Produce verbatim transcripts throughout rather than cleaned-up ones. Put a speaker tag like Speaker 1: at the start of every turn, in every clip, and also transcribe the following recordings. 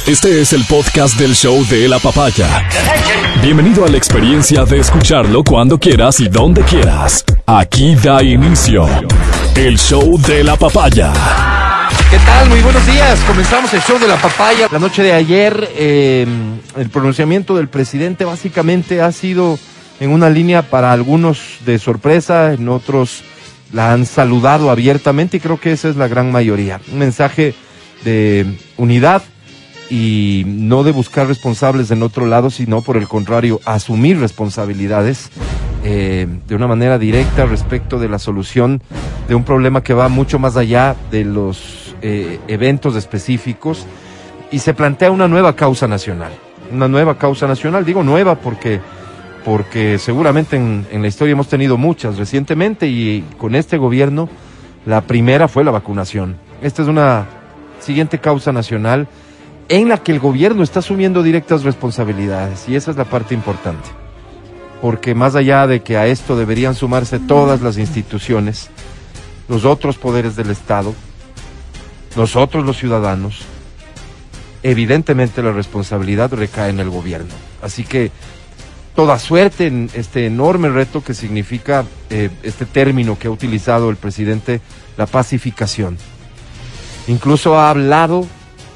Speaker 1: Este es el podcast del show de la papaya. Bienvenido a la experiencia de escucharlo cuando quieras y donde quieras. Aquí da inicio el show de la papaya.
Speaker 2: ¿Qué tal? Muy buenos días. Comenzamos el show de la papaya. La noche de ayer, eh, el pronunciamiento del presidente básicamente ha sido en una línea para algunos de sorpresa, en otros la han saludado abiertamente y creo que esa es la gran mayoría. Un mensaje de unidad y no de buscar responsables en otro lado, sino por el contrario, asumir responsabilidades eh, de una manera directa respecto de la solución de un problema que va mucho más allá de los eh, eventos específicos y se plantea una nueva causa nacional. Una nueva causa nacional, digo nueva porque, porque seguramente en, en la historia hemos tenido muchas recientemente y con este gobierno la primera fue la vacunación. Esta es una siguiente causa nacional en la que el gobierno está asumiendo directas responsabilidades y esa es la parte importante, porque más allá de que a esto deberían sumarse todas las instituciones, los otros poderes del Estado, nosotros los ciudadanos, evidentemente la responsabilidad recae en el gobierno. Así que toda suerte en este enorme reto que significa eh, este término que ha utilizado el presidente, la pacificación. Incluso ha hablado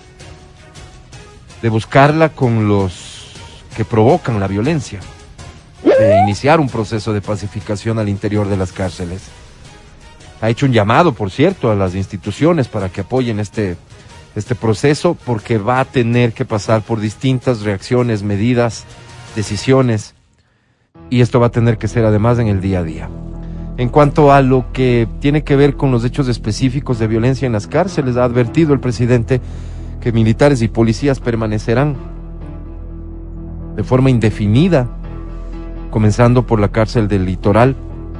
Speaker 2: de buscarla con los que provocan la violencia, de iniciar un proceso de pacificación al interior de las cárceles. Ha hecho un llamado, por cierto, a las instituciones para que apoyen este, este proceso, porque va a tener que pasar por distintas reacciones, medidas, decisiones, y esto va a tener que ser además en el día a día. En cuanto a lo que tiene que ver con los hechos específicos de violencia en las cárceles, ha advertido el presidente que militares y policías permanecerán de forma indefinida, comenzando por la cárcel del Litoral,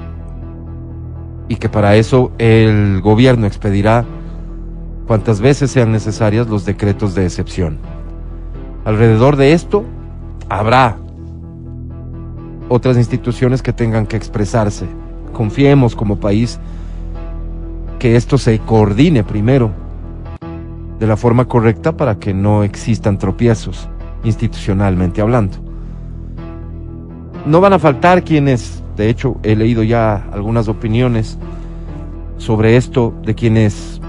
Speaker 2: y que para eso el gobierno expedirá cuantas veces sean necesarias los decretos de excepción. Alrededor de esto habrá otras instituciones que tengan que expresarse. Confiemos como país que esto se coordine primero de la forma correcta para que no existan tropiezos institucionalmente hablando. No van a faltar quienes, de hecho he leído ya algunas opiniones sobre esto de quienes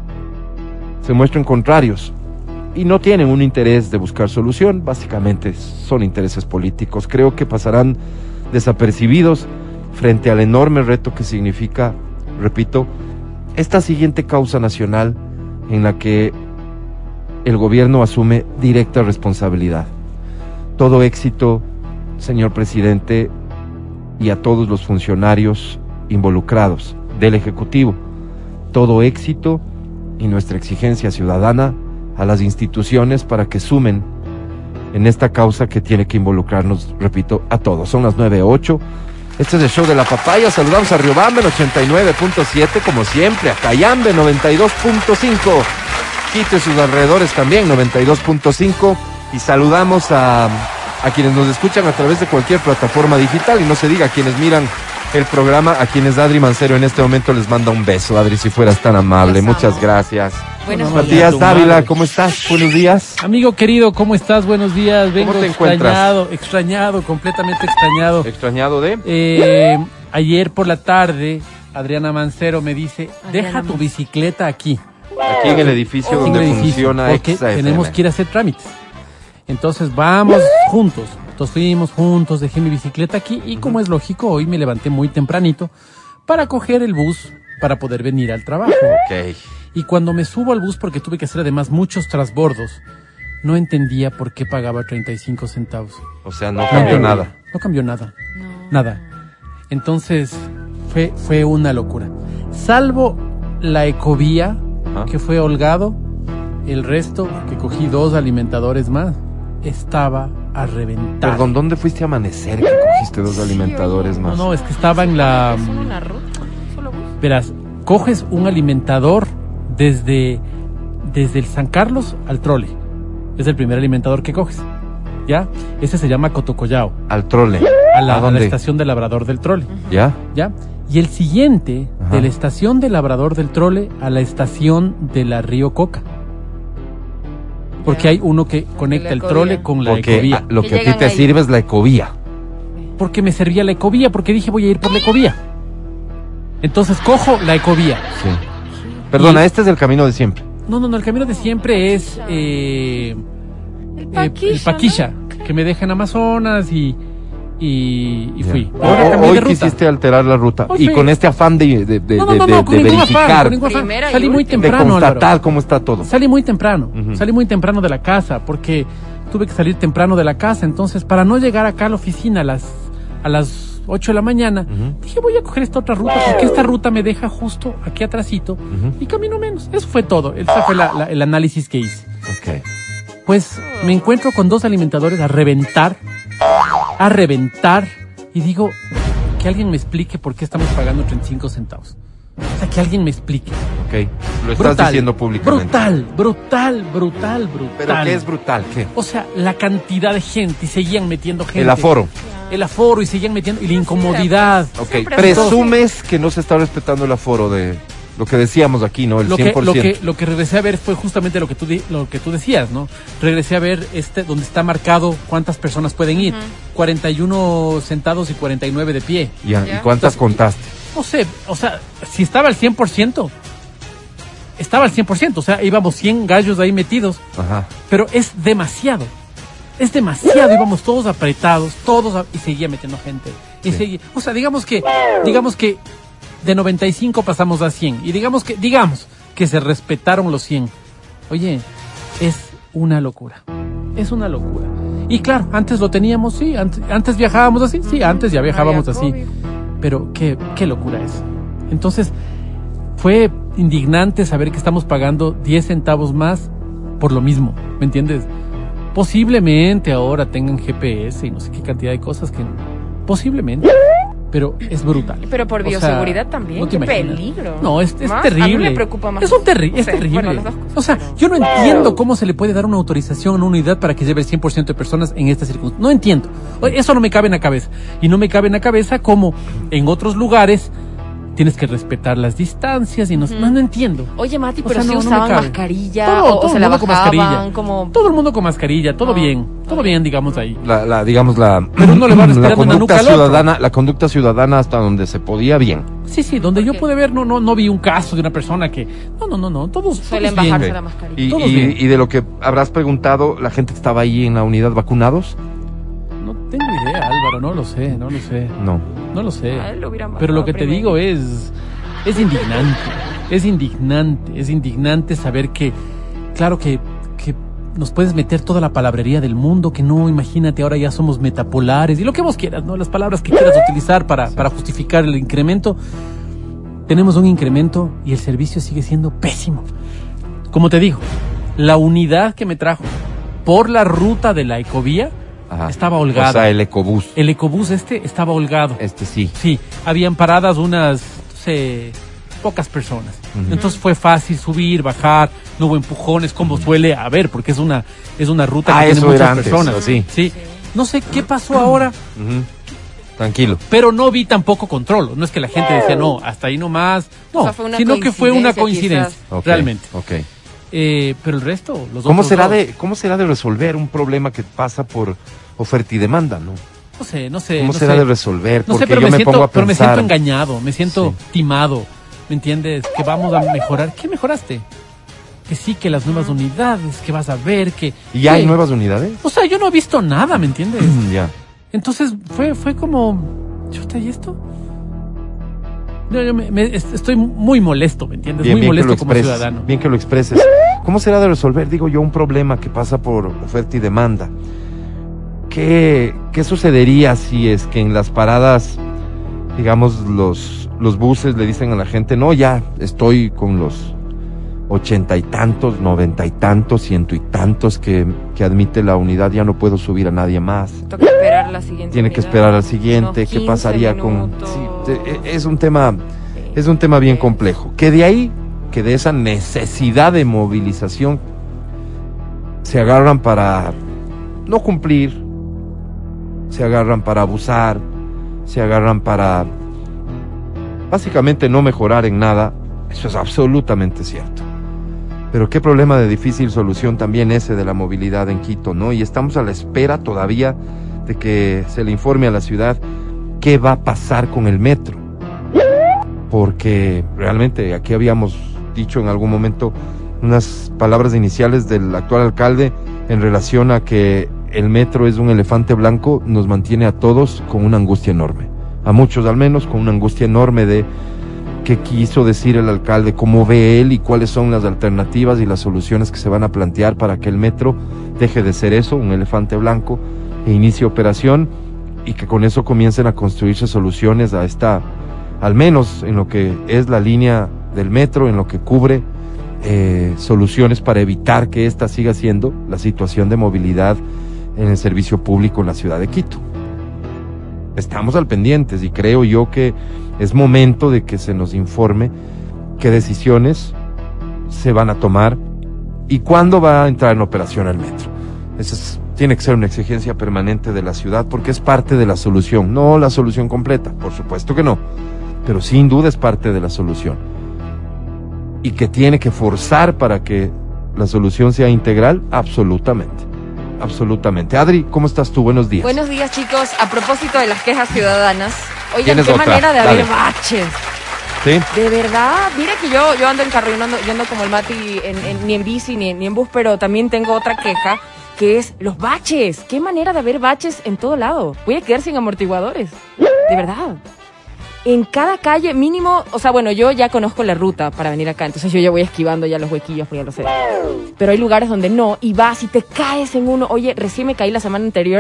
Speaker 2: se muestran contrarios y no tienen un interés de buscar solución, básicamente son intereses políticos. Creo que pasarán desapercibidos frente al enorme reto que significa, repito, esta siguiente causa nacional en la que el gobierno asume directa responsabilidad. Todo éxito, señor presidente, y a todos los funcionarios involucrados del Ejecutivo. Todo éxito y nuestra exigencia ciudadana a las instituciones para que sumen en esta causa que tiene que involucrarnos, repito, a todos. Son las nueve ocho. Este es el show de la papaya. Saludamos a Riobamba en ochenta y nueve punto siete, como siempre, a Cayambe noventa y dos punto cinco. Quito y sus alrededores también, noventa y dos punto cinco, y saludamos a, a quienes nos escuchan a través de cualquier plataforma digital, y no se diga a quienes miran el programa, a quienes Adri Mancero en este momento les manda un beso. Adri, si fueras tan amable, muchas gracias. Buenos días. Matías Dávila, ¿cómo estás? Buenos días.
Speaker 3: Amigo querido, ¿cómo estás? Buenos días. Vengo
Speaker 2: ¿Cómo te
Speaker 3: extrañado,
Speaker 2: encuentras?
Speaker 3: extrañado, completamente extrañado.
Speaker 2: ¿Extrañado de?
Speaker 3: Eh, ayer por la tarde, Adriana Mancero me dice,
Speaker 4: Adriana
Speaker 3: deja tu
Speaker 4: Mancero.
Speaker 3: bicicleta aquí.
Speaker 2: Aquí en el edificio
Speaker 3: En
Speaker 2: donde
Speaker 3: el edificio,
Speaker 2: funciona
Speaker 3: porque
Speaker 2: Exa F M.
Speaker 3: tenemos que ir a hacer trámites. Entonces vamos juntos. Entonces fuimos juntos, dejé mi bicicleta aquí y como es lógico, hoy me levanté muy tempranito para coger el bus para poder venir al trabajo.
Speaker 2: Ok.
Speaker 3: Y cuando me subo al bus, porque tuve que hacer además muchos transbordos, no entendía por qué pagaba treinta y cinco centavos.
Speaker 2: O sea, no cambió nada.
Speaker 3: No cambió nada.
Speaker 4: No.
Speaker 3: Nada. Entonces, fue, fue una locura. Salvo la ecovía,
Speaker 2: ¿Ah?
Speaker 3: que fue holgado, el resto, que cogí dos alimentadores más, estaba a reventar.
Speaker 2: Perdón, ¿dónde fuiste a amanecer que cogiste dos alimentadores más?
Speaker 3: No, no, es que estaba en la...
Speaker 4: ¿Solo en la ruta? ¿Solo bus?
Speaker 3: Verás, coges un alimentador desde, desde el San Carlos al Trole. Es el primer alimentador que coges. ¿Ya? Ese se llama Cotocollao.
Speaker 2: Al trole.
Speaker 3: A la,
Speaker 2: ¿A
Speaker 3: a
Speaker 2: dónde?
Speaker 3: la estación del Labrador del Trole.
Speaker 2: ¿Ya?
Speaker 3: ¿Ya? Y el siguiente,
Speaker 2: Ajá.
Speaker 3: de la estación del Labrador del Trole a la estación de la Río Coca. Porque
Speaker 4: Ya.
Speaker 3: hay uno que conecta
Speaker 4: La
Speaker 3: el
Speaker 4: ecovía.
Speaker 3: trole con la
Speaker 2: Porque
Speaker 3: ecovía.
Speaker 2: ah, lo
Speaker 4: Que
Speaker 2: que a ti
Speaker 4: llegan
Speaker 2: te
Speaker 4: ahí.
Speaker 2: sirve es la ecovía.
Speaker 3: Porque me servía la ecovía, porque dije voy a ir por la ecovía. Entonces cojo la ecovía.
Speaker 2: Sí. Perdona,
Speaker 3: Y-
Speaker 2: este es el camino de siempre.
Speaker 3: No, no, no, el camino de siempre es eh,
Speaker 4: El
Speaker 3: eh,
Speaker 4: Paquilla,
Speaker 3: el Paquilla, que me deja en Amazonas y, y, y fui.
Speaker 2: Ya.
Speaker 3: Ahora
Speaker 2: O-
Speaker 3: cambié
Speaker 2: hoy
Speaker 3: de ruta.
Speaker 2: quisiste alterar la ruta.
Speaker 3: Hoy
Speaker 2: y
Speaker 3: fui-
Speaker 2: con este afán de, de, de,
Speaker 3: No, no,
Speaker 2: de-
Speaker 3: no,
Speaker 2: de-
Speaker 3: no, con
Speaker 2: de
Speaker 3: ningún afán,
Speaker 2: verificar,
Speaker 3: con ningún afán.
Speaker 4: Primera y
Speaker 3: Salí muy
Speaker 4: última.
Speaker 2: de
Speaker 3: temprano,
Speaker 2: constatar
Speaker 3: Álvaro.
Speaker 2: cómo está todo.
Speaker 3: Salí muy temprano,
Speaker 2: Ujú.
Speaker 3: salí muy temprano de la casa porque tuve que salir temprano de la casa, entonces para no llegar acá a la oficina a las a las ocho de la mañana,
Speaker 2: Ujú.
Speaker 3: dije voy a coger esta otra ruta porque esta ruta me deja justo aquí atrásito
Speaker 2: Ujú.
Speaker 3: y camino menos. Eso fue todo, ese fue la- la- el análisis que hice.
Speaker 2: Ok.
Speaker 3: Pues me encuentro con dos alimentadores a reventar, a reventar, y digo, que alguien me explique por qué estamos pagando treinta y cinco centavos. O sea, que alguien me explique.
Speaker 2: Ok. Lo estás diciendo públicamente.
Speaker 3: Brutal, brutal, brutal, brutal.
Speaker 2: ¿Pero qué es brutal? ¿Qué?
Speaker 3: O sea, la cantidad de gente, y seguían metiendo gente.
Speaker 2: El aforo.
Speaker 3: El aforo, y seguían metiendo, y la incomodidad.
Speaker 2: Ok.
Speaker 4: Siempre
Speaker 2: Presumes que no se está respetando el aforo de lo que decíamos aquí, ¿no? El
Speaker 3: Lo que,
Speaker 2: cien por
Speaker 3: lo,
Speaker 2: ciento.
Speaker 3: que, lo que regresé a ver fue justamente lo que tú di- lo que tú decías, ¿no? Regresé a ver este donde está marcado cuántas personas pueden ir.
Speaker 4: Ujú.
Speaker 3: cuarenta y uno sentados y cuarenta y nueve de pie.
Speaker 2: Ya,
Speaker 4: Ya.
Speaker 2: ¿y cuántas contaste?
Speaker 3: No sé, o sea, si estaba al cien por ciento, estaba al cien por ciento, o sea, íbamos cien gallos ahí metidos,
Speaker 2: Ajá.
Speaker 3: pero es demasiado. Es demasiado, íbamos todos apretados, todos a- y seguía metiendo gente. Y
Speaker 2: Sí.
Speaker 3: seguía, o sea, digamos que digamos que de noventa y cinco pasamos a cien y digamos que digamos que se respetaron los cien. Oye, es una locura. Es una locura. Y claro, antes lo teníamos, sí, antes, antes viajábamos así, sí, antes ya viajábamos
Speaker 4: No había
Speaker 3: así.
Speaker 4: COVID.
Speaker 3: Pero qué, qué locura es. Entonces, fue indignante saber que estamos pagando diez centavos más por lo mismo, ¿me entiendes? Posiblemente ahora tengan G P S y no sé qué cantidad de cosas que... Posiblemente. Pero es brutal.
Speaker 4: Pero por
Speaker 3: O sea,
Speaker 4: bioseguridad también.
Speaker 3: no te
Speaker 4: Qué
Speaker 3: imaginas.
Speaker 4: peligro.
Speaker 3: No, es, es
Speaker 4: Más,
Speaker 3: terrible.
Speaker 4: A mí me preocupa más.
Speaker 3: Es un terri
Speaker 4: No
Speaker 3: es
Speaker 4: sé,
Speaker 3: terrible.
Speaker 4: bueno, las dos cosas,
Speaker 3: O sea,
Speaker 4: pero-
Speaker 3: yo no entiendo cómo se le puede dar una autorización a una unidad para que lleve el cien por ciento de personas en esta circunstancia. No entiendo. O- Eso no me cabe en la cabeza. Y no me cabe en la cabeza como en otros lugares tienes que respetar las distancias y no,
Speaker 4: Ujú.
Speaker 3: no, no entiendo.
Speaker 4: Oye, Mati,
Speaker 3: O
Speaker 4: pero
Speaker 3: sea,
Speaker 4: sí
Speaker 3: no, no me
Speaker 4: usaban
Speaker 3: cabe.
Speaker 4: mascarilla
Speaker 3: Todo-
Speaker 4: o, o
Speaker 3: todo
Speaker 4: se
Speaker 3: el
Speaker 4: la
Speaker 3: mundo con
Speaker 4: bajaban,
Speaker 3: mascarilla.
Speaker 4: como...
Speaker 3: Todo el mundo con mascarilla, todo
Speaker 4: Ah,
Speaker 3: bien, todo bien, digamos ahí.
Speaker 2: La, la, digamos, la,
Speaker 3: Pero uno le va
Speaker 2: la
Speaker 3: respirando en la nuca
Speaker 2: conducta
Speaker 3: al otro.
Speaker 2: ciudadana, la conducta ciudadana hasta donde se podía bien.
Speaker 3: Sí, sí, donde yo
Speaker 4: Ok.
Speaker 3: pude ver, no, no, no vi un caso de una persona que, no, no, no, no, todos,
Speaker 4: Suelen
Speaker 3: todos bien.
Speaker 4: bajarse
Speaker 2: Ok.
Speaker 4: la mascarilla.
Speaker 2: Y,
Speaker 3: Todos
Speaker 2: y-
Speaker 3: bien.
Speaker 2: y de lo que habrás preguntado, la gente que estaba ahí en la unidad vacunados,
Speaker 3: No tengo idea, Álvaro, no lo sé, no lo sé,
Speaker 2: no.
Speaker 3: no lo sé.
Speaker 4: A él lo hubieran
Speaker 3: Pero lo
Speaker 4: bajado
Speaker 3: que te
Speaker 4: primero.
Speaker 3: digo es, es indignante, es indignante, es indignante saber que, claro que, que nos puedes meter toda la palabrería del mundo, que no, imagínate, ahora ya somos metapolares, y lo que vos quieras, ¿no? Las palabras que quieras utilizar para, para justificar el incremento. Tenemos un incremento y el servicio sigue siendo pésimo. Como te digo, la unidad que me trajo por la ruta de la ecovía
Speaker 2: Ajá.
Speaker 3: estaba holgada.
Speaker 2: O sea, el ecobús.
Speaker 3: El ecobús este estaba holgado.
Speaker 2: Este sí.
Speaker 3: Sí, habían paradas unas, no sé, pocas personas.
Speaker 2: Ujú.
Speaker 3: Entonces fue fácil subir, bajar, no hubo empujones como suele haber, porque es una es una ruta
Speaker 2: Ah,
Speaker 3: que tiene
Speaker 2: eso
Speaker 3: muchas
Speaker 2: era antes,
Speaker 3: personas.
Speaker 2: sí.
Speaker 3: Sí. No sé qué pasó ahora,
Speaker 2: Ujú. Tranquilo.
Speaker 3: pero no vi tampoco control. No es que la gente decía, no, hasta ahí nomás. No,
Speaker 4: O sea, fue una
Speaker 3: sino que fue una
Speaker 4: coincidencia,
Speaker 3: coincidencia,
Speaker 2: Ok,
Speaker 3: realmente.
Speaker 2: Ok.
Speaker 3: Eh, pero el resto, los
Speaker 2: ¿Cómo
Speaker 3: otros
Speaker 2: será,
Speaker 3: dos,
Speaker 2: de, ¿Cómo será de resolver un problema que pasa por oferta y demanda, no?
Speaker 3: no sé, no sé.
Speaker 2: ¿Cómo
Speaker 3: no
Speaker 2: será
Speaker 3: sé.
Speaker 2: de resolver?
Speaker 3: No
Speaker 2: Porque
Speaker 3: sé, pero
Speaker 2: yo
Speaker 3: me,
Speaker 2: me
Speaker 3: siento,
Speaker 2: pongo a
Speaker 3: pero me siento
Speaker 2: pensar.
Speaker 3: engañado, me siento
Speaker 2: Sí.
Speaker 3: timado, ¿me entiendes? Que vamos a mejorar. ¿Qué mejoraste? Que sí, que las nuevas unidades, que vas a ver, que...
Speaker 2: ¿Y ya hay
Speaker 3: ¿qué?
Speaker 2: nuevas unidades?
Speaker 3: O sea, yo no he visto nada, ¿me entiendes?
Speaker 2: Ya.
Speaker 3: Entonces fue, fue como... ¿Chuta, y esto? Yo, yo me- me- est- estoy muy molesto, ¿me entiendes?
Speaker 2: Bien,
Speaker 3: muy
Speaker 2: bien que
Speaker 3: molesto
Speaker 2: lo
Speaker 3: como
Speaker 2: expreses.
Speaker 3: ciudadano.
Speaker 2: Bien que lo expreses. ¿Cómo será de resolver, digo yo, un problema que pasa por oferta y demanda? ¿Qué, qué sucedería si es que en las paradas, digamos, los, los buses le dicen a la gente, no, ya estoy con los ochenta y tantos, noventa y tantos, ciento y tantos que, que admite la unidad, ya no puedo subir a nadie más?
Speaker 4: Toca esperar la siguiente
Speaker 2: Tiene que
Speaker 4: unidad,
Speaker 2: esperar al siguiente,
Speaker 4: unos
Speaker 2: ¿qué
Speaker 4: quince
Speaker 2: pasaría
Speaker 4: minutos.
Speaker 2: con...? Sí, te- es un tema, es un tema bien complejo. Que de ahí, que de esa necesidad de movilización, se agarran para no cumplir, se agarran para abusar, se agarran para básicamente no mejorar en nada. Eso es absolutamente cierto. Pero qué problema de difícil solución también ese de la movilidad en Quito, ¿no? Y estamos a la espera todavía de que se le informe a la ciudad qué va a pasar con el metro. Porque realmente aquí habíamos dicho en algún momento unas palabras iniciales del actual alcalde en relación a que el metro es un elefante blanco, nos mantiene a todos con una angustia enorme. A muchos al menos con una angustia enorme de qué quiso decir el alcalde, cómo ve él y cuáles son las alternativas y las soluciones que se van a plantear para que el metro deje de ser eso, un elefante blanco, e inicie operación y que con eso comiencen a construirse soluciones a esta, al menos en lo que es la línea del metro, en lo que cubre eh, soluciones para evitar que esta siga siendo la situación de movilidad en el servicio público en la ciudad de Quito. Estamos al pendientes y creo yo que es momento de que se nos informe qué decisiones se van a tomar y cuándo va a entrar en operación el metro. Esa es, tiene que ser una exigencia permanente de la ciudad porque es parte de la solución, no la solución completa, por supuesto que no, pero sin duda es parte de la solución. Y que tiene que forzar para que la solución sea integral, absolutamente. Absolutamente. Adri, ¿cómo estás tú? Buenos días.
Speaker 4: Buenos días, chicos. A propósito de las quejas ciudadanas, oigan,
Speaker 2: ¿Tienes
Speaker 4: qué
Speaker 2: otra?
Speaker 4: manera de haber
Speaker 2: Dale.
Speaker 4: baches.
Speaker 2: ¿Sí?
Speaker 4: De verdad, mira que yo, yo ando en carro, yo no ando, yo ando como el Mati en, en- ni en bici ni, ni en bus, pero también tengo otra queja, que es los baches. Qué manera de haber baches en todo lado. Voy a quedar sin amortiguadores. De verdad. En cada calle mínimo, o sea, bueno, yo ya conozco la ruta para venir acá, entonces yo ya voy esquivando ya los huequillos, pues ya lo sé. Pero hay lugares donde no, y vas y te caes en uno. Oye, recién me caí la semana anterior,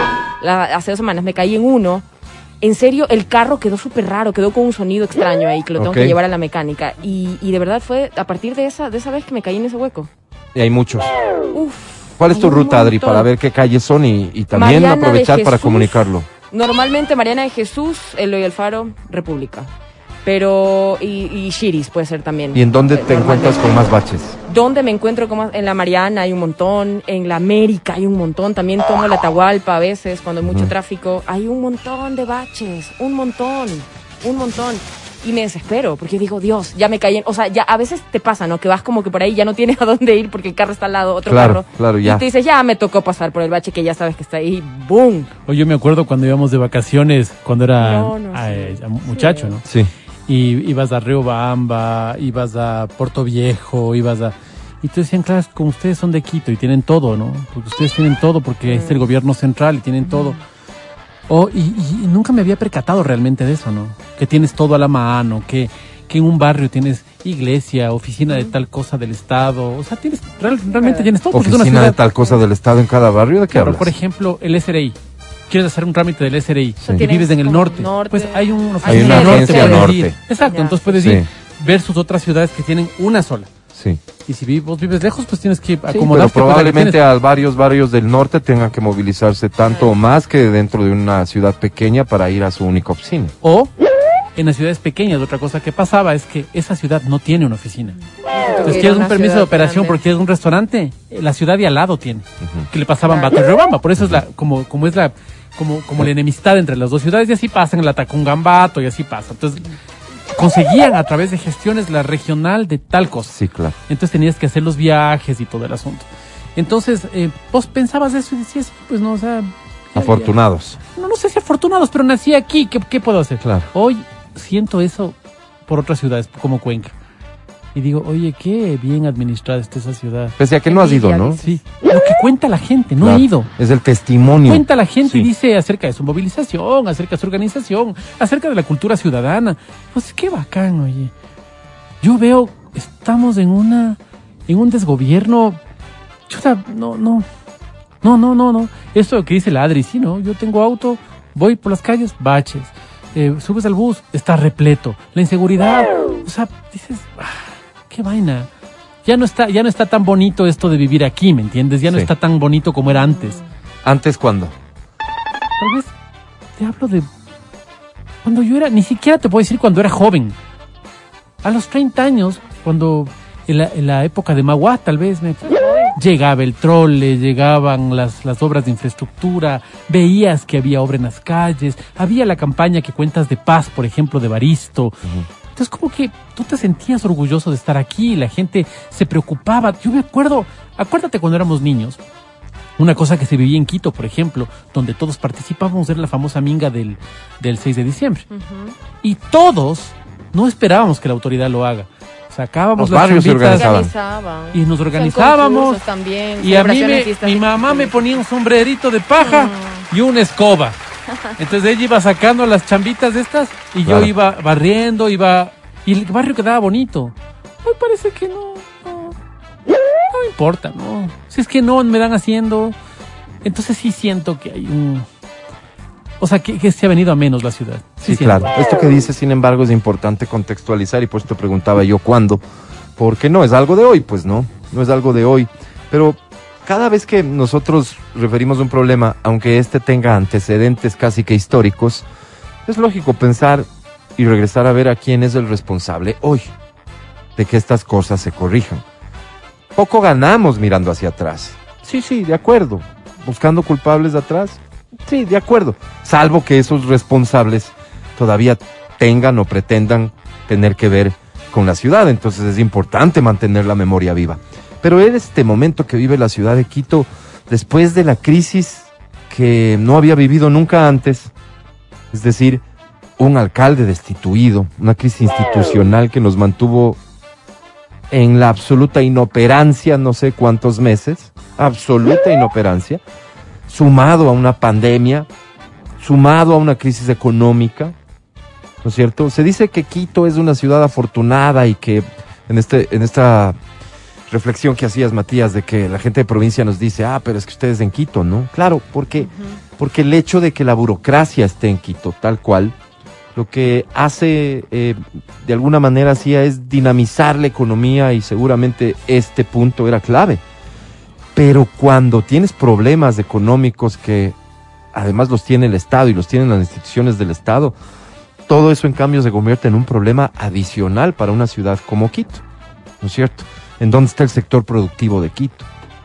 Speaker 4: la- hace dos semanas me caí en uno. En serio, el carro quedó súper raro, quedó con un sonido extraño ahí, que lo tengo
Speaker 2: Ok.
Speaker 4: que llevar a la mecánica. Y, y de verdad fue a partir de esa, de esa vez que me caí en ese hueco.
Speaker 2: Y hay muchos.
Speaker 4: Uf.
Speaker 2: ¿Cuál es
Speaker 4: hay
Speaker 2: tu
Speaker 4: un
Speaker 2: ruta, Adri,
Speaker 4: montón.
Speaker 2: para ver qué calles son y, y también
Speaker 4: Mariana de
Speaker 2: aprovechar para
Speaker 4: Jesús.
Speaker 2: comunicarlo?
Speaker 4: Normalmente Mariana de Jesús, Eloy Alfaro, República. Pero, y, y Shiris puede ser también.
Speaker 2: ¿Y en dónde
Speaker 4: Eh,
Speaker 2: te encuentras con más baches?
Speaker 4: ¿Dónde me encuentro? Como en la Mariana hay un montón, en la América hay un montón, también tomo la Atahualpa a veces cuando hay mucho
Speaker 2: Ujú.
Speaker 4: tráfico. Hay un montón de baches, un montón, un montón. Y me desespero porque digo, Dios, ya me caí en... O sea, ya a veces te pasa, ¿no? Que vas como que por ahí ya no tienes a dónde ir porque el carro está al lado, otro
Speaker 2: Claro,
Speaker 4: carro.
Speaker 2: claro, ya.
Speaker 4: Y te dices, ya me tocó pasar por el bache que ya sabes que está ahí. ¡Boom!
Speaker 3: Oye, yo me acuerdo cuando íbamos de vacaciones, cuando era
Speaker 4: No, no
Speaker 3: eh,
Speaker 4: sé.
Speaker 3: muchacho, ¿no?
Speaker 2: Sí.
Speaker 3: Y ibas a Riobamba, ibas a Puerto Viejo, ibas a... Y te decían, claro, como ustedes son de Quito y tienen todo, ¿no? Porque ustedes tienen todo, porque es el gobierno central y tienen todo. Oh, y, y nunca me había percatado realmente de eso, ¿no? Que tienes todo a la mano, que, que en un barrio tienes iglesia, oficina de tal cosa del Estado. O sea, tienes real- realmente tienes todo. porque es una
Speaker 2: Oficina de
Speaker 3: ciudad-
Speaker 2: tal cosa del Estado en cada barrio, ¿de qué
Speaker 3: Claro,
Speaker 2: hablas?
Speaker 3: por ejemplo, el S R I. Quieres hacer un trámite del S R I
Speaker 2: Sí.
Speaker 3: y
Speaker 4: Tienes
Speaker 3: vives en el
Speaker 4: como
Speaker 3: norte.
Speaker 4: norte.
Speaker 3: Pues hay una
Speaker 4: Hay
Speaker 3: oficina
Speaker 4: una
Speaker 3: del norte,
Speaker 4: agencia
Speaker 3: puedes
Speaker 2: norte.
Speaker 3: ir. Exacto,
Speaker 4: Ya.
Speaker 3: entonces puedes
Speaker 2: Sí.
Speaker 3: ir versus otras ciudades que tienen una sola.
Speaker 2: Sí.
Speaker 3: Y si vi- vos vives lejos, pues tienes que
Speaker 2: Sí, pero
Speaker 3: acomodarte. con la que
Speaker 2: probablemente
Speaker 3: tienes.
Speaker 2: a varios barrios del norte tengan que movilizarse tanto o más que dentro de una ciudad pequeña para ir a su única oficina.
Speaker 3: O en las ciudades pequeñas, otra cosa que pasaba es que esa ciudad no tiene una oficina. Entonces
Speaker 4: Era
Speaker 3: quieres
Speaker 4: una
Speaker 3: un permiso de
Speaker 4: ciudad
Speaker 3: operación
Speaker 4: grande.
Speaker 3: porque quieres un restaurante, eh, la ciudad de al lado tiene,
Speaker 2: Ujú.
Speaker 3: que le pasaban
Speaker 4: Claro.
Speaker 3: vato y Riobamba. Por eso es la, como, como es la, como, como la enemistad entre las dos ciudades, y así pasan el Atacungambato y así pasa. Entonces, conseguían a través de gestiones la regional de tal cosa.
Speaker 2: Sí, claro.
Speaker 3: Entonces tenías que hacer los viajes y todo el asunto. Entonces, eh, vos pensabas eso y decías, pues no, o sea... ya-
Speaker 2: Afortunados.
Speaker 3: ya- no, no sé si afortunados, pero nací aquí, ¿qué, qué puedo hacer?
Speaker 2: Claro.
Speaker 3: Hoy siento eso por otras ciudades, como Cuenca. Y digo, oye, qué bien administrada está esa ciudad.
Speaker 2: Pese a que no has ido, ¿no?
Speaker 3: Sí, lo que cuenta la gente, no
Speaker 2: Claro.
Speaker 3: he ido.
Speaker 2: Es el testimonio.
Speaker 3: Cuenta la gente
Speaker 2: Sí.
Speaker 3: y dice acerca de su movilización, acerca de su organización, acerca de la cultura ciudadana. Pues qué bacán, oye. Yo veo, estamos en una, en un desgobierno. Chuta, no, no, no, no, no, no. Esto que dice la Adri, sí, ¿no? Yo tengo auto, voy por las calles, baches. Eh, subes al bus, está repleto. La inseguridad, o sea, dices, ah, qué vaina. Ya no está, ya no está tan bonito esto de vivir aquí, ¿me entiendes? Ya no
Speaker 2: Sí.
Speaker 3: está tan bonito como era antes.
Speaker 2: ¿Antes cuándo?
Speaker 3: Tal vez te hablo de cuando yo era, ni siquiera te puedo decir cuando era joven. A los treinta años, cuando en la, en la época de Magua, tal vez me llegaba el trole, llegaban las, las obras de infraestructura, veías que había obra en las calles, había la campaña que cuentas de paz, por ejemplo, de Baristo. Entonces como que tú te sentías orgulloso de estar aquí, la gente se preocupaba. Yo me acuerdo, acuérdate cuando éramos niños, una cosa que se vivía en Quito, por ejemplo, donde todos participábamos, era la famosa minga del, del seis de diciembre. Uh-huh. Y todos no esperábamos que la autoridad lo haga. Sacábamos
Speaker 2: los
Speaker 3: las
Speaker 2: barrios se organizaban.
Speaker 3: Y nos organizábamos.
Speaker 4: También,
Speaker 3: y a mí me, mi mamá me ponía un sombrerito de paja uh. y una escoba. Entonces ella iba sacando las chambitas de estas y claro. yo iba barriendo, iba... Y el barrio quedaba bonito. Hoy parece que no... no No me importa, ¿no? Si es que no me dan haciendo. Entonces sí siento que hay un... O sea, que, que se ha venido a menos la ciudad.
Speaker 2: Sí, sí claro. Esto que dices, sin embargo, es importante contextualizar y por eso te preguntaba yo cuándo. Porque no es algo de hoy, pues no. No es algo de hoy. Pero cada vez que nosotros referimos a un problema, aunque este tenga antecedentes casi que históricos, es lógico pensar y regresar a ver a quién es el responsable hoy de que estas cosas se corrijan. Poco ganamos mirando hacia atrás. Sí, sí, de acuerdo. Buscando culpables de atrás. Sí, de acuerdo. Salvo que esos responsables todavía tengan o pretendan tener que ver con la ciudad. Entonces es importante mantener la memoria viva. Pero en este momento que vive la ciudad de Quito, después de la crisis que no había vivido nunca antes, es decir, un alcalde destituido, una crisis institucional que nos mantuvo en la absoluta inoperancia, no sé cuántos meses, absoluta inoperancia, sumado a una pandemia, sumado a una crisis económica, ¿no es cierto? Se dice que Quito es una ciudad afortunada y que en este, en esta reflexión que hacías, Matías, de que la gente de provincia nos dice, ah, pero es que ustedes en Quito, ¿no? Claro, porque, uh-huh. porque el hecho de que la burocracia esté en Quito, tal cual, lo que hace, eh, de alguna manera, sí, es dinamizar la economía y seguramente este punto era clave. Pero cuando tienes problemas económicos que además los tiene el Estado y los tienen las instituciones del Estado, todo eso en cambio se convierte en un problema adicional para una ciudad como Quito, ¿no es cierto? ¿En dónde está el sector productivo de Quito?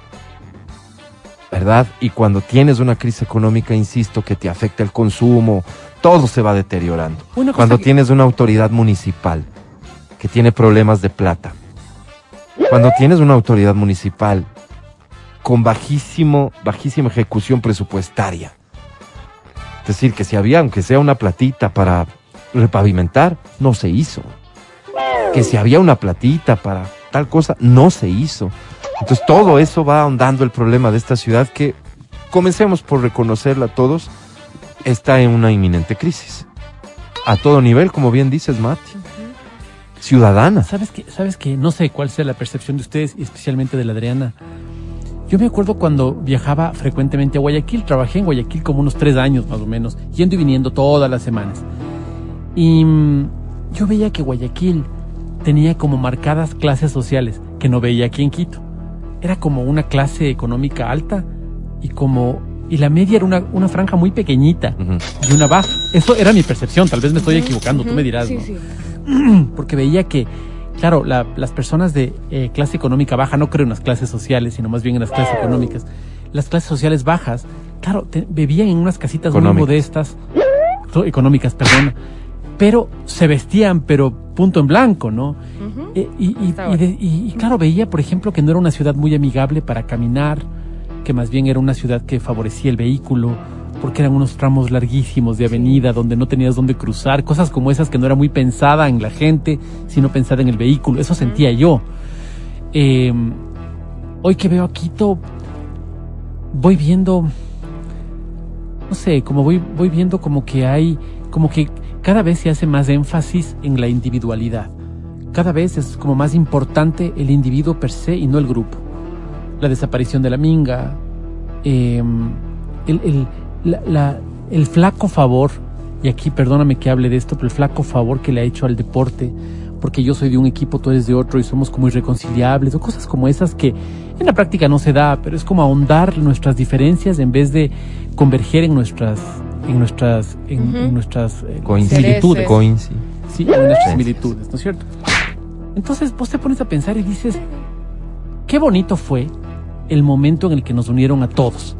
Speaker 2: ¿Verdad? Y cuando tienes una crisis económica, insisto, que te afecta el consumo, todo se va deteriorando. Cuando que... tienes una autoridad municipal que tiene problemas de plata, cuando tienes una autoridad municipal con bajísimo, bajísima ejecución presupuestaria, es decir, que si había, aunque sea una platita para repavimentar, no se hizo. Que si había una platita para tal cosa, no se hizo. Entonces todo eso va ahondando el problema de esta ciudad que, comencemos por reconocerla todos, está en una inminente crisis. A todo nivel, como bien dices, Mati. Uh-huh. Ciudadana.
Speaker 3: ¿Sabes qué? ¿Sabes qué? No sé cuál sea la percepción de ustedes y especialmente de la Adriana. Yo me acuerdo cuando viajaba frecuentemente a Guayaquil. Trabajé en Guayaquil como unos tres años más o menos, yendo y viniendo todas las semanas. Y mmm, yo veía que Guayaquil tenía como marcadas clases sociales que no veía aquí en Quito. Era como una clase económica alta y como y la media era una, una franja muy pequeñita uh-huh. y una baja. Eso era mi percepción, tal vez me estoy equivocando, uh-huh. tú me dirás, sí, ¿no? Sí. Porque veía que, claro, la, las personas de eh, clase económica baja, no creo en las clases sociales, sino más bien en las clases económicas. Las clases sociales bajas, claro, te, vivían en unas casitas económicas. Muy modestas, económicas, perdón, pero se vestían, pero punto en blanco, ¿no? Uh-huh. eh, y, y, y, de, y, y claro, veía, por ejemplo, que no era una ciudad muy amigable para caminar, que más bien era una ciudad que favorecía el vehículo, porque eran unos tramos larguísimos de avenida donde no tenías dónde cruzar, cosas como esas que no era muy pensada en la gente, sino pensada en el vehículo. Eso sentía yo. Eh, hoy que veo a Quito, voy viendo, no sé, como voy, voy viendo como que hay, como que cada vez se hace más énfasis en la individualidad. Cada vez es como más importante el individuo per se y no el grupo. La desaparición de la minga, eh, el, el, la, la, el flaco favor, y aquí perdóname que hable de esto, pero el flaco favor que le ha hecho al deporte, porque yo soy de un equipo, tú eres de otro y somos como irreconciliables, o cosas como esas que en la práctica no se da, pero es como ahondar nuestras diferencias en vez de converger en nuestras en nuestras en, uh-huh. en nuestras eh, similitudes.
Speaker 2: Coinci.
Speaker 3: Sí, en nuestras similitudes, ¿no es cierto? Entonces vos te pones a pensar y dices, qué bonito fue el momento en el que nos unieron a todos,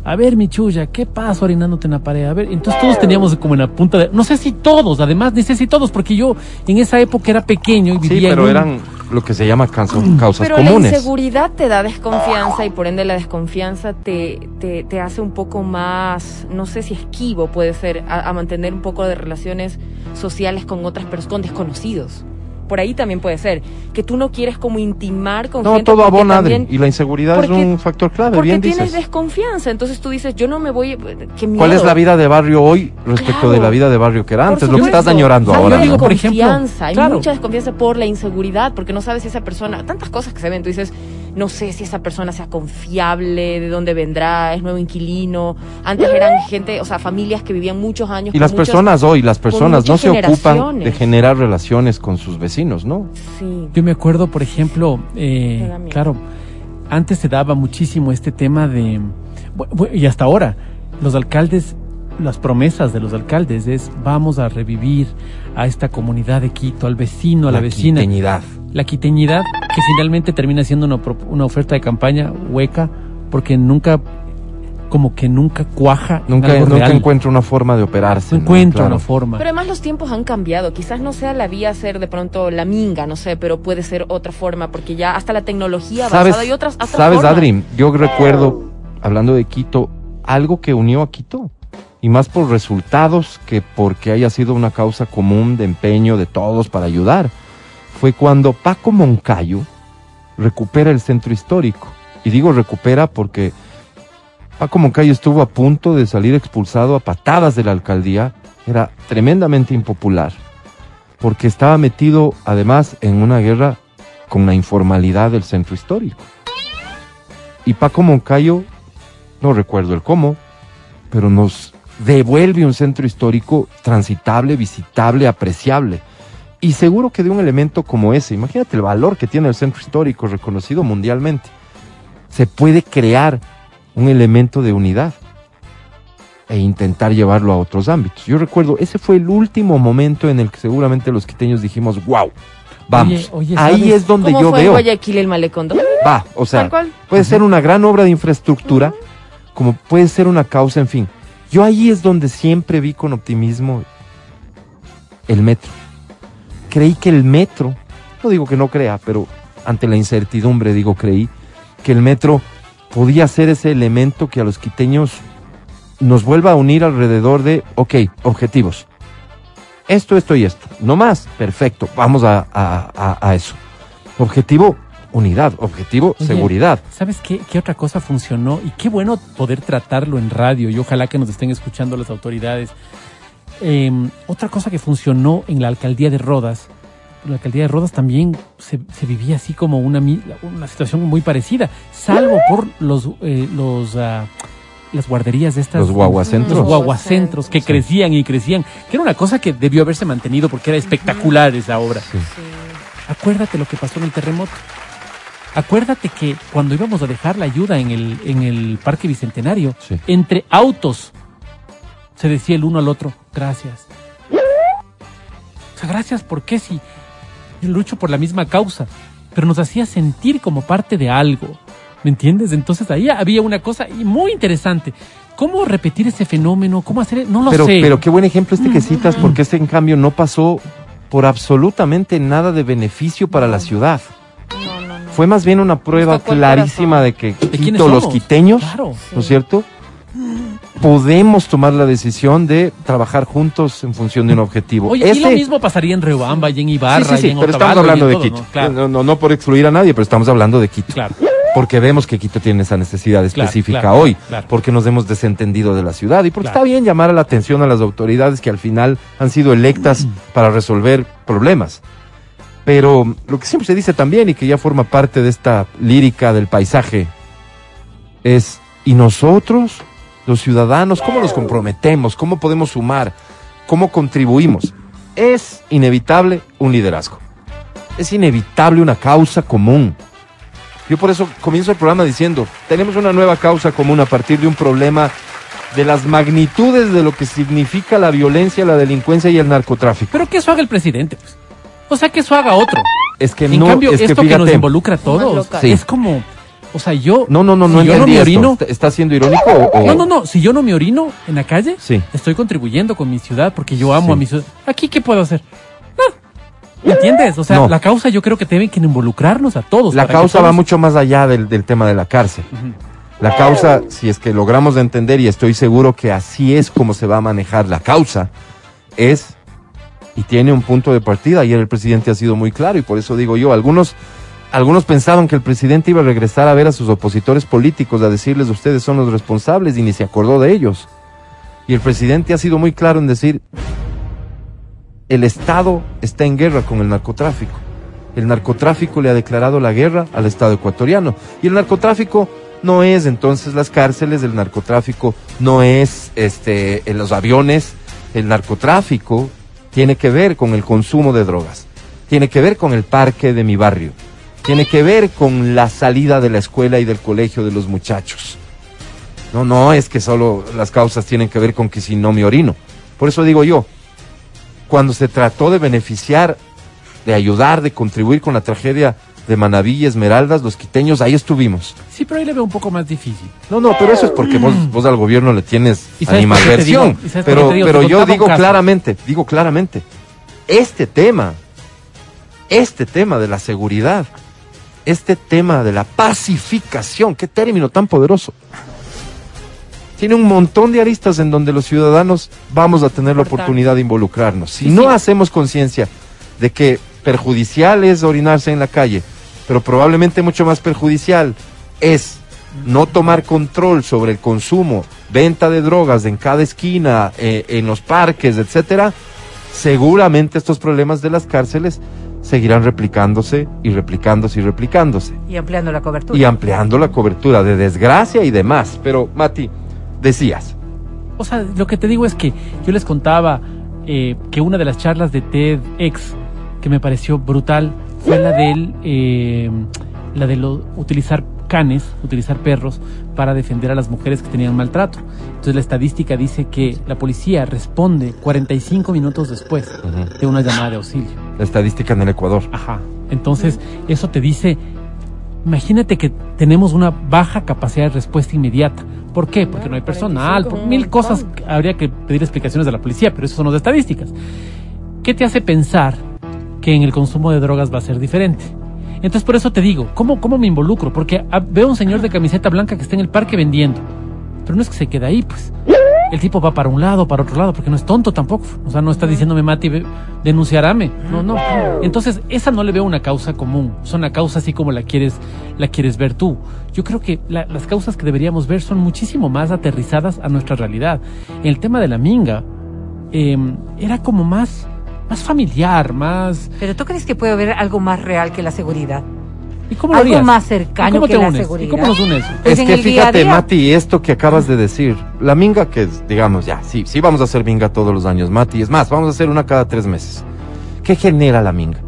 Speaker 3: A ver, mi chulla, ¿qué pasa orinándote en la pared? A ver, entonces todos teníamos como en la punta de... No sé si todos, además, ni sé si todos, porque yo en esa época era pequeño y vivía
Speaker 2: Sí, pero
Speaker 3: en un...
Speaker 2: eran lo que se llama causas, causas
Speaker 4: Pero
Speaker 2: comunes.
Speaker 4: la inseguridad te da desconfianza y por ende la desconfianza te, te, te hace un poco más, no sé si esquivo puede ser, a, a mantener un poco de relaciones sociales con otras personas, con desconocidos. Por ahí también puede ser, que tú no quieres como intimar con
Speaker 2: No,
Speaker 4: gente.
Speaker 2: todo
Speaker 4: porque
Speaker 2: abona,
Speaker 4: también-
Speaker 2: Adri, y la inseguridad es
Speaker 4: porque-
Speaker 2: un factor clave,
Speaker 4: Porque
Speaker 2: bien
Speaker 4: tienes
Speaker 2: dices.
Speaker 4: desconfianza, entonces tú dices, yo no me voy, qué miedo.
Speaker 2: ¿Cuál es la vida de barrio hoy respecto
Speaker 4: Claro.
Speaker 2: de la vida de barrio que era
Speaker 4: Por
Speaker 2: antes? Lo que
Speaker 4: supuesto.
Speaker 2: estás añorando
Speaker 4: Hay
Speaker 2: ahora.
Speaker 3: Yo digo,
Speaker 2: ¿no?
Speaker 3: por ejemplo,
Speaker 4: desconfianza, hay
Speaker 3: claro.
Speaker 4: mucha desconfianza por la inseguridad, porque no sabes si esa persona, tantas cosas que se ven, tú dices, no sé si esa persona sea confiable, de dónde vendrá, es nuevo inquilino. Antes eran gente, o sea, familias que vivían muchos años.
Speaker 2: Y
Speaker 4: con
Speaker 2: las
Speaker 4: muchos-
Speaker 2: personas hoy, las personas no
Speaker 4: muchas
Speaker 2: se ocupan
Speaker 4: generaciones.
Speaker 2: de generar relaciones con sus vecinos, ¿no?
Speaker 4: Sí.
Speaker 3: Yo me acuerdo, por ejemplo,
Speaker 4: Me
Speaker 3: eh,
Speaker 4: da miedo.
Speaker 3: claro, antes se daba muchísimo este tema de, bu- bu- y hasta ahora, los alcaldes, las promesas de los alcaldes es vamos a revivir a esta comunidad de Quito, al vecino, a la, vecina.
Speaker 2: quiteñidad.
Speaker 3: La quiteñidad, que finalmente termina siendo una, pro- una oferta de campaña hueca, porque nunca, como que nunca cuaja. en
Speaker 2: Nunca,
Speaker 3: algo
Speaker 2: nunca
Speaker 3: real.
Speaker 2: encuentra una forma de operarse.
Speaker 3: No
Speaker 2: ¿no?
Speaker 3: encuentra
Speaker 2: Claro.
Speaker 3: una forma.
Speaker 4: Pero además los tiempos han cambiado. Quizás no sea la vía ser de pronto la minga, no sé, pero puede ser otra forma, porque ya hasta la tecnología
Speaker 2: ¿Sabes,
Speaker 4: avanzada y otras, otras
Speaker 2: ¿sabes
Speaker 4: formas.
Speaker 2: Adri? Yo recuerdo, hablando de Quito, algo que unió a Quito. Y más por resultados que porque haya sido una causa común de empeño de todos para ayudar. Fue cuando Paco Moncayo recupera el centro histórico. Y digo recupera porque Paco Moncayo estuvo a punto de salir expulsado a patadas de la alcaldía. Era tremendamente impopular. Porque estaba metido además en una guerra con la informalidad del centro histórico. Y Paco Moncayo, no recuerdo el cómo, pero nos devuelve un centro histórico transitable, visitable, apreciable. Y seguro que de un elemento como ese, imagínate el valor que tiene el centro histórico reconocido mundialmente, se puede crear un elemento de unidad e intentar llevarlo a otros ámbitos. Yo recuerdo, ese fue el último momento en el que seguramente los quiteños dijimos, wow, vamos.
Speaker 3: Oye, oye,
Speaker 2: ahí
Speaker 3: ¿sabes
Speaker 2: es donde
Speaker 4: ¿Cómo
Speaker 2: yo
Speaker 4: fue en
Speaker 2: veo.
Speaker 4: Guayaquil el malecón?
Speaker 2: Va, o sea,
Speaker 4: Tal cual.
Speaker 2: puede ser una gran obra de infraestructura, como puede ser una causa, en fin. Yo ahí es donde siempre vi con optimismo el metro. Creí que el metro, no digo que no crea, pero ante la incertidumbre digo creí, que el metro podía ser ese elemento que a los quiteños nos vuelva a unir alrededor de, ok, objetivos. Esto, esto y esto. No más, perfecto, vamos a, a, a, a eso. Objetivo, unidad. Objetivo,
Speaker 3: Oye,
Speaker 2: seguridad.
Speaker 3: ¿Sabes qué, qué otra cosa funcionó? Y qué bueno poder tratarlo en radio y ojalá que nos estén escuchando las autoridades. Eh, otra cosa que funcionó en la alcaldía de Rodas, en la alcaldía de Rodas también se, se vivía así como una, mi- una situación muy parecida, salvo por los, eh, los ah, las guarderías de estas.
Speaker 2: Los guaguacentros.
Speaker 3: Los guaguacentros que
Speaker 2: Sí.
Speaker 3: crecían y crecían, que era una cosa que debió haberse mantenido porque era espectacular esa obra.
Speaker 2: Sí.
Speaker 4: Sí.
Speaker 3: Acuérdate lo que pasó en el terremoto. Acuérdate que cuando íbamos a dejar la ayuda en el, en el Parque Bicentenario,
Speaker 2: Sí.
Speaker 3: entre autos, se decía el uno al otro, gracias. O sea, gracias, ¿por qué? Si yo lucho por la misma causa, pero nos hacía sentir como parte de algo, ¿me entiendes? Entonces ahí había una cosa y muy interesante. ¿Cómo repetir ese fenómeno? ¿Cómo hacer? No lo
Speaker 2: Pero,
Speaker 3: sé.
Speaker 2: pero qué buen ejemplo este que citas, porque este en cambio no pasó por absolutamente nada de beneficio para la ciudad.
Speaker 4: No, no, no.
Speaker 2: Fue más bien una prueba
Speaker 4: tocó el
Speaker 2: clarísima
Speaker 4: corazón.
Speaker 2: de que
Speaker 3: ¿De quiénes
Speaker 2: Quito, los
Speaker 3: somos?
Speaker 2: quiteños,
Speaker 3: Claro.
Speaker 2: ¿no es cierto? Podemos tomar la decisión de trabajar juntos en función de un objetivo.
Speaker 3: Oye, y
Speaker 2: Ese-
Speaker 3: lo mismo pasaría en Riobamba y en Ibarra
Speaker 2: sí, sí, sí,
Speaker 3: y en
Speaker 2: pero estamos
Speaker 3: Otavalo y
Speaker 2: hablando
Speaker 3: en
Speaker 2: de
Speaker 3: todo,
Speaker 2: Quito.
Speaker 3: ¿no? Claro,
Speaker 2: No, no, no por excluir a nadie, pero estamos hablando de Quito.
Speaker 3: claro.
Speaker 2: Porque vemos que Quito tiene esa necesidad específica
Speaker 3: claro,
Speaker 2: hoy,
Speaker 3: claro.
Speaker 2: porque nos hemos desentendido de la ciudad y porque
Speaker 3: Claro.
Speaker 2: está bien llamar a la atención a las autoridades que al final han sido electas para resolver problemas. Pero lo que siempre se dice también y que ya forma parte de esta lírica del paisaje es, ¿y nosotros, los ciudadanos, cómo nos comprometemos? ¿Cómo podemos sumar? ¿Cómo contribuimos? Es inevitable un liderazgo. Es inevitable una causa común. Yo por eso comienzo el programa diciendo, tenemos una nueva causa común a partir de un problema de las magnitudes de lo que significa la violencia, la delincuencia y el narcotráfico.
Speaker 3: Pero que eso haga el presidente, pues. O sea, que eso haga otro.
Speaker 2: Es que
Speaker 3: En
Speaker 2: no,
Speaker 3: cambio,
Speaker 2: es que
Speaker 3: esto que, nos
Speaker 2: fíjate,
Speaker 3: involucra a
Speaker 4: Más
Speaker 3: todos
Speaker 4: local.
Speaker 2: Sí.
Speaker 3: es como O sea, yo...
Speaker 2: No, no, no,
Speaker 3: si
Speaker 2: no
Speaker 3: yo no
Speaker 2: entendí
Speaker 3: me
Speaker 2: esto.
Speaker 3: orino...
Speaker 2: ¿Está- ¿Estás siendo irónico o...? o-
Speaker 3: No, no, no. Si yo no me orino en la calle,
Speaker 2: Sí.
Speaker 3: estoy contribuyendo con mi ciudad porque yo amo
Speaker 2: Sí.
Speaker 3: a mi ciudad. ¿Aquí qué puedo hacer? No. ¿Me entiendes? O sea,
Speaker 2: No.
Speaker 3: la causa yo creo que tiene que involucrarnos a todos.
Speaker 2: La
Speaker 3: para que
Speaker 2: causa va
Speaker 3: todos-
Speaker 2: mucho más allá del, del tema de la cárcel. La causa, si es que logramos entender, y estoy seguro que así es como se va a manejar la causa, es, y tiene un punto de partida. Ayer el presidente ha sido muy claro, y por eso digo yo, algunos, algunos pensaban que el presidente iba a regresar a ver a sus opositores políticos, a decirles ustedes son los responsables, y ni se acordó de ellos. Y el presidente ha sido muy claro en decir, el Estado está en guerra con el narcotráfico. El narcotráfico le ha declarado la guerra al Estado ecuatoriano. Y el narcotráfico no es entonces las cárceles, el narcotráfico no es este, en los aviones, el narcotráfico tiene que ver con el consumo de drogas, tiene que ver con el parque de mi barrio, tiene que ver con la salida de la escuela y del colegio de los muchachos. No, no es que solo las causas tienen que ver con que si no me orino. Por eso digo yo, cuando se trató de beneficiar, de ayudar, de contribuir con la tragedia de Manabí y Esmeraldas, los quiteños, ahí estuvimos.
Speaker 3: Sí, pero ahí le veo un poco más difícil.
Speaker 2: No, no, pero eso es porque vos, vos al gobierno le tienes
Speaker 3: ¿Y sabes por qué te
Speaker 2: animadversión.
Speaker 3: digo? ¿Y sabes por qué
Speaker 2: Pero,
Speaker 3: te digo?
Speaker 2: pero
Speaker 3: Te
Speaker 2: yo
Speaker 3: contaba un
Speaker 2: digo
Speaker 3: caso.
Speaker 2: claramente, digo claramente, este tema, este tema de la seguridad, este tema de la pacificación, qué término tan poderoso, tiene un montón de aristas en donde los ciudadanos vamos a tener la
Speaker 4: Importante.
Speaker 2: oportunidad de involucrarnos. Si
Speaker 3: Sí,
Speaker 2: no
Speaker 3: sí.
Speaker 2: hacemos conciencia de que perjudicial es orinarse en la calle, pero probablemente mucho más perjudicial es no tomar control sobre el consumo, venta de drogas en cada esquina, eh, en los parques, etcétera, seguramente estos problemas de las cárceles seguirán replicándose y replicándose y replicándose
Speaker 5: Y ampliando la cobertura.
Speaker 2: y ampliando la cobertura de desgracia y demás. Pero, Mati, decías,
Speaker 3: O sea, lo que te digo es que yo les contaba eh, que una de las charlas de TEDx que me pareció brutal fue la del eh, la de lo, utilizar canes, utilizar perros para defender a las mujeres que tenían maltrato. Entonces la estadística dice que la policía responde cuarenta y cinco minutos después
Speaker 2: Ujú.
Speaker 3: de una llamada de auxilio.
Speaker 2: la estadística en el Ecuador.
Speaker 3: Ajá. Entonces, eso te dice, imagínate que tenemos una baja capacidad de respuesta inmediata. ¿Por qué? Porque no hay personal, por mil cosas que habría que pedir explicaciones a la policía, pero eso son las estadísticas. ¿Qué te hace pensar que en el consumo de drogas va a ser diferente? Entonces, por eso te digo, ¿cómo, cómo me involucro? Porque a, veo un señor de camiseta blanca que está en el parque vendiendo, pero no es que se quede ahí, pues. El tipo va para un lado, para otro lado, porque no es tonto tampoco. O sea, no está diciéndome, Mati, ve, denunciarame. No, no. Entonces, esa no le veo una causa común. Son una causa así como la quieres, la quieres ver tú. Yo creo que la, las causas que deberíamos ver son muchísimo más aterrizadas a nuestra realidad. El tema de la minga eh, era como más, más familiar, más...
Speaker 5: Pero ¿tú crees que puede haber algo más real que la seguridad?
Speaker 3: ¿Y cómo lo
Speaker 5: Algo
Speaker 3: harías?
Speaker 5: más
Speaker 3: ¿Y
Speaker 5: cercano
Speaker 3: cómo
Speaker 5: que
Speaker 3: te
Speaker 5: la
Speaker 3: unes?
Speaker 5: seguridad.
Speaker 3: ¿Y cómo nos unes?
Speaker 5: Pues
Speaker 2: es
Speaker 5: en
Speaker 2: que
Speaker 5: el día a
Speaker 2: fíjate,
Speaker 5: día.
Speaker 2: Mati, esto que acabas de decir, la minga que es, digamos, ya, sí, sí vamos a hacer minga todos los años, Mati, es más, vamos a hacer una cada tres meses. ¿Qué genera la minga?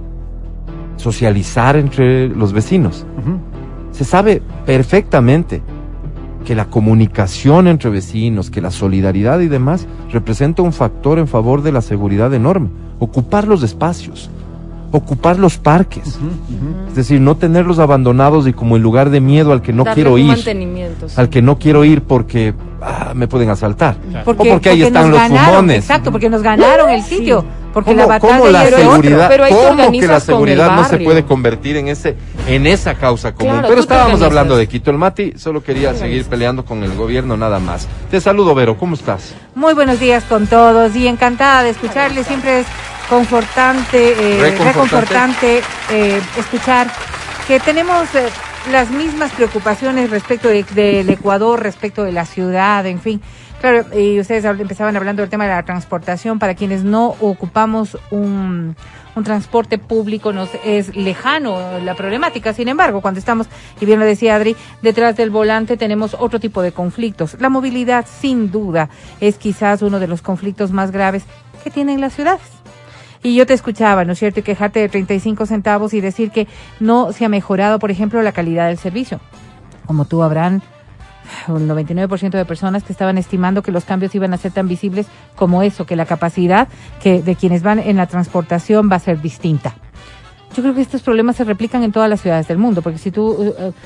Speaker 2: Socializar entre los vecinos.
Speaker 3: Ujú.
Speaker 2: Se sabe perfectamente que la comunicación entre vecinos, que la solidaridad y demás representa un factor en favor de la seguridad enorme. Ocupar los espacios, ocupar los parques,
Speaker 3: Ujú, ujú.
Speaker 2: es decir, no tenerlos abandonados y como en lugar de miedo al que no
Speaker 4: Darle
Speaker 2: quiero
Speaker 4: un
Speaker 2: ir,
Speaker 4: mantenimiento, sí.
Speaker 2: al que no quiero ir porque ah, me pueden asaltar.
Speaker 3: Claro.
Speaker 2: O porque ahí están
Speaker 5: nos
Speaker 2: los
Speaker 5: ganaron,
Speaker 2: fumones.
Speaker 5: Exacto, porque nos ganaron el sitio. Porque
Speaker 2: ¿Cómo,
Speaker 5: la batalla
Speaker 2: cómo la
Speaker 5: era otro.
Speaker 2: seguridad,
Speaker 4: Pero ahí te
Speaker 2: cómo que
Speaker 4: organizas
Speaker 2: la
Speaker 4: con el
Speaker 2: seguridad no se
Speaker 4: barrio.
Speaker 2: puede convertir en ese, en esa causa común?
Speaker 4: Claro,
Speaker 2: Pero
Speaker 4: tú te
Speaker 2: estábamos
Speaker 4: organizas.
Speaker 2: hablando de Quito. El Mati solo quería
Speaker 4: Te
Speaker 2: seguir
Speaker 4: organizas.
Speaker 2: peleando con el gobierno nada más. Te saludo, Vero, ¿cómo estás?
Speaker 5: Muy buenos días con todos y encantada de escucharles. Siempre es confortante, eh,
Speaker 2: Reconfortante.
Speaker 5: reconfortante eh, escuchar que tenemos eh, las mismas preocupaciones respecto de- del Ecuador, respecto de la ciudad, en fin. Claro, y ustedes habl- empezaban hablando del tema de la transportación. Para quienes no ocupamos un, un transporte público, nos es lejano la problemática. Sin embargo, cuando estamos, y bien lo decía Adri, detrás del volante tenemos otro tipo de conflictos. La movilidad, sin duda, es quizás uno de los conflictos más graves que tienen las ciudades. Y yo te escuchaba, ¿no es cierto?, y quejarte de treinta y cinco centavos y decir que no se ha mejorado, por ejemplo, la calidad del servicio. Como tú, habrán un noventa y nueve por ciento de personas que estaban estimando que los cambios iban a ser tan visibles como eso, que la capacidad que de quienes van en la transportación va a ser distinta. Yo creo que estos problemas se replican en todas las ciudades del mundo, porque si tú uh, uh,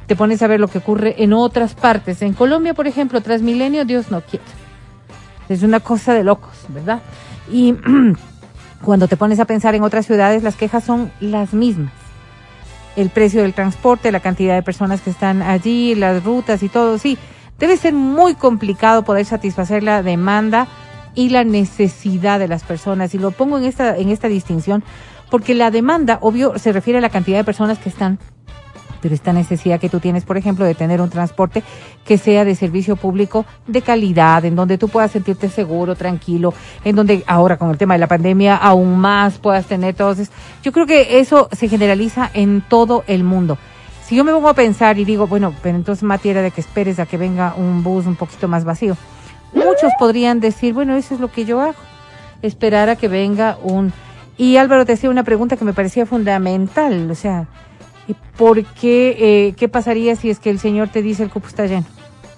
Speaker 5: te pones a ver lo que ocurre en otras partes. En Colombia, por ejemplo, Transmilenio, Dios no quiera. Es una cosa de locos, ¿verdad? Y cuando te pones a pensar en otras ciudades, las quejas son las mismas. El precio del transporte, la cantidad de personas que están allí, las rutas y todo, sí. Debe ser muy complicado poder satisfacer la demanda y la necesidad de las personas. Y lo pongo en esta, en esta distinción, porque la demanda, obvio, se refiere a la cantidad de personas que están, pero esta necesidad que tú tienes, por ejemplo, de tener un transporte que sea de servicio público de calidad, en donde tú puedas sentirte seguro, tranquilo, en donde ahora con el tema de la pandemia aún más puedas tener todos. Yo creo que eso se generaliza en todo el mundo. Si yo me pongo a pensar y digo, bueno, pero entonces Mati, era de que esperes a que venga un bus un poquito más vacío. Muchos podrían decir, bueno, eso es lo que yo hago, esperar a que venga un... Y Álvaro te hacía una pregunta que me parecía fundamental, o sea, ¿por qué, eh, qué pasaría si es que el señor te dice el cupo está lleno?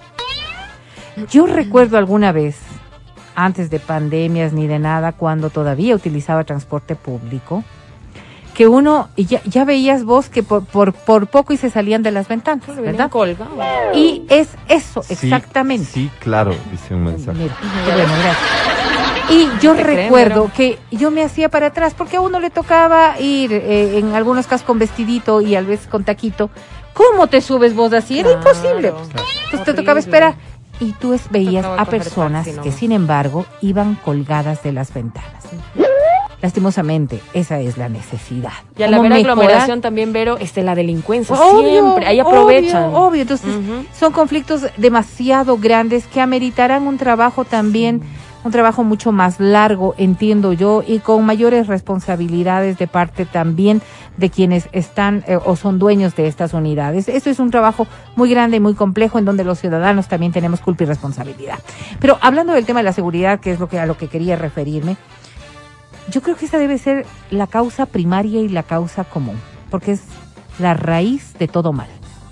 Speaker 5: Yo recuerdo alguna vez, antes de pandemias ni de nada, cuando todavía utilizaba transporte público, que uno, ya, ya veías vos que por, por, por poco y se salían de las ventanas, ¿verdad?
Speaker 4: Colgado.
Speaker 5: Y es eso,
Speaker 2: Sí,
Speaker 5: exactamente.
Speaker 2: Sí, claro, dice un mensaje.
Speaker 5: Mira, qué bueno, gracias. Y yo
Speaker 4: ¿Te creen,
Speaker 5: recuerdo que yo me hacía para atrás porque a uno le tocaba ir, eh, en algunos casos con vestidito y a veces con taquito. ¿Cómo te subes vos así? Era
Speaker 4: Claro.
Speaker 5: imposible.
Speaker 4: Claro.
Speaker 5: Entonces te tocaba esperar. Y tú es- veías
Speaker 4: Tocaba
Speaker 5: a
Speaker 4: coger
Speaker 5: personas
Speaker 4: taxi, ¿no?
Speaker 5: que, sin embargo, iban colgadas de las ventanas. Lastimosamente, esa es la necesidad.
Speaker 4: Y a la
Speaker 5: ¿Cómo
Speaker 4: ver
Speaker 5: mejorar?
Speaker 4: aglomeración también, Vero, este, la delincuencia.
Speaker 5: Obvio,
Speaker 4: siempre, ahí aprovechan.
Speaker 5: Obvio, obvio. Entonces,
Speaker 4: Ujú.
Speaker 5: son conflictos demasiado grandes que ameritarán un trabajo también, un trabajo mucho más largo, entiendo yo, y con mayores responsabilidades de parte también de quienes están eh, o son dueños de estas unidades. Esto es un trabajo muy grande y muy complejo en donde los ciudadanos también tenemos culpa y responsabilidad. Pero hablando del tema de la seguridad, que es lo que a lo que quería referirme, yo creo que esa debe ser la causa primaria y la causa común, porque es la raíz de todo mal.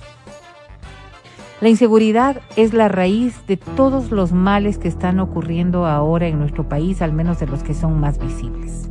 Speaker 5: La inseguridad es la raíz de todos los males que están ocurriendo ahora en nuestro país, al menos de los que son más visibles.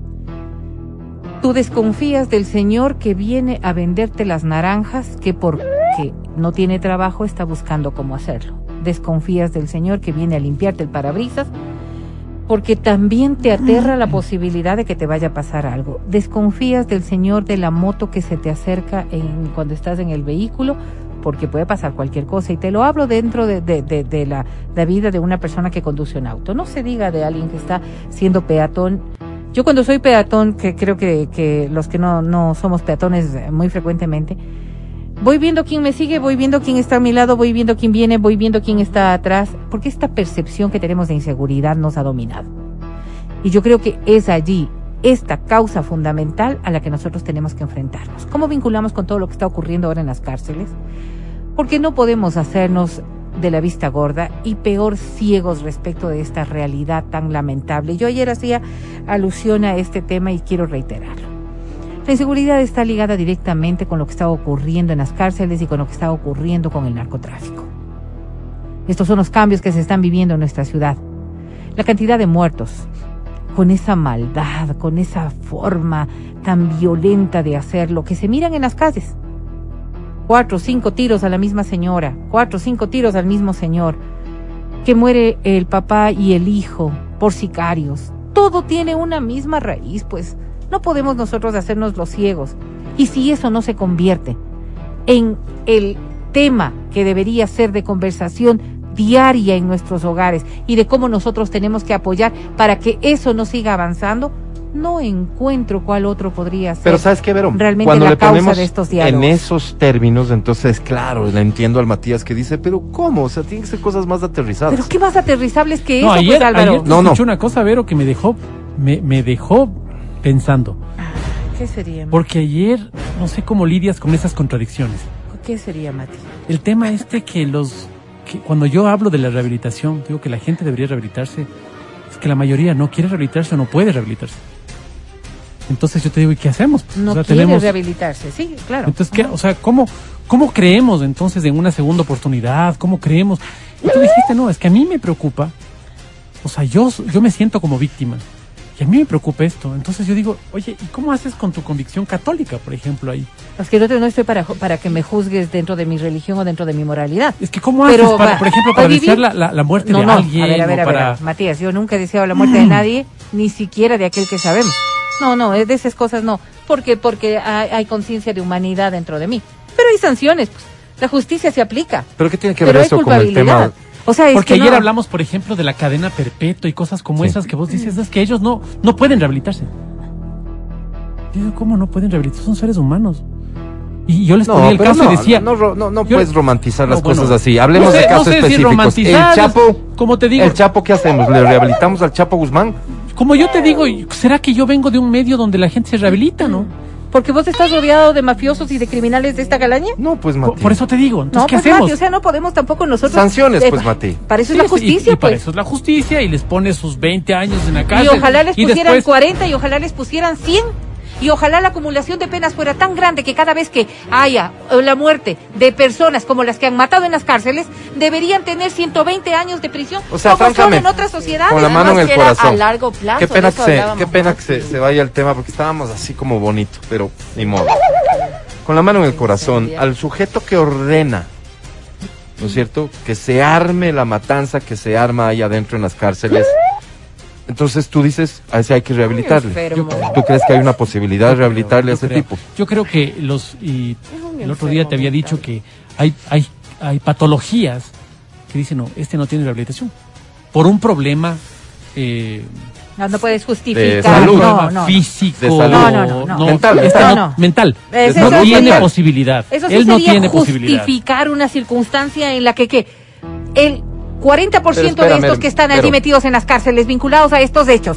Speaker 5: Tú desconfías del señor que viene a venderte las naranjas, que porque no tiene trabajo está buscando cómo hacerlo. Desconfías del señor que viene a limpiarte el parabrisas, porque también te aterra la posibilidad de que te vaya a pasar algo. Desconfías del señor de la moto que se te acerca en, cuando estás en el vehículo, porque puede pasar cualquier cosa. Y te lo hablo dentro de, de, de, de la, la vida de una persona que conduce un auto. No se diga de alguien que está siendo peatón. Yo cuando soy peatón, que creo que, que los que no, no somos peatones muy frecuentemente, voy viendo quién me sigue, voy viendo quién está a mi lado, voy viendo quién viene, voy viendo quién está atrás, porque esta percepción que tenemos de inseguridad nos ha dominado. Y yo creo que es allí esta causa fundamental a la que nosotros tenemos que enfrentarnos. ¿Cómo vinculamos con todo lo que está ocurriendo ahora en las cárceles? Porque no podemos hacernos de la vista gorda y peor ciegos respecto de esta realidad tan lamentable. Yo ayer hacía alusión a este tema y quiero reiterarlo. La inseguridad está ligada directamente con lo que está ocurriendo en las cárceles y con lo que está ocurriendo con el narcotráfico. Estos son los cambios que se están viviendo en nuestra ciudad. La cantidad de muertos, con esa maldad, con esa forma tan violenta de hacerlo, que se miran en las calles. Cuatro o cinco tiros a la misma señora, cuatro o cinco tiros al mismo señor, que muere el papá y el hijo por sicarios. Todo tiene una misma raíz, pues no podemos nosotros hacernos los ciegos. Y si eso no se convierte en el tema que debería ser de conversación diaria en nuestros hogares y de cómo nosotros tenemos que apoyar para que eso no siga avanzando, no encuentro cuál otro podría ser.
Speaker 2: Pero ¿sabes qué, Vero?
Speaker 5: Realmente
Speaker 2: Cuando
Speaker 5: la
Speaker 2: le
Speaker 5: causa
Speaker 2: ponemos
Speaker 5: de estos diálogos.
Speaker 2: en esos términos, entonces, claro, le entiendo al Matías que dice, pero ¿cómo? O sea, tienen que ser cosas más aterrizadas.
Speaker 5: Pero qué más aterrizables que eso,
Speaker 3: No, ayer,
Speaker 5: pues, Álvaro.
Speaker 3: ayer te
Speaker 2: No, no.
Speaker 3: escuché una cosa, Vero, que me dejó, me, me dejó pensando.
Speaker 5: ¿Qué sería?
Speaker 3: Porque ayer, no sé cómo lidias con esas contradicciones.
Speaker 5: ¿Qué sería, Mati?
Speaker 3: El tema este que los, que cuando yo hablo de la rehabilitación, digo que la gente debería rehabilitarse, es que la mayoría no quiere rehabilitarse o no puede rehabilitarse. Entonces yo te digo, ¿y qué hacemos?
Speaker 5: No
Speaker 3: O sea,
Speaker 5: quiere
Speaker 3: tenemos-
Speaker 5: rehabilitarse, sí, claro.
Speaker 3: Entonces, ¿qué? O sea, ¿cómo, ¿cómo creemos entonces en una segunda oportunidad? ¿Cómo creemos? Y tú dijiste, no, es que a mí me preocupa. O sea, yo, yo me siento como víctima. Y a mí me preocupa esto. Entonces yo digo, oye, ¿y cómo haces con tu convicción católica, por ejemplo, ahí?
Speaker 5: Es que yo no estoy para, para que me juzgues dentro de mi religión o dentro de mi moralidad.
Speaker 3: Es que ¿cómo
Speaker 5: Pero
Speaker 3: haces, para,
Speaker 5: va,
Speaker 3: por ejemplo,
Speaker 5: para
Speaker 3: para
Speaker 5: vivir-
Speaker 3: desear la, la, la muerte
Speaker 5: No,
Speaker 3: de
Speaker 5: no,
Speaker 3: alguien?
Speaker 5: a ver, a ver,
Speaker 3: o
Speaker 5: a ver,
Speaker 3: para...
Speaker 5: a ver, Matías, yo nunca he deseado la muerte de nadie, ni siquiera de aquel que sabemos. No, no, es de esas cosas no. Porque, porque hay, hay conciencia de humanidad dentro de mí. Pero hay sanciones, pues. La justicia se aplica.
Speaker 2: ¿Pero qué tiene que ver
Speaker 5: Pero hay
Speaker 2: eso con el
Speaker 5: culpabilidad.
Speaker 2: tema?
Speaker 5: O sea, es
Speaker 3: Porque
Speaker 5: que
Speaker 3: ayer
Speaker 5: no.
Speaker 3: hablamos, por ejemplo, de la cadena perpetua y cosas como
Speaker 2: Sí.
Speaker 3: esas que vos dices, es que ellos no, no pueden rehabilitarse. Yo digo, ¿cómo no pueden rehabilitarse? Son seres humanos. Y yo les ponía el
Speaker 2: pero
Speaker 3: caso
Speaker 2: no,
Speaker 3: y decía...
Speaker 2: no, no, no, no
Speaker 3: yo-
Speaker 2: puedes romantizar las
Speaker 3: No, bueno,
Speaker 2: cosas así. Hablemos
Speaker 3: no sé-
Speaker 2: de casos
Speaker 3: no sé si
Speaker 2: específicos.
Speaker 3: romantizar,
Speaker 2: el Chapo,
Speaker 3: como te digo-
Speaker 2: el Chapo, ¿qué hacemos? ¿Le rehabilitamos al Chapo Guzmán?
Speaker 3: Como yo te digo, ¿será que yo vengo de un medio donde la gente se rehabilita, no?
Speaker 5: Porque vos estás rodeado de mafiosos y de criminales de esta calaña.
Speaker 2: No, pues
Speaker 3: Por,
Speaker 2: Mati.
Speaker 3: por eso te digo, entonces,
Speaker 5: No,
Speaker 3: ¿qué
Speaker 5: pues
Speaker 3: hacemos?
Speaker 5: Mati, o sea, no podemos tampoco nosotros...
Speaker 2: Sanciones,
Speaker 5: Eh,
Speaker 2: pues, Mati.
Speaker 5: Para eso
Speaker 3: Sí,
Speaker 5: es la
Speaker 3: y-
Speaker 5: justicia,
Speaker 3: y, para
Speaker 5: pues.
Speaker 3: eso es la justicia y les pone sus veinte años en la
Speaker 5: Y
Speaker 3: cárcel.
Speaker 5: ojalá les
Speaker 3: y
Speaker 5: pusieran
Speaker 3: después-
Speaker 5: cuarenta y ojalá les pusieran cien. Y ojalá la acumulación de penas fuera tan grande que cada vez que haya eh, la muerte de personas como las que han matado en las cárceles, deberían tener ciento veinte años de prisión,
Speaker 2: O sea,
Speaker 5: como son
Speaker 2: francamente,
Speaker 5: en otras sociedades.
Speaker 2: con la mano en el
Speaker 4: Además que era
Speaker 2: corazón.
Speaker 4: a largo plazo,
Speaker 2: Qué pena
Speaker 4: de
Speaker 2: que
Speaker 4: eso
Speaker 2: se,
Speaker 4: hablábamos,
Speaker 2: qué pena
Speaker 4: ¿no?
Speaker 2: que se, se vaya el tema porque estábamos así como bonito, pero ni modo. Con la mano en el corazón, al sujeto que ordena, ¿no es cierto? Que se arme la matanza que se arma ahí adentro en las cárceles. Entonces tú dices, a ese hay que rehabilitarle.
Speaker 4: enfermo.
Speaker 2: ¿Tú crees que hay una posibilidad de rehabilitarle a
Speaker 3: Yo
Speaker 2: ese
Speaker 3: creo-
Speaker 2: tipo?
Speaker 3: Yo creo que los y
Speaker 4: un
Speaker 3: el otro día te había
Speaker 4: enfermo
Speaker 3: dicho que hay hay hay patologías que dicen no, este no tiene rehabilitación por un problema eh,
Speaker 5: No, no puedes
Speaker 2: De
Speaker 5: justificar.
Speaker 2: salud.
Speaker 3: un
Speaker 5: No,
Speaker 3: problema
Speaker 5: no, no.
Speaker 3: físico,
Speaker 2: De salud.
Speaker 5: No, no, no, no.
Speaker 2: Mental,
Speaker 3: este
Speaker 5: no,
Speaker 3: no-
Speaker 5: no.
Speaker 3: mental.
Speaker 5: Es-
Speaker 3: no
Speaker 5: eso
Speaker 3: tiene
Speaker 5: sería-
Speaker 3: posibilidad.
Speaker 5: Eso sí
Speaker 3: Él no
Speaker 5: sería
Speaker 3: tiene posibilidad.
Speaker 5: justificar una circunstancia en la que, que el cuarenta por ciento
Speaker 2: Pero
Speaker 5: de
Speaker 2: espérame,
Speaker 5: estos que están allí
Speaker 2: pero-
Speaker 5: metidos en las cárceles vinculados a estos hechos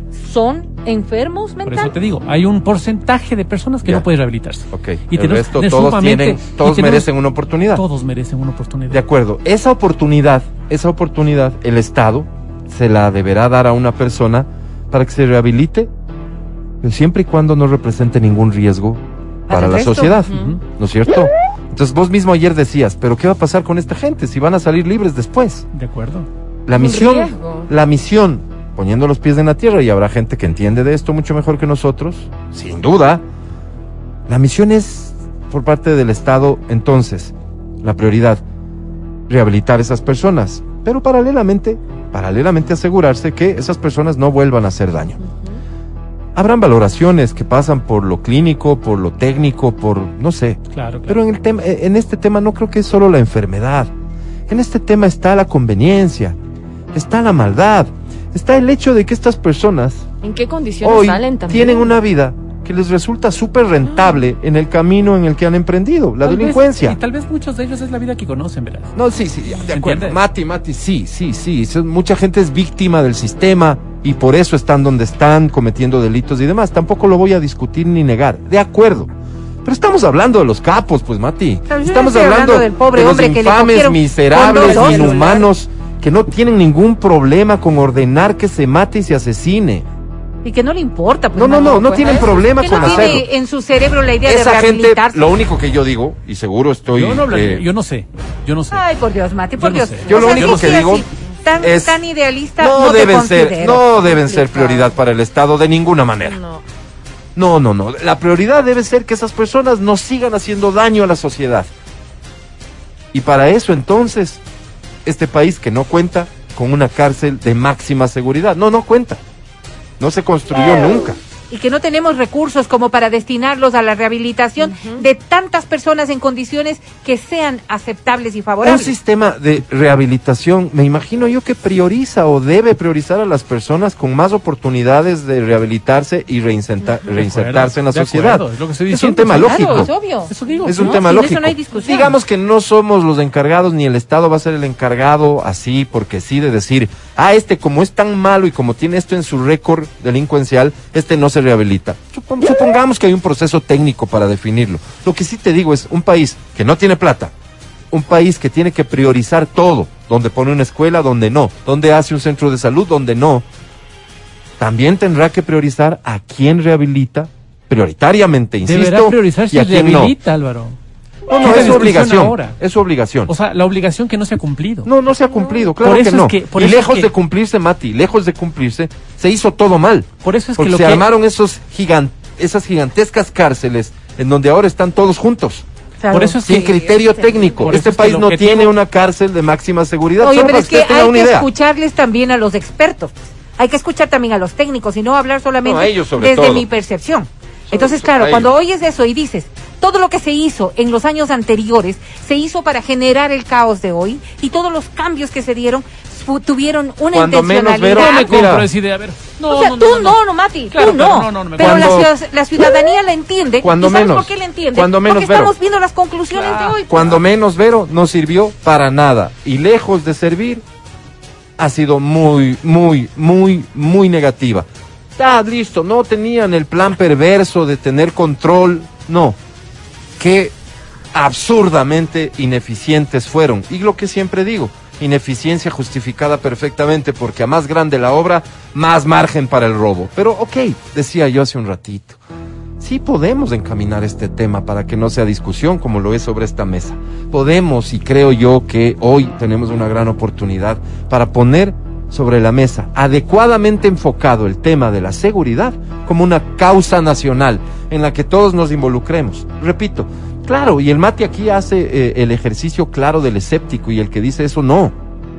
Speaker 5: son enfermos
Speaker 3: Por eso
Speaker 5: mentales.
Speaker 3: te digo, hay un porcentaje de personas que
Speaker 2: Ya.
Speaker 3: no pueden rehabilitarse.
Speaker 2: Ok,
Speaker 3: Y
Speaker 2: el
Speaker 3: tenemos
Speaker 2: resto
Speaker 3: de
Speaker 2: todos
Speaker 3: sumamente-
Speaker 2: tienen,
Speaker 3: y
Speaker 2: todos
Speaker 3: tenemos-
Speaker 2: merecen una oportunidad.
Speaker 3: Todos merecen una oportunidad.
Speaker 2: De acuerdo, esa oportunidad, esa oportunidad, el Estado se la deberá dar a una persona para que se rehabilite, pero siempre y cuando no represente ningún riesgo para
Speaker 5: el
Speaker 2: la
Speaker 5: resto.
Speaker 2: sociedad,
Speaker 3: Ujú.
Speaker 2: ¿no es cierto? Entonces vos mismo ayer decías, pero ¿qué va a pasar con esta gente si van a salir libres después?
Speaker 3: De acuerdo.
Speaker 2: La
Speaker 4: Un
Speaker 2: misión,
Speaker 4: riesgo.
Speaker 2: la misión, poniendo los pies en la tierra, y habrá gente que entiende de esto mucho mejor que nosotros, sin duda, la misión es por parte del Estado, entonces, la prioridad, rehabilitar a esas personas, pero paralelamente, paralelamente asegurarse que esas personas no vuelvan a hacer daño. Habrán valoraciones que pasan por lo clínico, por lo técnico, por, no sé,
Speaker 3: Claro, claro.
Speaker 2: pero en, el tema, en este tema no creo que es solo la enfermedad. En este tema está la conveniencia, está la maldad, está el hecho de que estas personas
Speaker 4: ¿En qué condiciones
Speaker 2: hoy
Speaker 4: salen también?
Speaker 2: tienen una vida que les resulta súper rentable en el camino en el que han emprendido, la
Speaker 3: Tal vez-
Speaker 2: delincuencia.
Speaker 3: y tal vez muchos de ellos es la vida que conocen, verás.
Speaker 2: No, sí, sí, ya, de acuerdo.
Speaker 3: ¿Entiendes?
Speaker 2: Mati, Mati, sí, sí, sí. Eso- mucha gente es víctima del sistema y por eso están donde están, cometiendo delitos y demás. Tampoco lo voy a discutir ni negar. De acuerdo. Pero estamos hablando de los capos, pues, Mati.
Speaker 5: Pero yo
Speaker 2: Estamos
Speaker 5: estoy
Speaker 2: hablando,
Speaker 5: hablando del pobre
Speaker 2: de los
Speaker 5: hombre que le
Speaker 2: infames,
Speaker 5: cogieron
Speaker 2: miserables,
Speaker 5: con dos
Speaker 2: inhumanos, que no tienen ningún problema con ordenar que se mate y se asesine.
Speaker 5: Y que no le importa. Pues,
Speaker 2: No, no,
Speaker 5: mano,
Speaker 2: no, no
Speaker 5: pues,
Speaker 2: tienen
Speaker 5: ¿eh?
Speaker 2: problema
Speaker 5: que
Speaker 2: con
Speaker 5: no
Speaker 2: hacerlo.
Speaker 5: tiene en su cerebro la idea de
Speaker 2: Esa gente,
Speaker 5: rehabilitarse.
Speaker 2: lo único que yo digo, y seguro estoy...
Speaker 3: Yo no hablaría,
Speaker 2: eh,
Speaker 3: yo no sé, yo no sé.
Speaker 5: Ay, por Dios, Mati, por
Speaker 3: Yo no
Speaker 5: Dios.
Speaker 3: sé.
Speaker 2: Yo
Speaker 5: O
Speaker 2: lo
Speaker 5: sea,
Speaker 2: único
Speaker 5: sí,
Speaker 2: que
Speaker 5: sí,
Speaker 2: digo
Speaker 5: así, tan,
Speaker 2: es-
Speaker 5: tan idealista
Speaker 2: no,
Speaker 5: no, te
Speaker 2: deben ser,
Speaker 5: considero.
Speaker 2: no deben ser
Speaker 4: Complicado.
Speaker 2: prioridad para el Estado de ninguna manera.
Speaker 4: No.
Speaker 2: No, no, no. La prioridad debe ser que esas personas no sigan haciendo daño a la sociedad. Y para eso, entonces, este país que no cuenta con una cárcel de máxima seguridad. No, no cuenta. No se construyó nunca.
Speaker 5: Y que no tenemos recursos como para destinarlos a la rehabilitación de tantas personas en condiciones que sean aceptables y
Speaker 2: Un
Speaker 5: favorables.
Speaker 2: sistema de rehabilitación, me imagino yo que prioriza o debe priorizar a las personas con más oportunidades de rehabilitarse y reinsenta-
Speaker 3: De
Speaker 2: reinsertarse en la
Speaker 3: acuerdo, de
Speaker 2: sociedad.
Speaker 3: acuerdo, es lo que estoy
Speaker 2: Es un
Speaker 3: diciendo.
Speaker 2: tema
Speaker 3: Claro,
Speaker 2: lógico.
Speaker 5: Claro, es obvio.
Speaker 3: Eso digo.
Speaker 2: Es un
Speaker 5: No,
Speaker 2: tema
Speaker 5: sin eso
Speaker 2: lógico.
Speaker 5: no hay discusión.
Speaker 2: Digamos que no somos los encargados ni el Estado va a ser el encargado así porque sí de decir, ah, este como es tan malo y como tiene esto en su récord delincuencial, este no se rehabilita. Supon- Supongamos que hay un proceso técnico para definirlo. Lo que sí te digo es un país que no tiene plata, un país que tiene que priorizar todo, donde pone una escuela, donde no, donde hace un centro de salud, donde no, también tendrá que priorizar a quién rehabilita prioritariamente, insisto,
Speaker 3: Deberá priorizar
Speaker 2: y
Speaker 3: si
Speaker 2: a quién no.
Speaker 3: rehabilita, Álvaro.
Speaker 2: No, no, es su obligación. Ahora. Es su obligación.
Speaker 3: O sea, la obligación que no se ha cumplido.
Speaker 2: No, no se ha cumplido, claro
Speaker 3: por eso
Speaker 2: que no.
Speaker 3: Es que, por
Speaker 2: y
Speaker 3: eso
Speaker 2: lejos
Speaker 3: es que,
Speaker 2: de cumplirse, Mati, lejos de cumplirse, se hizo todo mal.
Speaker 3: Por eso es
Speaker 2: porque
Speaker 3: que lo
Speaker 2: se
Speaker 3: que...
Speaker 2: armaron esos gigant, esas gigantescas cárceles en donde ahora están todos juntos.
Speaker 3: Claro. Por eso es
Speaker 2: sin
Speaker 3: que,
Speaker 2: criterio sí, técnico. Este es país no objetivo... tiene una cárcel de máxima seguridad.
Speaker 5: Oye, pero es que hay que
Speaker 2: idea.
Speaker 5: escucharles también a los expertos. Hay que escuchar también a los técnicos y no hablar solamente
Speaker 2: no, ellos sobre
Speaker 5: desde
Speaker 2: todo.
Speaker 5: mi percepción. Entonces, claro, cuando oyes eso y dices, todo lo que se hizo en los años anteriores se hizo para generar el caos de hoy y todos los cambios que se dieron tuvieron una
Speaker 2: cuando
Speaker 5: intencionalidad.
Speaker 2: Menos, Vero,
Speaker 3: no me compro esa idea, a ver.
Speaker 5: No, o sea, no, tú no, no, no Mati,
Speaker 3: claro,
Speaker 5: tú no.
Speaker 3: Pero, no, no, no
Speaker 5: pero
Speaker 2: cuando,
Speaker 5: la, la ciudadanía la entiende.
Speaker 2: Cuando
Speaker 5: ¿Y sabes
Speaker 2: menos,
Speaker 5: por qué la entiende?
Speaker 2: Cuando menos,
Speaker 5: Porque
Speaker 2: Vero,
Speaker 5: estamos viendo las conclusiones
Speaker 3: claro.
Speaker 5: de hoy.
Speaker 2: Cuando menos, Vero, no sirvió para nada. Y lejos de servir, ha sido muy, muy, muy, muy negativa. Ah, listo, no tenían el plan perverso de tener control. No. Qué absurdamente ineficientes fueron. Y lo que siempre digo, ineficiencia justificada perfectamente, porque a más grande la obra, más margen para el robo. Pero ok, decía yo hace un ratito, sí podemos encaminar este tema para que no sea discusión como lo es sobre esta mesa. Podemos, y creo yo que hoy tenemos una gran oportunidad para poner sobre la mesa, adecuadamente enfocado el tema de la seguridad como una causa nacional en la que todos nos involucremos. Repito, claro, y el Mati aquí hace eh, el ejercicio claro del escéptico y el que dice eso no.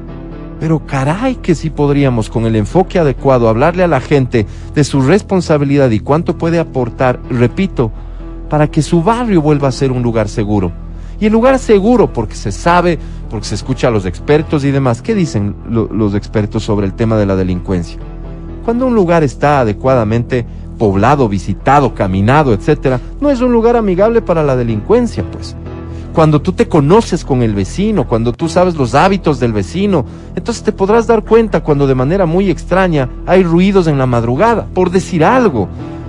Speaker 2: Pero caray que sí podríamos, con el enfoque adecuado, hablarle a la gente de su responsabilidad y cuánto puede aportar, repito, para que su barrio vuelva a ser un lugar seguro. Y el lugar seguro porque se sabe, porque se escucha a los expertos y demás. ¿Qué dicen lo, los expertos sobre el tema de la delincuencia? Cuando un lugar está adecuadamente poblado, visitado, caminado, etcétera, no es un lugar amigable para la delincuencia, pues. Cuando tú te conoces con el vecino, cuando tú sabes los hábitos del vecino, entonces te podrás dar cuenta cuando de manera muy extraña hay ruidos en la madrugada, por decir algo.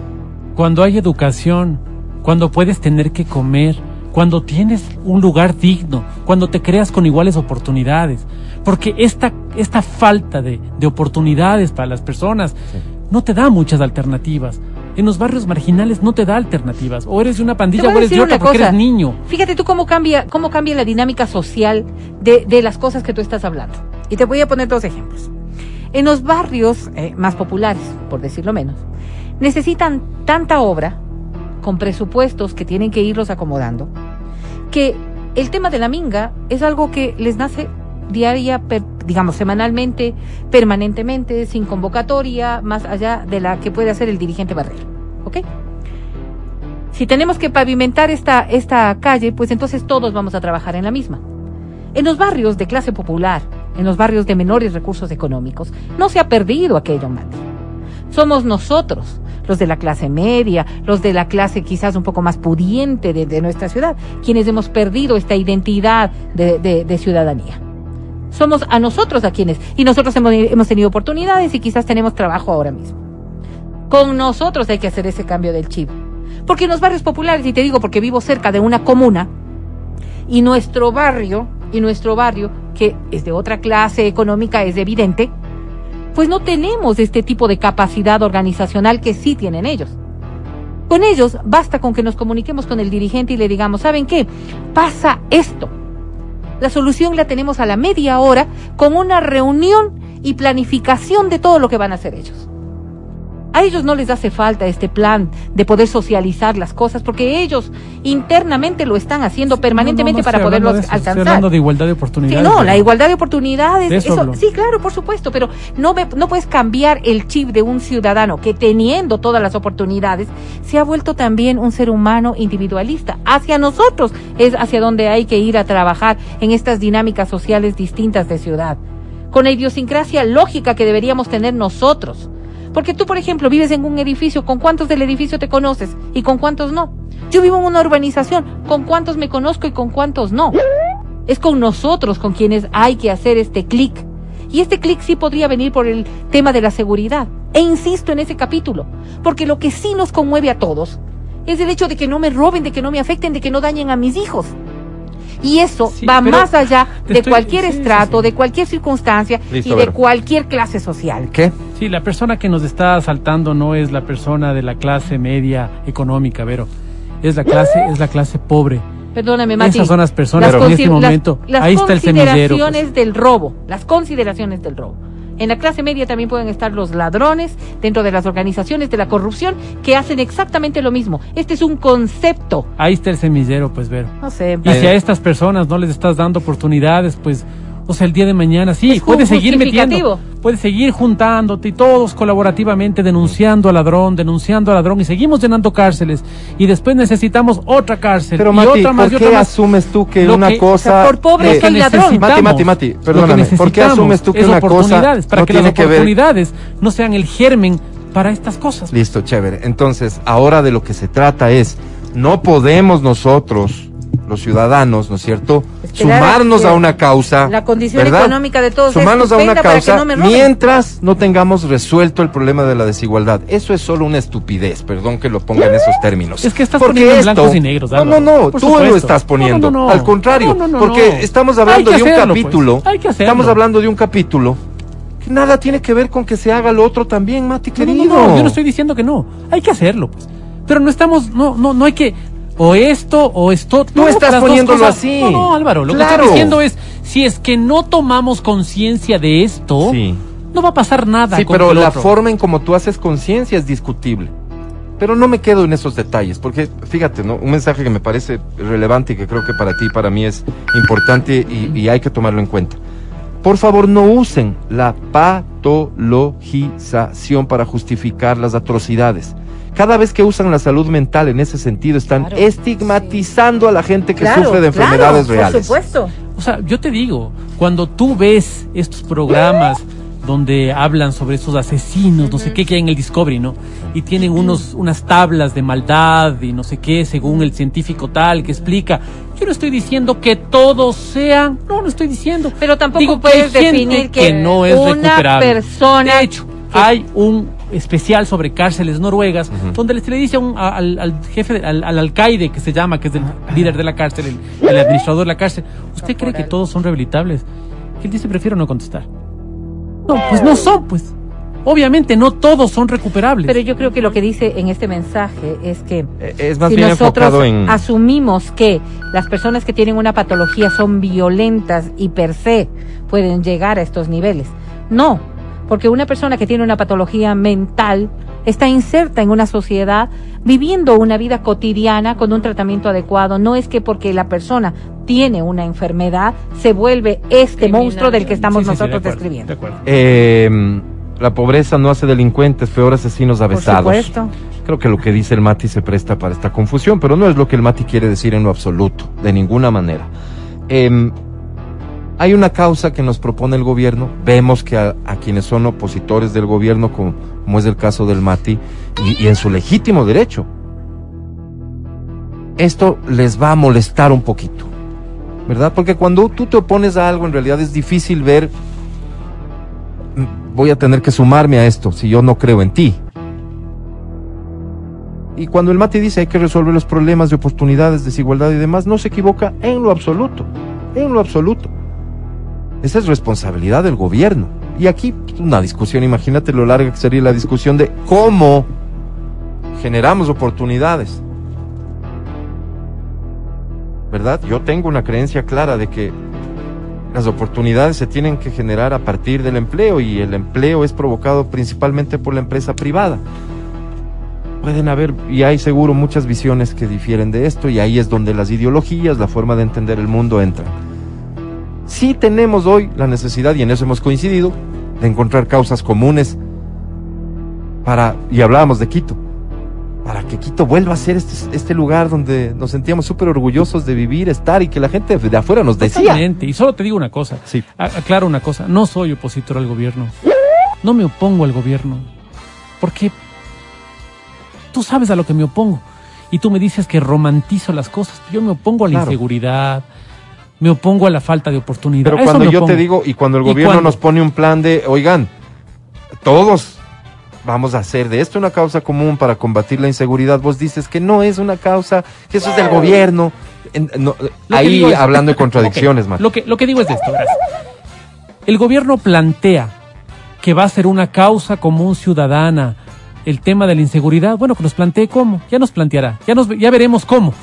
Speaker 3: Cuando hay educación, cuando puedes tener que comer, cuando tienes un lugar digno, cuando te creas con iguales oportunidades, porque esta, esta falta de, de oportunidades para las personas sí. no te da muchas alternativas. En los barrios marginales no te da alternativas, o eres de una pandilla o eres de otra porque eres niño.
Speaker 5: Fíjate tú cómo cambia, cómo cambia la dinámica social de, de las cosas que tú estás hablando. Y te voy a poner dos ejemplos. En los barrios eh, más populares, por decirlo menos, necesitan tanta obra con presupuestos que tienen que irlos acomodando, que el tema de la minga es algo que les nace diaria, per, digamos, semanalmente, permanentemente, sin convocatoria, más allá de la que puede hacer el dirigente barrial, ¿ok? Si tenemos que pavimentar esta, esta calle, pues entonces todos vamos a trabajar en la misma. En los barrios de clase popular, en los barrios de menores recursos económicos, no se ha perdido aquello, Mati. Somos nosotros, los de la clase media, los de la clase quizás un poco más pudiente de, de nuestra ciudad, quienes hemos perdido esta identidad de, de, de ciudadanía. Somos a nosotros a quienes, y nosotros hemos, hemos tenido oportunidades y quizás tenemos trabajo ahora mismo. Con nosotros hay que hacer ese cambio del chip. Porque en los barrios populares, y te digo porque vivo cerca de una comuna, y nuestro barrio, y nuestro barrio, que es de otra clase económica, es evidente, pues no tenemos este tipo de capacidad organizacional que sí tienen ellos. Con ellos basta con que nos comuniquemos con el dirigente y le digamos, ¿saben qué? Pasa esto. La solución la tenemos a la media hora con una reunión y planificación de todo lo que van a hacer ellos. A ellos no les hace falta este plan de poder socializar las cosas porque ellos internamente lo están haciendo permanentemente
Speaker 3: no, no, no
Speaker 5: para poderlos
Speaker 3: eso,
Speaker 5: alcanzar.
Speaker 3: Estoy hablando de igualdad de oportunidades.
Speaker 5: Sí, no,
Speaker 3: pero...
Speaker 5: la igualdad de oportunidades.
Speaker 3: De eso
Speaker 5: eso, sí, claro, por supuesto, pero no, ve, no puedes cambiar el chip de un ciudadano que teniendo todas las oportunidades se ha vuelto también un ser humano individualista. Hacia nosotros es hacia donde hay que ir a trabajar en estas dinámicas sociales distintas de ciudad, con la idiosincrasia lógica que deberíamos tener nosotros. Porque tú, por ejemplo, vives en un edificio, ¿con cuántos del edificio te conoces y con cuántos no? Yo vivo en una urbanización, ¿con cuántos me conozco y con cuántos no? Es con nosotros con quienes hay que hacer este clic. Y este clic sí podría venir por el tema de la seguridad. E insisto en ese capítulo, porque lo que sí nos conmueve a todos es el hecho de que no me roben, de que no me afecten, de que no dañen a mis hijos. Y eso sí, va más allá de estoy, cualquier sí, estrato, sí, sí. de cualquier circunstancia Listo, y de ver. cualquier clase social.
Speaker 2: ¿Qué?
Speaker 3: Sí, la persona que nos está asaltando no es la persona de la clase media económica, Vero. Es la clase, es la clase pobre.
Speaker 5: Perdóname, Mati.
Speaker 3: Esas son las personas
Speaker 5: Las
Speaker 3: que en este
Speaker 5: consi-
Speaker 3: momento,
Speaker 5: las, las
Speaker 3: ahí está el semillero.
Speaker 5: consideraciones
Speaker 3: Pues.
Speaker 5: del robo, las consideraciones del robo. En la clase media también pueden estar los ladrones, dentro de las organizaciones de la corrupción, que hacen exactamente lo mismo. Este es un concepto.
Speaker 3: Ahí está el semillero, pues, Vero.
Speaker 5: No sé.
Speaker 3: Y si a estas personas no les estás dando oportunidades, pues, o sea, el día de mañana sí,
Speaker 5: Es
Speaker 3: puedes
Speaker 5: ju-
Speaker 3: seguir
Speaker 5: justificativo.
Speaker 3: metiendo, puedes seguir juntándote y todos colaborativamente denunciando al ladrón, denunciando al ladrón y seguimos llenando cárceles y después necesitamos otra cárcel
Speaker 2: Pero
Speaker 3: y
Speaker 2: Mati,
Speaker 3: otra más
Speaker 2: ¿por
Speaker 3: y
Speaker 2: qué
Speaker 3: otra más.
Speaker 2: asumes tú que
Speaker 3: Lo
Speaker 2: una
Speaker 3: que-
Speaker 2: cosa...
Speaker 5: o sea, por pobre
Speaker 2: eh,
Speaker 5: soy ladrón.
Speaker 2: Mati, Mati, Mati,
Speaker 3: Lo que
Speaker 2: perdóname, ¿por qué
Speaker 3: necesitamos
Speaker 2: asumes tú que
Speaker 3: es
Speaker 2: una cosa
Speaker 3: oportunidades para
Speaker 2: no
Speaker 3: que las
Speaker 2: tiene que ver...
Speaker 3: oportunidades no sean el germen para estas cosas?
Speaker 2: Listo, chévere. Entonces, ahora de lo que se trata es, no podemos nosotros, los ciudadanos, ¿no es cierto?,
Speaker 5: Esperar
Speaker 2: sumarnos
Speaker 5: a que
Speaker 2: a una causa.
Speaker 5: la condición
Speaker 2: ¿verdad?
Speaker 5: económica de todos sea
Speaker 2: Sumarnos a una
Speaker 5: estupenda para que
Speaker 2: causa
Speaker 5: no me roben.
Speaker 2: mientras no tengamos resuelto el problema de la desigualdad. Eso es solo una estupidez, perdón que lo ponga en esos términos.
Speaker 3: Es que estás
Speaker 2: Porque
Speaker 3: poniendo en
Speaker 2: esto-
Speaker 3: blancos y negros,
Speaker 2: No, no,
Speaker 3: Álvaro,
Speaker 2: no,
Speaker 3: por
Speaker 2: tú
Speaker 3: supuesto.
Speaker 2: lo estás poniendo.
Speaker 3: No, no, no.
Speaker 2: Al contrario,
Speaker 3: No, no, no,
Speaker 2: porque
Speaker 3: no.
Speaker 2: estamos
Speaker 3: Hay
Speaker 2: hablando
Speaker 3: que
Speaker 2: de un
Speaker 3: hacerlo, pues.
Speaker 2: capítulo.
Speaker 3: Hay que hacerlo.
Speaker 2: Estamos hablando de un capítulo que nada tiene que ver con que se haga lo otro también, Mati,
Speaker 3: No, no,
Speaker 2: querido.
Speaker 3: no, no, yo no estoy diciendo que no. Hay que hacerlo, pues. Pero no estamos, no, no, no hay que, o esto, o esto.
Speaker 2: No estás
Speaker 3: las dos
Speaker 2: poniéndolo
Speaker 3: cosas.
Speaker 2: así.
Speaker 3: No, no, Álvaro, lo que
Speaker 2: Claro.
Speaker 3: estoy diciendo es, si es que no tomamos conciencia de esto,
Speaker 2: Sí.
Speaker 3: no va a pasar nada.
Speaker 2: Sí,
Speaker 3: con
Speaker 2: pero
Speaker 3: el
Speaker 2: la
Speaker 3: otro.
Speaker 2: forma en como tú haces conciencia es discutible. Pero no me quedo en esos detalles, porque fíjate, ¿no? Un mensaje que me parece relevante y que creo que para ti y para mí es importante y, y hay que tomarlo en cuenta. Por favor, no usen la patologización para justificar las atrocidades. Cada vez que usan la salud mental en ese sentido, están
Speaker 5: Claro,
Speaker 2: estigmatizando a la gente que
Speaker 5: Claro,
Speaker 2: sufre de enfermedades
Speaker 5: claro,
Speaker 2: reales.
Speaker 5: Por supuesto.
Speaker 3: O sea, yo te digo, cuando tú ves estos programas donde hablan sobre esos asesinos, no sé qué, que hay en el Discovery, ¿no? Y tienen unos, unas tablas de maldad y no sé qué, según el científico tal que explica. Yo no estoy diciendo que todos sean, no, no estoy diciendo.
Speaker 5: Pero tampoco
Speaker 3: Digo que hay
Speaker 5: puedes
Speaker 3: gente
Speaker 5: definir que
Speaker 3: no es
Speaker 5: una
Speaker 3: recuperable.
Speaker 5: persona
Speaker 3: De hecho, hay un especial sobre cárceles noruegas, donde se le dice a un- a- al, al jefe, de- al, al alcaide que se llama, que es el líder de la cárcel, el, el administrador de la cárcel, ¿usted cree que todos son rehabilitables? Él dice, prefiero no contestar. No, pues no son, pues. Obviamente no todos son recuperables.
Speaker 5: Pero yo creo que lo que dice en este mensaje es que
Speaker 2: Eh, Es más
Speaker 5: si
Speaker 2: bien
Speaker 5: nosotros
Speaker 2: enfocado en...
Speaker 5: asumimos que las personas que tienen una patología son violentas y per se pueden llegar a estos niveles, no, porque una persona que tiene una patología mental está inserta en una sociedad viviendo una vida cotidiana con un tratamiento adecuado. No es que porque la persona tiene una enfermedad se vuelve este
Speaker 4: Criminal.
Speaker 5: monstruo del que estamos
Speaker 3: Sí, sí, sí, de
Speaker 5: nosotros
Speaker 3: acuerdo,
Speaker 5: describiendo.
Speaker 3: de acuerdo.
Speaker 2: Eh, la pobreza no hace delincuentes, peor asesinos
Speaker 5: Por
Speaker 2: avesados.
Speaker 5: supuesto.
Speaker 2: Creo que lo que dice el Mati se presta para esta confusión, pero no es lo que el Mati quiere decir en lo absoluto, de ninguna manera. Eh, hay una causa que nos propone el gobierno, vemos que a, a quienes son opositores del gobierno, como, como es el caso del Mati, y, y en su legítimo derecho, esto les va a molestar un poquito, ¿verdad? Porque cuando tú te opones a algo, en realidad es difícil ver, voy a tener que sumarme a esto si yo no creo en ti. Y cuando el Mati dice hay que resolver los problemas de oportunidades, desigualdad y demás, no se equivoca en lo absoluto, en lo absoluto. Esa es responsabilidad del gobierno. Y aquí una discusión, imagínate lo larga que sería la discusión de cómo generamos oportunidades. ¿Verdad? Yo tengo una creencia clara de que las oportunidades se tienen que generar a partir del empleo y el empleo es provocado principalmente por la empresa privada. Pueden haber, y hay seguro muchas visiones que difieren de esto, y ahí es donde las ideologías, la forma de entender el mundo entran. Sí tenemos hoy la necesidad, y en eso hemos coincidido, de encontrar causas comunes para, y hablábamos de Quito, para que Quito vuelva a ser este, este lugar donde nos sentíamos súper orgullosos de vivir, estar, y que la gente de afuera nos decía.
Speaker 3: Totalmente. Y solo te digo una cosa,
Speaker 2: Sí.
Speaker 3: A- aclaro una cosa, no soy opositor al gobierno, no me opongo al gobierno, porque tú sabes a lo que me opongo, y tú me dices que romantizo las cosas, yo me opongo a la
Speaker 2: Claro.
Speaker 3: inseguridad, me opongo a la falta de oportunidad.
Speaker 2: Pero
Speaker 3: a eso
Speaker 2: cuando
Speaker 3: me
Speaker 2: yo
Speaker 3: opongo.
Speaker 2: te digo, y cuando el
Speaker 3: ¿Y
Speaker 2: gobierno
Speaker 3: cuándo?
Speaker 2: nos pone un plan de, oigan, todos vamos a hacer de esto una causa común para combatir la inseguridad, vos dices que no es una causa, que eso es del gobierno. En- no,
Speaker 3: Lo que
Speaker 2: ahí
Speaker 3: digo es-
Speaker 2: hablando de contradicciones,
Speaker 3: Ok,
Speaker 2: man.
Speaker 3: Lo que, lo que digo es esto, verás. El gobierno plantea que va a ser una causa común ciudadana el tema de la inseguridad. Bueno, que nos plantee cómo, ya nos planteará, ya, nos, ya veremos cómo.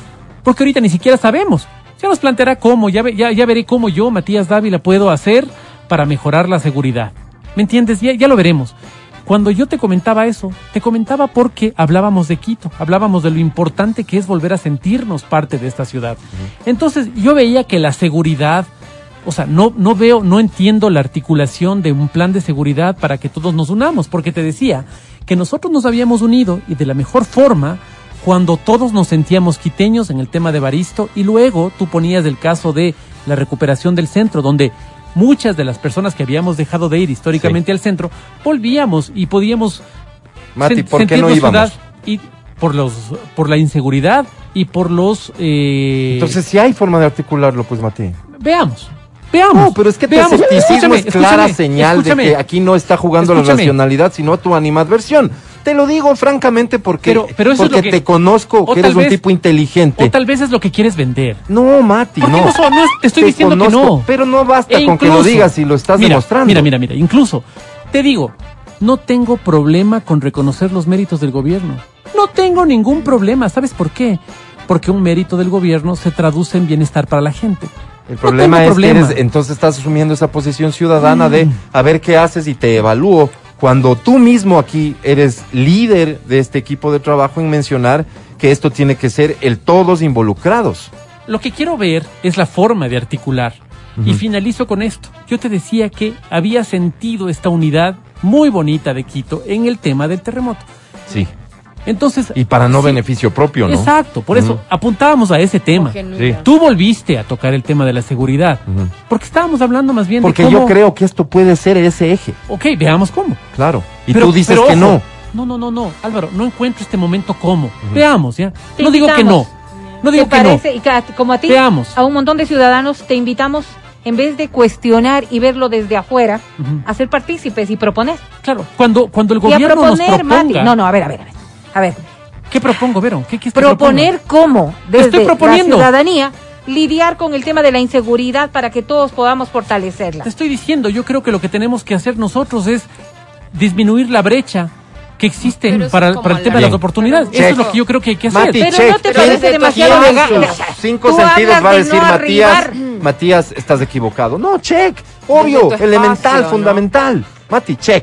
Speaker 3: porque ahorita ni siquiera sabemos. Ya nos planteará cómo, ya, ve, ya, ya veré cómo yo, Matías Dávila, puedo hacer para mejorar la seguridad. ¿Me entiendes? Ya, ya lo veremos. Cuando yo te comentaba eso, te comentaba porque hablábamos de Quito, hablábamos de lo importante que es volver a sentirnos parte de esta ciudad. Uh-huh. Entonces yo veía que la seguridad, o sea, no, no veo, no entiendo la articulación de un plan de seguridad para que todos nos unamos, porque te decía que nosotros nos habíamos unido y de la mejor forma cuando todos nos sentíamos quiteños en el tema de Baristo, y luego tú ponías el caso de la recuperación del centro, donde muchas de las personas que habíamos dejado de ir históricamente sí. al centro, volvíamos y podíamos
Speaker 2: Mati,
Speaker 3: sen-
Speaker 2: ¿por qué no íbamos?
Speaker 3: Y por los, por la inseguridad y por los... Eh...
Speaker 2: Entonces sí hay forma de articularlo, pues, Mati.
Speaker 3: Veamos. Veamos.
Speaker 2: No, pero es que tu
Speaker 3: veamos.
Speaker 2: escepticismo es clara señal
Speaker 3: escúchame,
Speaker 2: de que aquí no está jugando
Speaker 3: escúchame.
Speaker 2: la racionalidad, sino tu animadversión. Te lo digo francamente porque,
Speaker 3: pero, pero eso
Speaker 2: porque
Speaker 3: es lo que,
Speaker 2: te conozco, que eres vez, un tipo inteligente.
Speaker 3: O tal vez es lo que quieres vender.
Speaker 2: No, Mati,
Speaker 3: porque
Speaker 2: no.
Speaker 3: no, so, no te estoy te diciendo
Speaker 2: conozco,
Speaker 3: que no.
Speaker 2: Pero no basta e con incluso, que lo digas y lo estás
Speaker 3: mira,
Speaker 2: demostrando.
Speaker 3: Mira, mira, mira. Incluso, te digo, no tengo problema con reconocer los méritos del gobierno. No tengo ningún problema. ¿Sabes por qué? Porque un mérito del gobierno se traduce en bienestar para la gente.
Speaker 2: El problema
Speaker 3: no
Speaker 2: es
Speaker 3: problema.
Speaker 2: que eres, entonces estás asumiendo esa posición ciudadana mm. de a ver qué haces y te evalúo, cuando tú mismo aquí eres líder de este equipo de trabajo en mencionar que esto tiene que ser el todos involucrados.
Speaker 3: Lo que quiero ver es la forma de articular. Uh-huh. Y finalizo con esto. Yo te decía que había sentido esta unidad muy bonita de Quito en el tema del terremoto.
Speaker 2: Sí.
Speaker 3: Entonces,
Speaker 2: y para no
Speaker 3: sí,
Speaker 2: beneficio propio, ¿no?
Speaker 3: Exacto, por eso uh-huh. apuntábamos a ese tema.
Speaker 2: Sí.
Speaker 3: Tú volviste a tocar el tema de la seguridad, uh-huh. porque estábamos hablando más bien
Speaker 2: porque
Speaker 3: de cómo...
Speaker 2: yo creo que esto puede ser ese eje.
Speaker 3: Ok, veamos cómo.
Speaker 2: Claro, y
Speaker 3: pero,
Speaker 2: tú dices
Speaker 3: pero,
Speaker 2: que
Speaker 3: ojo,
Speaker 2: no.
Speaker 3: No, no, no, no, Álvaro, no encuentro este momento cómo. Uh-huh. Veamos, ¿ya?
Speaker 5: Te
Speaker 3: no digo que no, no digo
Speaker 5: ¿Te
Speaker 3: que
Speaker 5: parece?
Speaker 3: no.
Speaker 5: Y que, como a ti,
Speaker 3: veamos.
Speaker 5: A un montón de ciudadanos te invitamos, en vez de cuestionar y verlo desde afuera, uh-huh. a ser partícipes y proponer.
Speaker 3: Claro, cuando, cuando el
Speaker 5: y
Speaker 3: gobierno
Speaker 5: a proponer,
Speaker 3: nos proponga...
Speaker 5: Mati. No, no, a ver, a ver, a ver. A ver.
Speaker 3: ¿Qué propongo, Vero? ¿Qué quieres que
Speaker 5: proponer
Speaker 3: proponga?
Speaker 5: cómo, desde
Speaker 3: Estoy proponiendo.
Speaker 5: la ciudadanía, lidiar con el tema de la inseguridad para que todos podamos fortalecerla.
Speaker 3: Te estoy diciendo, yo creo que lo que tenemos que hacer nosotros es disminuir la brecha que existe para, para el tema de las oportunidades. Eso es lo que yo creo que hay que hacer.
Speaker 2: Mati,
Speaker 5: pero
Speaker 2: check.
Speaker 5: no te parece demasiado
Speaker 2: cinco sentidos va a decir Matías, Matías, estás equivocado. No, check, obvio, elemental, fundamental. Mati, check.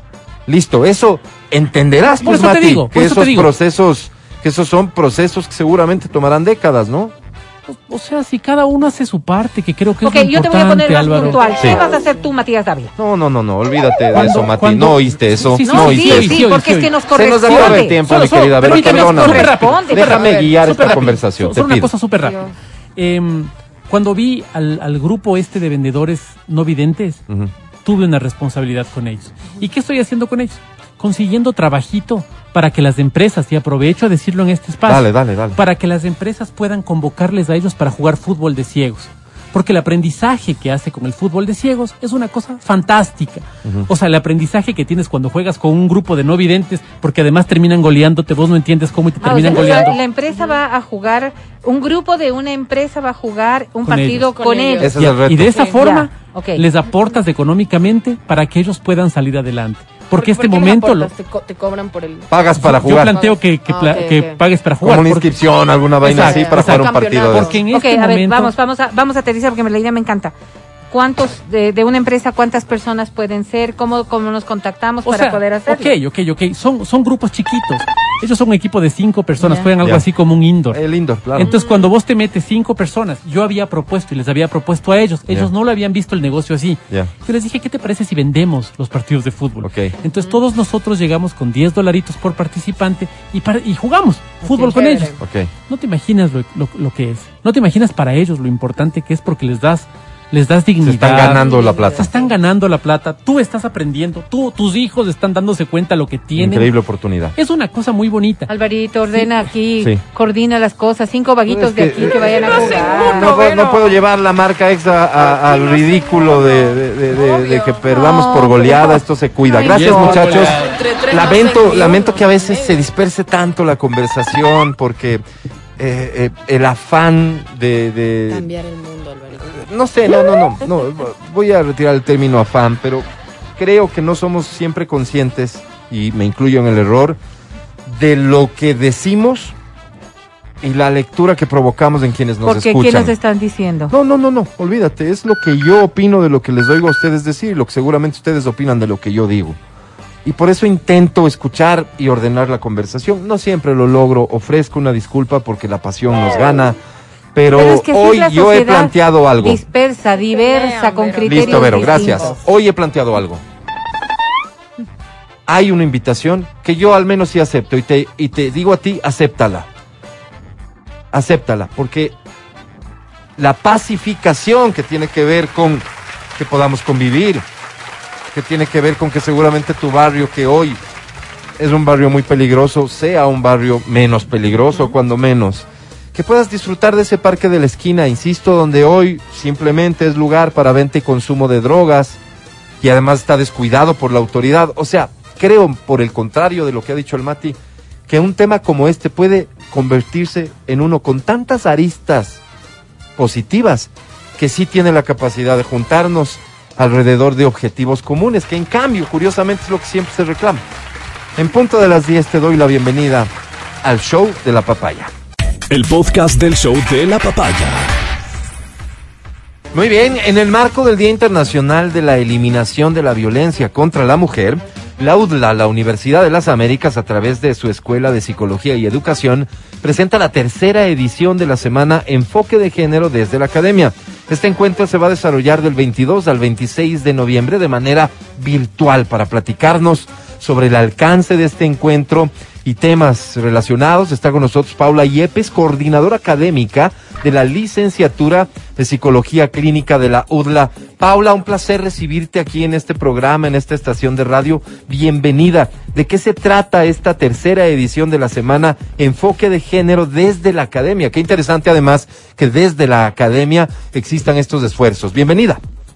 Speaker 2: Listo, eso entenderás, pues, Mati,
Speaker 3: digo,
Speaker 2: que esos procesos, que esos son procesos que seguramente tomarán décadas, ¿no?
Speaker 3: O sea, si cada uno hace su parte, que creo que
Speaker 5: okay,
Speaker 3: es lo
Speaker 5: yo te voy a poner más
Speaker 3: Álvaro.
Speaker 5: puntual.
Speaker 2: Sí.
Speaker 5: ¿Qué vas a hacer tú, Matías Dávila?
Speaker 2: No, no, no, no, olvídate de
Speaker 3: Cuando,
Speaker 2: eso, Mati.
Speaker 3: cuando,
Speaker 2: no oíste eso.
Speaker 3: Sí, sí,
Speaker 2: no
Speaker 5: no,
Speaker 2: oíste
Speaker 5: sí,
Speaker 2: eso.
Speaker 5: sí, porque es que nos corresponde.
Speaker 2: Se nos acaba el tiempo,
Speaker 3: solo,
Speaker 2: mi querida Vero, perdóname.
Speaker 3: Súper rápido,
Speaker 2: Déjame guiar
Speaker 3: súper
Speaker 2: esta
Speaker 3: rápido,
Speaker 2: conversación,
Speaker 3: Solo
Speaker 2: te
Speaker 3: una
Speaker 2: pido.
Speaker 3: cosa súper rápida. Eh, cuando vi al, al grupo este de vendedores no videntes, uh-huh. tuve una responsabilidad con ellos. ¿Y qué estoy haciendo con ellos? Consiguiendo trabajito para que las empresas, y aprovecho a decirlo en este espacio,
Speaker 2: dale, dale, dale.
Speaker 3: para que las empresas puedan convocarles a ellos para jugar fútbol de ciegos. Porque el aprendizaje que hace con el fútbol de ciegos es una cosa fantástica. Uh-huh. O sea, el aprendizaje que tienes cuando juegas con un grupo de no videntes, porque además terminan goleándote, vos no entiendes cómo y te
Speaker 5: ah,
Speaker 3: terminan
Speaker 5: o sea,
Speaker 3: goleando.
Speaker 5: La empresa va a jugar, un grupo de una empresa va a jugar un
Speaker 3: con
Speaker 5: partido
Speaker 3: ellos.
Speaker 5: con,
Speaker 4: con
Speaker 5: ellos.
Speaker 4: ellos.
Speaker 2: Ese es el reto.
Speaker 3: Y de esa
Speaker 5: Sí,
Speaker 3: forma
Speaker 5: ya, okay.
Speaker 3: les aportas económicamente para que ellos puedan salir adelante. Porque
Speaker 4: ¿Por,
Speaker 3: este
Speaker 4: ¿por qué
Speaker 3: momento...
Speaker 4: Lo... Te, co te cobran por el...
Speaker 2: Pagas para
Speaker 3: yo,
Speaker 2: jugar.
Speaker 3: Yo planteo que, que,
Speaker 4: Ah,
Speaker 3: pla
Speaker 4: okay,
Speaker 3: que
Speaker 4: okay.
Speaker 3: pagues para jugar.
Speaker 2: Como una
Speaker 3: porque,
Speaker 2: inscripción, alguna vaina
Speaker 3: exacto,
Speaker 2: así para
Speaker 3: exacto.
Speaker 2: jugar un partido. De
Speaker 3: porque en
Speaker 5: Ok,
Speaker 3: este
Speaker 5: a ver,
Speaker 3: momento...
Speaker 5: vamos, vamos a, vamos a aterrizar porque la idea me encanta. ¿Cuántos, de, de una empresa, cuántas personas pueden ser? ¿Cómo, cómo nos contactamos
Speaker 3: O
Speaker 5: para
Speaker 3: sea,
Speaker 5: poder hacerlo?
Speaker 3: ok, ok, ok. Son, son grupos chiquitos. Ellos son un equipo de cinco personas,
Speaker 5: Ya.
Speaker 3: juegan algo
Speaker 2: Ya.
Speaker 3: así como un indoor.
Speaker 2: El indoor, claro.
Speaker 3: Entonces, cuando vos te metes cinco personas, yo había propuesto y les había propuesto a ellos, ellos
Speaker 2: Ya.
Speaker 3: no lo habían visto el negocio así.
Speaker 2: Ya.
Speaker 3: Yo les dije, ¿qué te parece si vendemos los partidos de fútbol?
Speaker 2: Ok.
Speaker 3: Entonces, todos nosotros llegamos con diez dolaritos por participante y, para, y jugamos fútbol con
Speaker 4: chévere.
Speaker 3: ellos.
Speaker 2: Ok.
Speaker 3: No te imaginas lo, lo, lo que es. No te imaginas para ellos lo importante que es porque les das, les das dignidad.
Speaker 2: Se están ganando la plata.
Speaker 3: Se están ganando la plata. Tú estás aprendiendo. Tú, tus hijos están dándose cuenta lo que tienen.
Speaker 2: Increíble oportunidad.
Speaker 3: Es una cosa muy bonita.
Speaker 5: Alvarito, ordena aquí,
Speaker 2: Sí.
Speaker 5: coordina las cosas. Cinco vaguitos
Speaker 2: Es
Speaker 5: de
Speaker 2: que,
Speaker 5: aquí que vayan a
Speaker 2: eh,
Speaker 5: jugar.
Speaker 2: No, puedo- no puedo llevar la marca extra a- al ridículo de, de- de- de- de que perdamos por goleada. Esto se cuida.
Speaker 5: Ay,
Speaker 2: Gracias,
Speaker 3: no,
Speaker 2: muchachos.
Speaker 3: goleada.
Speaker 4: Entre tres
Speaker 2: Lamento,
Speaker 4: no sé,
Speaker 2: lamento
Speaker 4: yo-
Speaker 2: que a veces se disperse tanto la conversación porque eh, eh, el afán de, de-
Speaker 4: Cambiar el mundo, Alvarito.
Speaker 2: no sé, no, no, no, no, voy a retirar el término afán, pero creo que no somos siempre conscientes, y me incluyo en el error, de lo que decimos y la lectura que provocamos en quienes nos
Speaker 5: Porque
Speaker 2: escuchan.
Speaker 5: ¿quiénes están diciendo?
Speaker 2: No, no, no, no, olvídate, es lo que yo opino de lo que les oigo a ustedes decir y lo que seguramente ustedes opinan de lo que yo digo. Y por eso intento escuchar y ordenar la conversación. No siempre lo logro, ofrezco una disculpa porque la pasión nos gana, pero,
Speaker 5: Pero es que así
Speaker 2: hoy
Speaker 5: es la
Speaker 2: yo he
Speaker 5: sociedad,
Speaker 2: planteado algo.
Speaker 5: dispersa, diversa, con
Speaker 4: Listo,
Speaker 5: criterios
Speaker 2: Listo, Vero,
Speaker 5: distintos.
Speaker 2: gracias. Hoy he planteado algo. Hay una invitación que yo al menos sí acepto y te, y te digo a ti, acéptala. Acéptala, porque la pacificación que tiene que ver con que podamos convivir, que tiene que ver con que seguramente tu barrio, que hoy es un barrio muy peligroso, sea un barrio menos peligroso, uh-huh. cuando menos. Que puedas disfrutar de ese parque de la esquina, insisto, donde hoy simplemente es lugar para venta y consumo de drogas y además está descuidado por la autoridad. O sea, creo, por el contrario de lo que ha dicho el Mati, que un tema como este puede convertirse en uno con tantas aristas positivas que sí tiene la capacidad de juntarnos alrededor de objetivos comunes, que en cambio, curiosamente, es lo que siempre se reclama. En punto de las diez te doy la bienvenida al Show de la Papaya.
Speaker 1: El podcast del Show de la Papaya.
Speaker 2: Muy bien, en el marco del Día Internacional de la Eliminación de la Violencia contra la Mujer, la U D L A, la Universidad de las Américas, a través de su Escuela de Psicología y Educación, presenta la tercera edición de la semana Enfoque de Género desde la Academia. Este encuentro se va a desarrollar del veintidós al veintiséis de noviembre de manera virtual. Para platicarnos sobre el alcance de este encuentro y temas relacionados, está con nosotros Paula Yepes, coordinadora académica de la licenciatura de Psicología Clínica de la U D L A. Paula, un placer recibirte aquí en este programa, en esta estación de radio. Bienvenida. ¿De qué se trata esta tercera edición de la semana Enfoque de Género desde la Academia? Qué interesante además que desde la Academia existan estos esfuerzos. Bienvenida.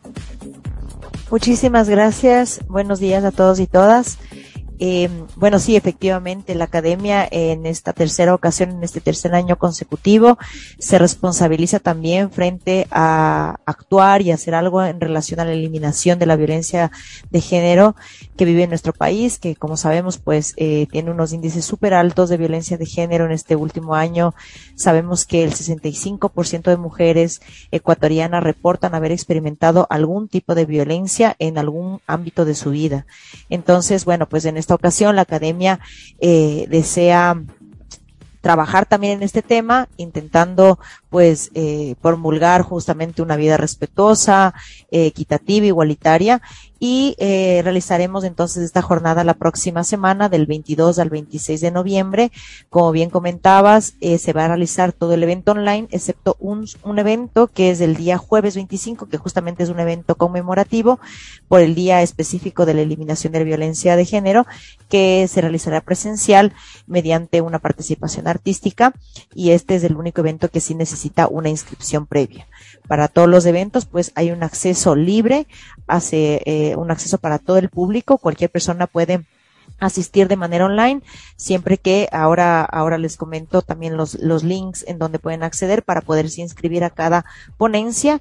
Speaker 6: Muchísimas gracias. Buenos días a todos y todas. Eh, bueno, sí, efectivamente, la Academia en esta tercera ocasión, en este tercer año consecutivo, se responsabiliza también frente a actuar y hacer algo en relación a la eliminación de la violencia de género que vive en nuestro país, que como sabemos, pues, eh, tiene unos índices súper altos de violencia de género en este último año. Sabemos que el sesenta y cinco por ciento de mujeres ecuatorianas reportan haber experimentado algún tipo de violencia en algún ámbito de su vida. Entonces, bueno, pues en esta ocasión la Academia eh, desea trabajar también en este tema, intentando pues eh, promulgar justamente una vida respetuosa, eh, equitativa, igualitaria, y eh, realizaremos entonces esta jornada la próxima semana del veintidós al veintiséis de noviembre. Como bien comentabas, eh, se va a realizar todo el evento online, excepto un, un evento que es el día jueves veinticinco, que justamente es un evento conmemorativo por el día específico de la eliminación de la violencia de género, que se realizará presencial mediante una participación artística, y este es el único evento que sí necesita una inscripción previa. Para todos los eventos, pues hay un acceso libre, hace eh, un acceso para todo el público, cualquier persona puede asistir de manera online, siempre que ahora ahora les comento también los los links en donde pueden acceder para poderse inscribir a cada ponencia,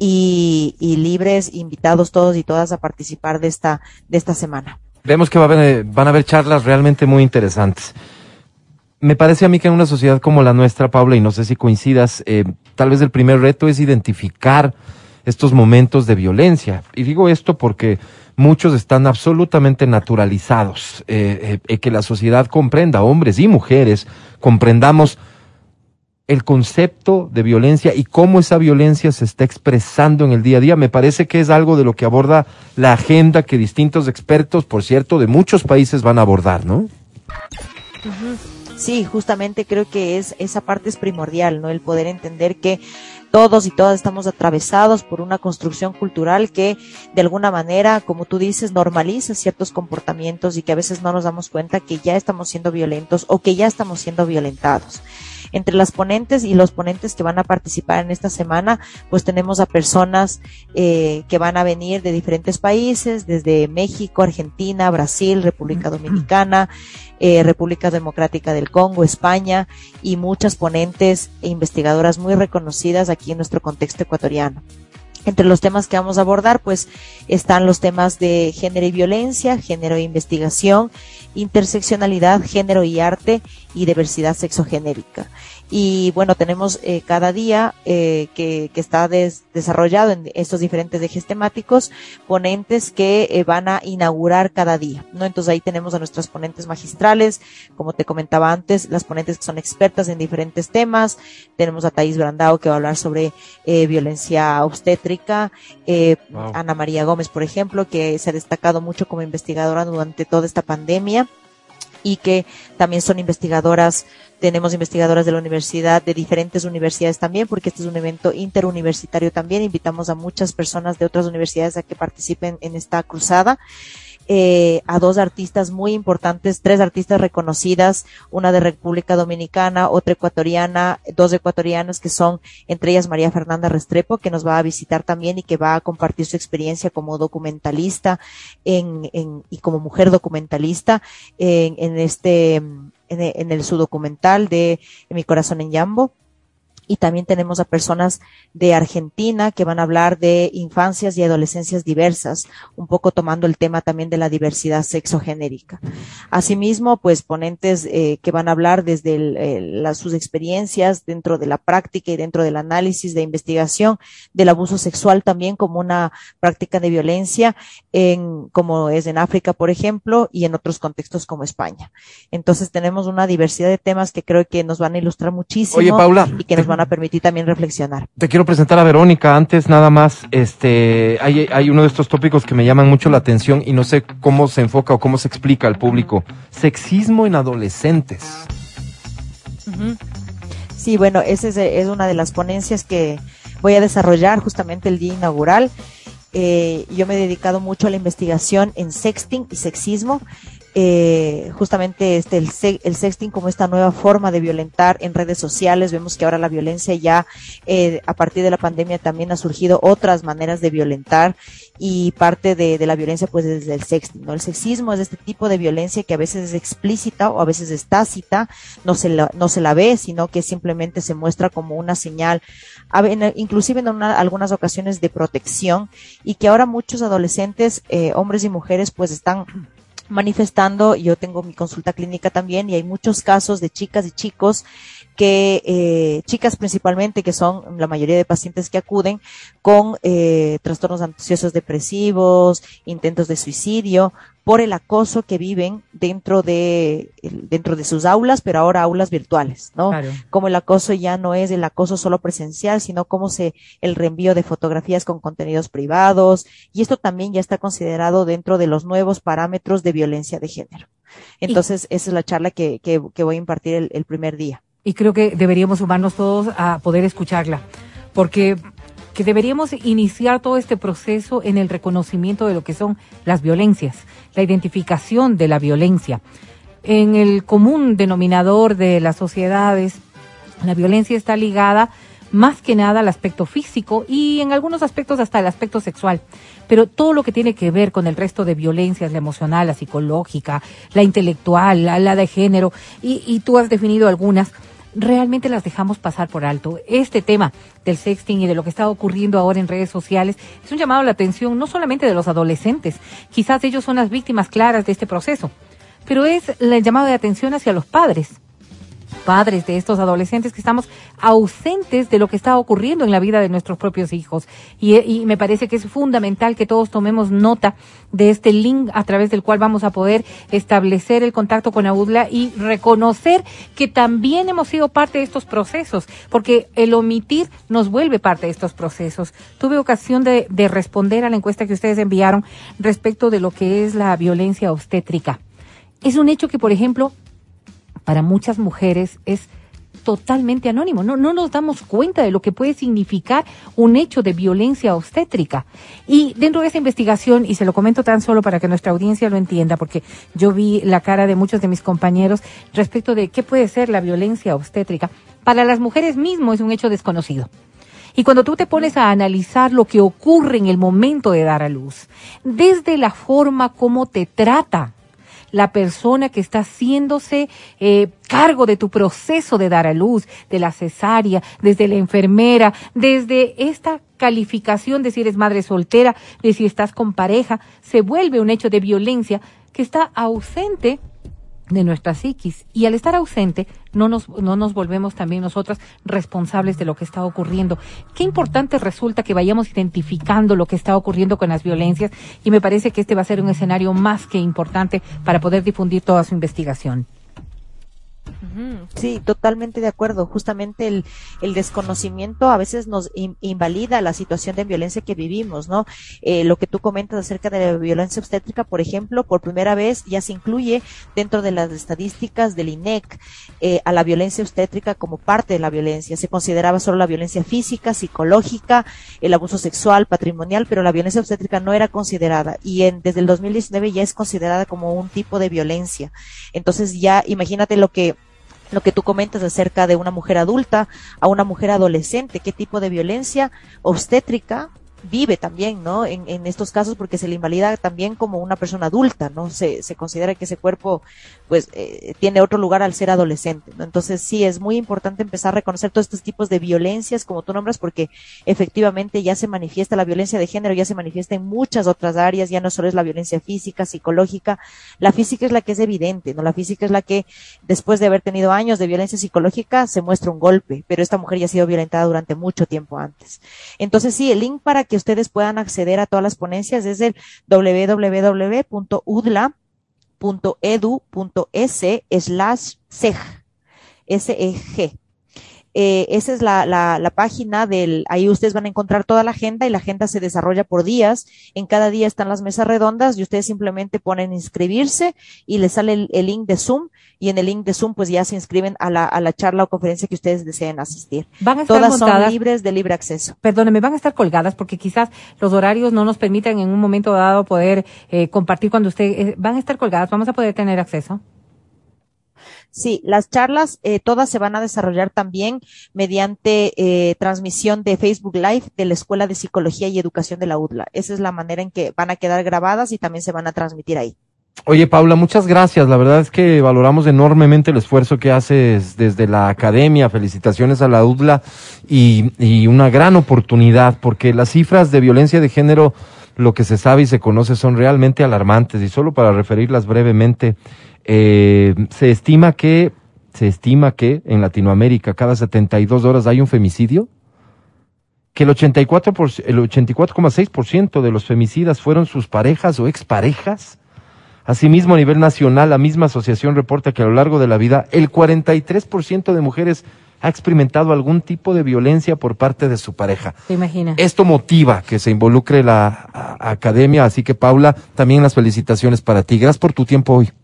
Speaker 6: y, y libres, invitados todos y todas a participar de esta de esta semana.
Speaker 2: Vemos que va a haber, van a haber charlas realmente muy interesantes. Me parece a mí que en una sociedad como la nuestra, Paula, y no sé si coincidas, eh, tal vez el primer reto es identificar estos momentos de violencia. Y digo esto porque muchos están absolutamente naturalizados, eh, eh, que la sociedad comprenda, hombres y mujeres, comprendamos el concepto de violencia y cómo esa violencia se está expresando en el día a día. Me parece que es algo de lo que aborda la agenda que distintos expertos, por cierto, de muchos países van a abordar, ¿no?
Speaker 6: Uh-huh. Sí, justamente creo que es esa parte es primordial, ¿no? El poder entender que todos y todas estamos atravesados por una construcción cultural que de alguna manera, como tú dices, normaliza ciertos comportamientos y que a veces no nos damos cuenta que ya estamos siendo violentos o que ya estamos siendo violentados. Entre las ponentes y los ponentes que van a participar en esta semana, pues tenemos a personas eh, que van a venir de diferentes países, desde México, Argentina, Brasil, República Dominicana, eh, República Democrática del Congo, España, y muchas ponentes e investigadoras muy reconocidas aquí en nuestro contexto ecuatoriano. Entre los temas que vamos a abordar, pues, están los temas de género y violencia, género e investigación, interseccionalidad, género y arte, y diversidad sexogenérica. Y bueno, tenemos eh, cada día eh, que, que está des, desarrollado en estos diferentes ejes temáticos, ponentes que eh, van a inaugurar cada día, ¿no? Entonces ahí tenemos a nuestras ponentes magistrales, como te comentaba antes, las ponentes que son expertas en diferentes temas. Tenemos a Thais Brandao, que va a hablar sobre eh, violencia obstétrica, eh, wow. Ana María Gómez, por ejemplo, que se ha destacado mucho como investigadora durante toda esta pandemia, y que también son investigadoras. Tenemos investigadoras de la universidad, de diferentes universidades también, porque este es un evento interuniversitario también. Invitamos a muchas personas de otras universidades a que participen en esta cruzada. Eh, a dos artistas muy importantes, tres artistas reconocidas, una de República Dominicana, otra ecuatoriana, dos ecuatorianas que son, entre ellas María Fernanda Restrepo, que nos va a visitar también y que va a compartir su experiencia como documentalista en, en, y como mujer documentalista en, en este, en, en el su documental de Mi Corazón en Yambo. Y también tenemos a personas de Argentina que van a hablar de infancias y adolescencias diversas, un poco tomando el tema también de la diversidad sexogenérica. Asimismo, pues ponentes eh, que van a hablar desde el, el, la, sus experiencias dentro de la práctica y dentro del análisis de investigación del abuso sexual también como una práctica de violencia, en, como es en África, por ejemplo, y en otros contextos como España. Entonces tenemos una diversidad de temas que creo que nos van a ilustrar muchísimo.
Speaker 2: Oye, Paula,
Speaker 6: y que nos van a permitir también reflexionar.
Speaker 2: Te quiero presentar a Verónica. Antes, nada más, este, hay, hay uno de estos tópicos que me llaman mucho la atención y no sé cómo se enfoca o cómo se explica al público. Sexismo en adolescentes.
Speaker 6: Uh-huh. Sí, bueno, esa es, es una de las ponencias que voy a desarrollar justamente el día inaugural. Eh, yo me he dedicado mucho a la investigación en sexting y sexismo. Eh, justamente este el, el sexting como esta nueva forma de violentar en redes sociales. Vemos que ahora la violencia ya eh, a partir de la pandemia también ha surgido otras maneras de violentar, y parte de, de la violencia pues desde el sexting, ¿no? El sexismo es este tipo de violencia que a veces es explícita o a veces es tácita, no se la, no se la ve, sino que simplemente se muestra como una señal, inclusive en una, algunas ocasiones de protección, y que ahora muchos adolescentes, eh, hombres y mujeres, pues están manifestando. Yo tengo mi consulta clínica también y hay muchos casos de chicas y chicos que, eh, chicas principalmente, que son la mayoría de pacientes que acuden con eh, trastornos ansiosos depresivos, intentos de suicidio, por el acoso que viven dentro de dentro de sus aulas, pero ahora aulas virtuales, ¿no? Claro. Como el acoso ya no es el acoso solo presencial, sino como se el reenvío de fotografías con contenidos privados, y esto también ya está considerado dentro de los nuevos parámetros de violencia de género. Entonces, y esa es la charla que que, que voy a impartir el, el primer día.
Speaker 5: Y creo que deberíamos sumarnos todos a poder escucharla, porque que deberíamos iniciar todo este proceso en el reconocimiento de lo que son las violencias, la identificación de la violencia. En el común denominador de las sociedades, la violencia está ligada más que nada al aspecto físico y en algunos aspectos hasta el aspecto sexual. Pero todo lo que tiene que ver con el resto de violencias, la emocional, la psicológica, la intelectual, la, la de género, y, y tú has definido algunas, realmente las dejamos pasar por alto. Este tema del sexting y de lo que está ocurriendo ahora en redes sociales es un llamado a la atención no solamente de los adolescentes, quizás ellos son las víctimas claras de este proceso, pero es el llamado de atención hacia los padres. Padres de estos adolescentes que estamos ausentes de lo que está ocurriendo en la vida de nuestros propios hijos. Y, y me parece que es fundamental que todos tomemos nota de este link a través del cual vamos a poder establecer el contacto con AUDLA y reconocer que también hemos sido parte de estos procesos, porque el omitir nos vuelve parte de estos procesos. Tuve ocasión de, de responder a la encuesta que ustedes enviaron respecto de lo que es la violencia obstétrica. Es un hecho que, por ejemplo, para muchas mujeres es totalmente anónimo. No, no nos damos cuenta de lo que puede significar un hecho de violencia obstétrica. Y dentro de esa investigación, y se lo comento tan solo para que nuestra audiencia lo entienda, porque yo vi la cara de muchos de mis compañeros respecto de qué puede ser la violencia obstétrica. Para las mujeres mismo es un hecho desconocido. Y cuando tú te pones a analizar lo que ocurre en el momento de dar a luz, desde la forma como te trata la persona que está haciéndose eh, cargo de tu proceso de dar a luz, de la cesárea, desde la enfermera, desde esta calificación de si eres madre soltera, de si estás con pareja, se vuelve un hecho de violencia que está ausente de nuestra psiquis, y al estar ausente no nos no nos volvemos también nosotras responsables de lo que está ocurriendo. Qué importante resulta que vayamos identificando lo que está ocurriendo con las violencias, y me parece que este va a ser un escenario más que importante para poder difundir toda su investigación.
Speaker 6: Sí, totalmente de acuerdo. Justamente el, el desconocimiento a veces nos in, invalida la situación de violencia que vivimos, ¿no? Eh, lo que tú comentas acerca de la violencia obstétrica, por ejemplo, por primera vez ya se incluye dentro de las estadísticas del I N E C eh, a la violencia obstétrica como parte de la violencia. Se consideraba solo la violencia física, psicológica, el abuso sexual, patrimonial, pero la violencia obstétrica no era considerada, y en, desde el dos mil diecinueve ya es considerada como un tipo de violencia. Entonces ya imagínate lo que lo que tú comentas acerca de una mujer adulta a una mujer adolescente, qué tipo de violencia obstétrica vive también, ¿no? En, en estos casos, porque se le invalida también como una persona adulta, ¿no? Se, se considera que ese cuerpo, pues, eh, tiene otro lugar al ser adolescente, ¿no? Entonces, sí, es muy importante empezar a reconocer todos estos tipos de violencias, como tú nombras, porque efectivamente ya se manifiesta la violencia de género, ya se manifiesta en muchas otras áreas, ya no solo es la violencia física, psicológica. La física es la que es evidente, ¿no? La física es la que, después de haber tenido años de violencia psicológica, se muestra un golpe, pero esta mujer ya ha sido violentada durante mucho tiempo antes. Entonces, sí, el link para que ustedes puedan acceder a todas las ponencias es el doble u doble u doble u punto u d l a punto e d u punto e s slash s e g, S E G. Eh, esa es la, la, la página del, ahí ustedes van a encontrar toda la agenda, y la agenda se desarrolla por días. En cada día están las mesas redondas y ustedes simplemente ponen inscribirse y les sale el, el link de Zoom, y en el link de Zoom pues ya se inscriben a la, a la charla o conferencia que ustedes deseen asistir.
Speaker 5: Van a estar
Speaker 6: Todas
Speaker 5: montadas,
Speaker 6: son libres de libre acceso.
Speaker 5: Perdóneme, van a estar colgadas porque quizás los horarios no nos permitan en un momento dado poder eh, compartir cuando usted, eh, van a estar colgadas, vamos a poder tener acceso.
Speaker 6: Sí, las charlas eh, todas se van a desarrollar también mediante eh, transmisión de Facebook Live de la Escuela de Psicología y Educación de la U D L A. Esa es la manera en que van a quedar grabadas y también se van a transmitir ahí.
Speaker 2: Oye, Paula, muchas gracias. La verdad es que valoramos enormemente el esfuerzo que haces desde la academia. Felicitaciones a la U D L A y, y una gran oportunidad, porque las cifras de violencia de género, lo que se sabe y se conoce, son realmente alarmantes. Y solo para referirlas brevemente, eh, se estima que se estima que en Latinoamérica cada setenta y dos horas hay un femicidio, que el ochenta y cuatro por, el ochenta y cuatro coma seis por ciento de los femicidas fueron sus parejas o exparejas. Asimismo, a nivel nacional, la misma asociación reporta que a lo largo de la vida el cuarenta y tres por ciento de mujeres ha experimentado algún tipo de violencia por parte de su pareja.
Speaker 5: ¿Se imagina?
Speaker 2: Esto motiva que se involucre la a, a academia, así que Paula, también las felicitaciones para ti. Gracias por tu tiempo hoy.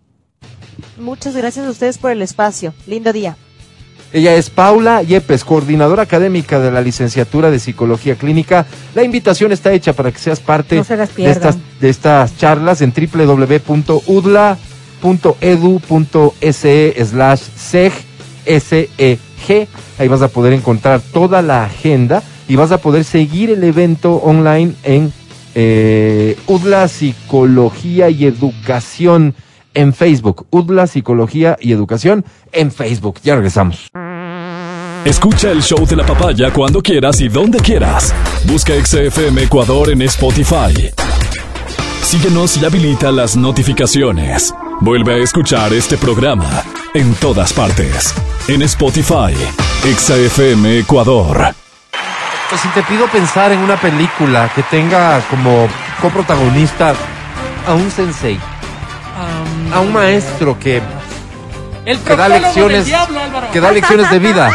Speaker 6: Muchas gracias a ustedes por el espacio. Lindo día.
Speaker 2: Ella es Paula Yepes, coordinadora académica de la licenciatura de Psicología Clínica. La invitación está hecha para que seas parte
Speaker 5: no se las
Speaker 2: de, estas, de estas charlas en doble u doble u doble u punto u d l a punto e d u punto e s e slash s e g, S E G. Ahí vas a poder encontrar toda la agenda y vas a poder seguir el evento online en eh, U D L A Psicología y Educación en Facebook. U D L A Psicología y Educación en Facebook. Ya regresamos.
Speaker 1: Escucha el show de la papaya cuando quieras y donde quieras. Busca X F M Ecuador en Spotify. Síguenos y habilita las notificaciones. Vuelve a escuchar este programa en todas partes. En Spotify, X F M Ecuador.
Speaker 2: Pues si te pido pensar en una película que tenga como coprotagonista a un sensei,
Speaker 3: Um,
Speaker 2: a un maestro que,
Speaker 3: el
Speaker 2: que da
Speaker 3: proctólogo
Speaker 2: lecciones,
Speaker 3: del diablo, Álvaro.
Speaker 2: que da lecciones de vida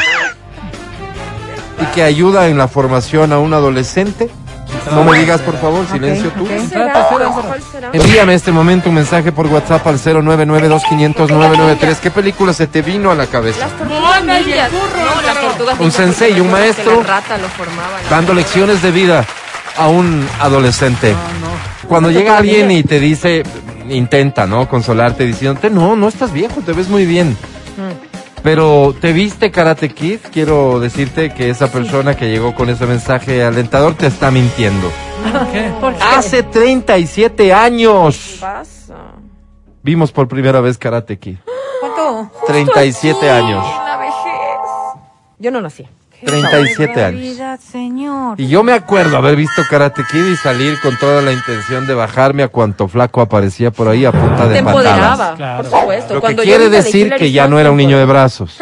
Speaker 2: y que ayuda en la formación a un adolescente. No me digas, por favor, silencio tú.
Speaker 5: ok.
Speaker 4: ¿Será? ¿Cuál será?
Speaker 2: Envíame este momento un mensaje por WhatsApp al cero nueve nueve dos quinientos nueve nueve tres. ¿Qué película se te vino a la cabeza?
Speaker 4: Las tortugas
Speaker 3: Moana y el
Speaker 4: ninjas.
Speaker 3: burro,
Speaker 4: No, las
Speaker 3: Álvaro.
Speaker 4: tortugas
Speaker 2: Un
Speaker 4: ninjas,
Speaker 2: sensei,
Speaker 4: porque
Speaker 2: un
Speaker 4: recuerda que
Speaker 2: maestro,
Speaker 4: la rata lo formaba, ¿no?
Speaker 2: Dando lecciones de vida a un adolescente. Cuando llega alguien y te dice, intenta, ¿no? Consolarte diciéndote, no, no estás viejo, te ves muy bien. Pero te viste Karate Kid, quiero decirte que esa persona que llegó con ese mensaje alentador te está mintiendo.
Speaker 3: ¿Qué?
Speaker 5: ¿Por qué?
Speaker 2: Hace treinta y siete años
Speaker 4: ¿Qué pasa?
Speaker 2: vimos por primera vez Karate Kid.
Speaker 5: ¿Cuánto?
Speaker 2: treinta y siete
Speaker 4: Justo
Speaker 2: años.
Speaker 4: aquí, en la vejez. Yo no nací.
Speaker 2: treinta y siete años.
Speaker 5: barbaridad, señor.
Speaker 2: Y yo me acuerdo haber visto Karate Kid y salir con toda la intención de bajarme a cuanto flaco aparecía por ahí a punta de
Speaker 4: Te
Speaker 2: patadas.
Speaker 4: empoderaba,
Speaker 3: Claro.
Speaker 4: por supuesto.
Speaker 2: Lo que
Speaker 4: Cuando yo
Speaker 2: quiere
Speaker 4: vi la de
Speaker 2: decir
Speaker 4: Hilary
Speaker 2: que ya
Speaker 4: Swank,
Speaker 2: no era un
Speaker 4: te
Speaker 2: niño de
Speaker 4: empoderaba.
Speaker 2: brazos.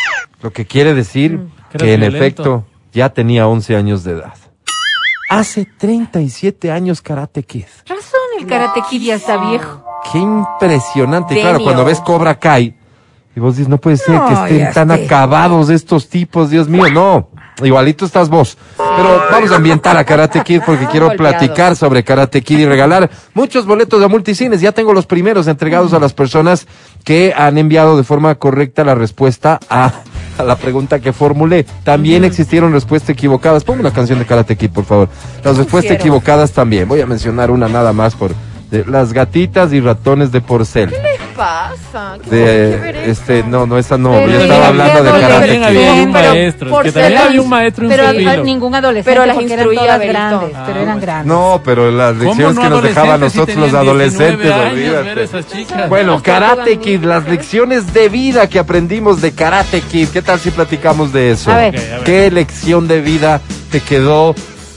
Speaker 2: Lo que quiere decir
Speaker 3: Que
Speaker 2: que
Speaker 3: eras
Speaker 2: en
Speaker 3: violento.
Speaker 2: efecto ya tenía once años de edad. Hace treinta y siete años Karate Kid.
Speaker 5: Razón, el Karate Kid ya está viejo.
Speaker 2: Qué impresionante.
Speaker 4: Genio.
Speaker 2: Claro, cuando ves Cobra Kai y vos dices, no puede ser
Speaker 5: No,
Speaker 2: que estén
Speaker 5: ya
Speaker 2: tan
Speaker 5: esté.
Speaker 2: acabados estos tipos, Dios mío, no. Igualito estás vos. Pero vamos a ambientar a Karate Kid porque quiero
Speaker 4: Golpeado.
Speaker 2: platicar sobre Karate Kid y regalar muchos boletos de multicines. Ya tengo los primeros entregados a las personas que han enviado de forma correcta la respuesta a, a la pregunta que formulé. También existieron respuestas equivocadas. Ponme una canción de Karate Kid, por favor. Las respuestas
Speaker 4: pusieron?
Speaker 2: equivocadas también. Voy a mencionar una nada más por de las gatitas y ratones de porcel.
Speaker 4: ¿Qué pasa? ¿Qué
Speaker 2: De
Speaker 4: tiene que ver eso?
Speaker 2: este no, no esa no,
Speaker 5: Pero
Speaker 2: yo
Speaker 5: ya
Speaker 2: estaba hablando de
Speaker 5: había
Speaker 2: Karate
Speaker 3: También
Speaker 2: Kid.
Speaker 3: había un
Speaker 5: Pero
Speaker 3: maestro,
Speaker 4: por
Speaker 3: es que también
Speaker 4: ser
Speaker 3: había
Speaker 4: las-
Speaker 3: un maestro en
Speaker 5: Pero
Speaker 3: su
Speaker 5: a- a
Speaker 3: filo.
Speaker 5: ningún adolescente,
Speaker 4: Pero las
Speaker 5: porque eran
Speaker 4: instruía
Speaker 5: todas
Speaker 4: Berito.
Speaker 5: grandes,
Speaker 3: Ah,
Speaker 5: pero eran grandes.
Speaker 2: No, pero las lecciones
Speaker 3: ¿Cómo
Speaker 2: que
Speaker 3: no
Speaker 2: nos dejaban
Speaker 3: adolescentes si
Speaker 2: nosotros los
Speaker 3: tenían
Speaker 2: adolescentes,
Speaker 3: diecinueve años, ver
Speaker 2: olvídate.
Speaker 3: esas chicas?
Speaker 2: Bueno,
Speaker 4: No,
Speaker 2: Karate
Speaker 4: no,
Speaker 2: Kid,
Speaker 4: no,
Speaker 2: las
Speaker 4: no.
Speaker 2: lecciones de vida que aprendimos de Karate Kid. ¿Qué tal si platicamos de eso?
Speaker 5: A ver.
Speaker 3: Ok, a ver.
Speaker 2: ¿Qué lección de vida te quedó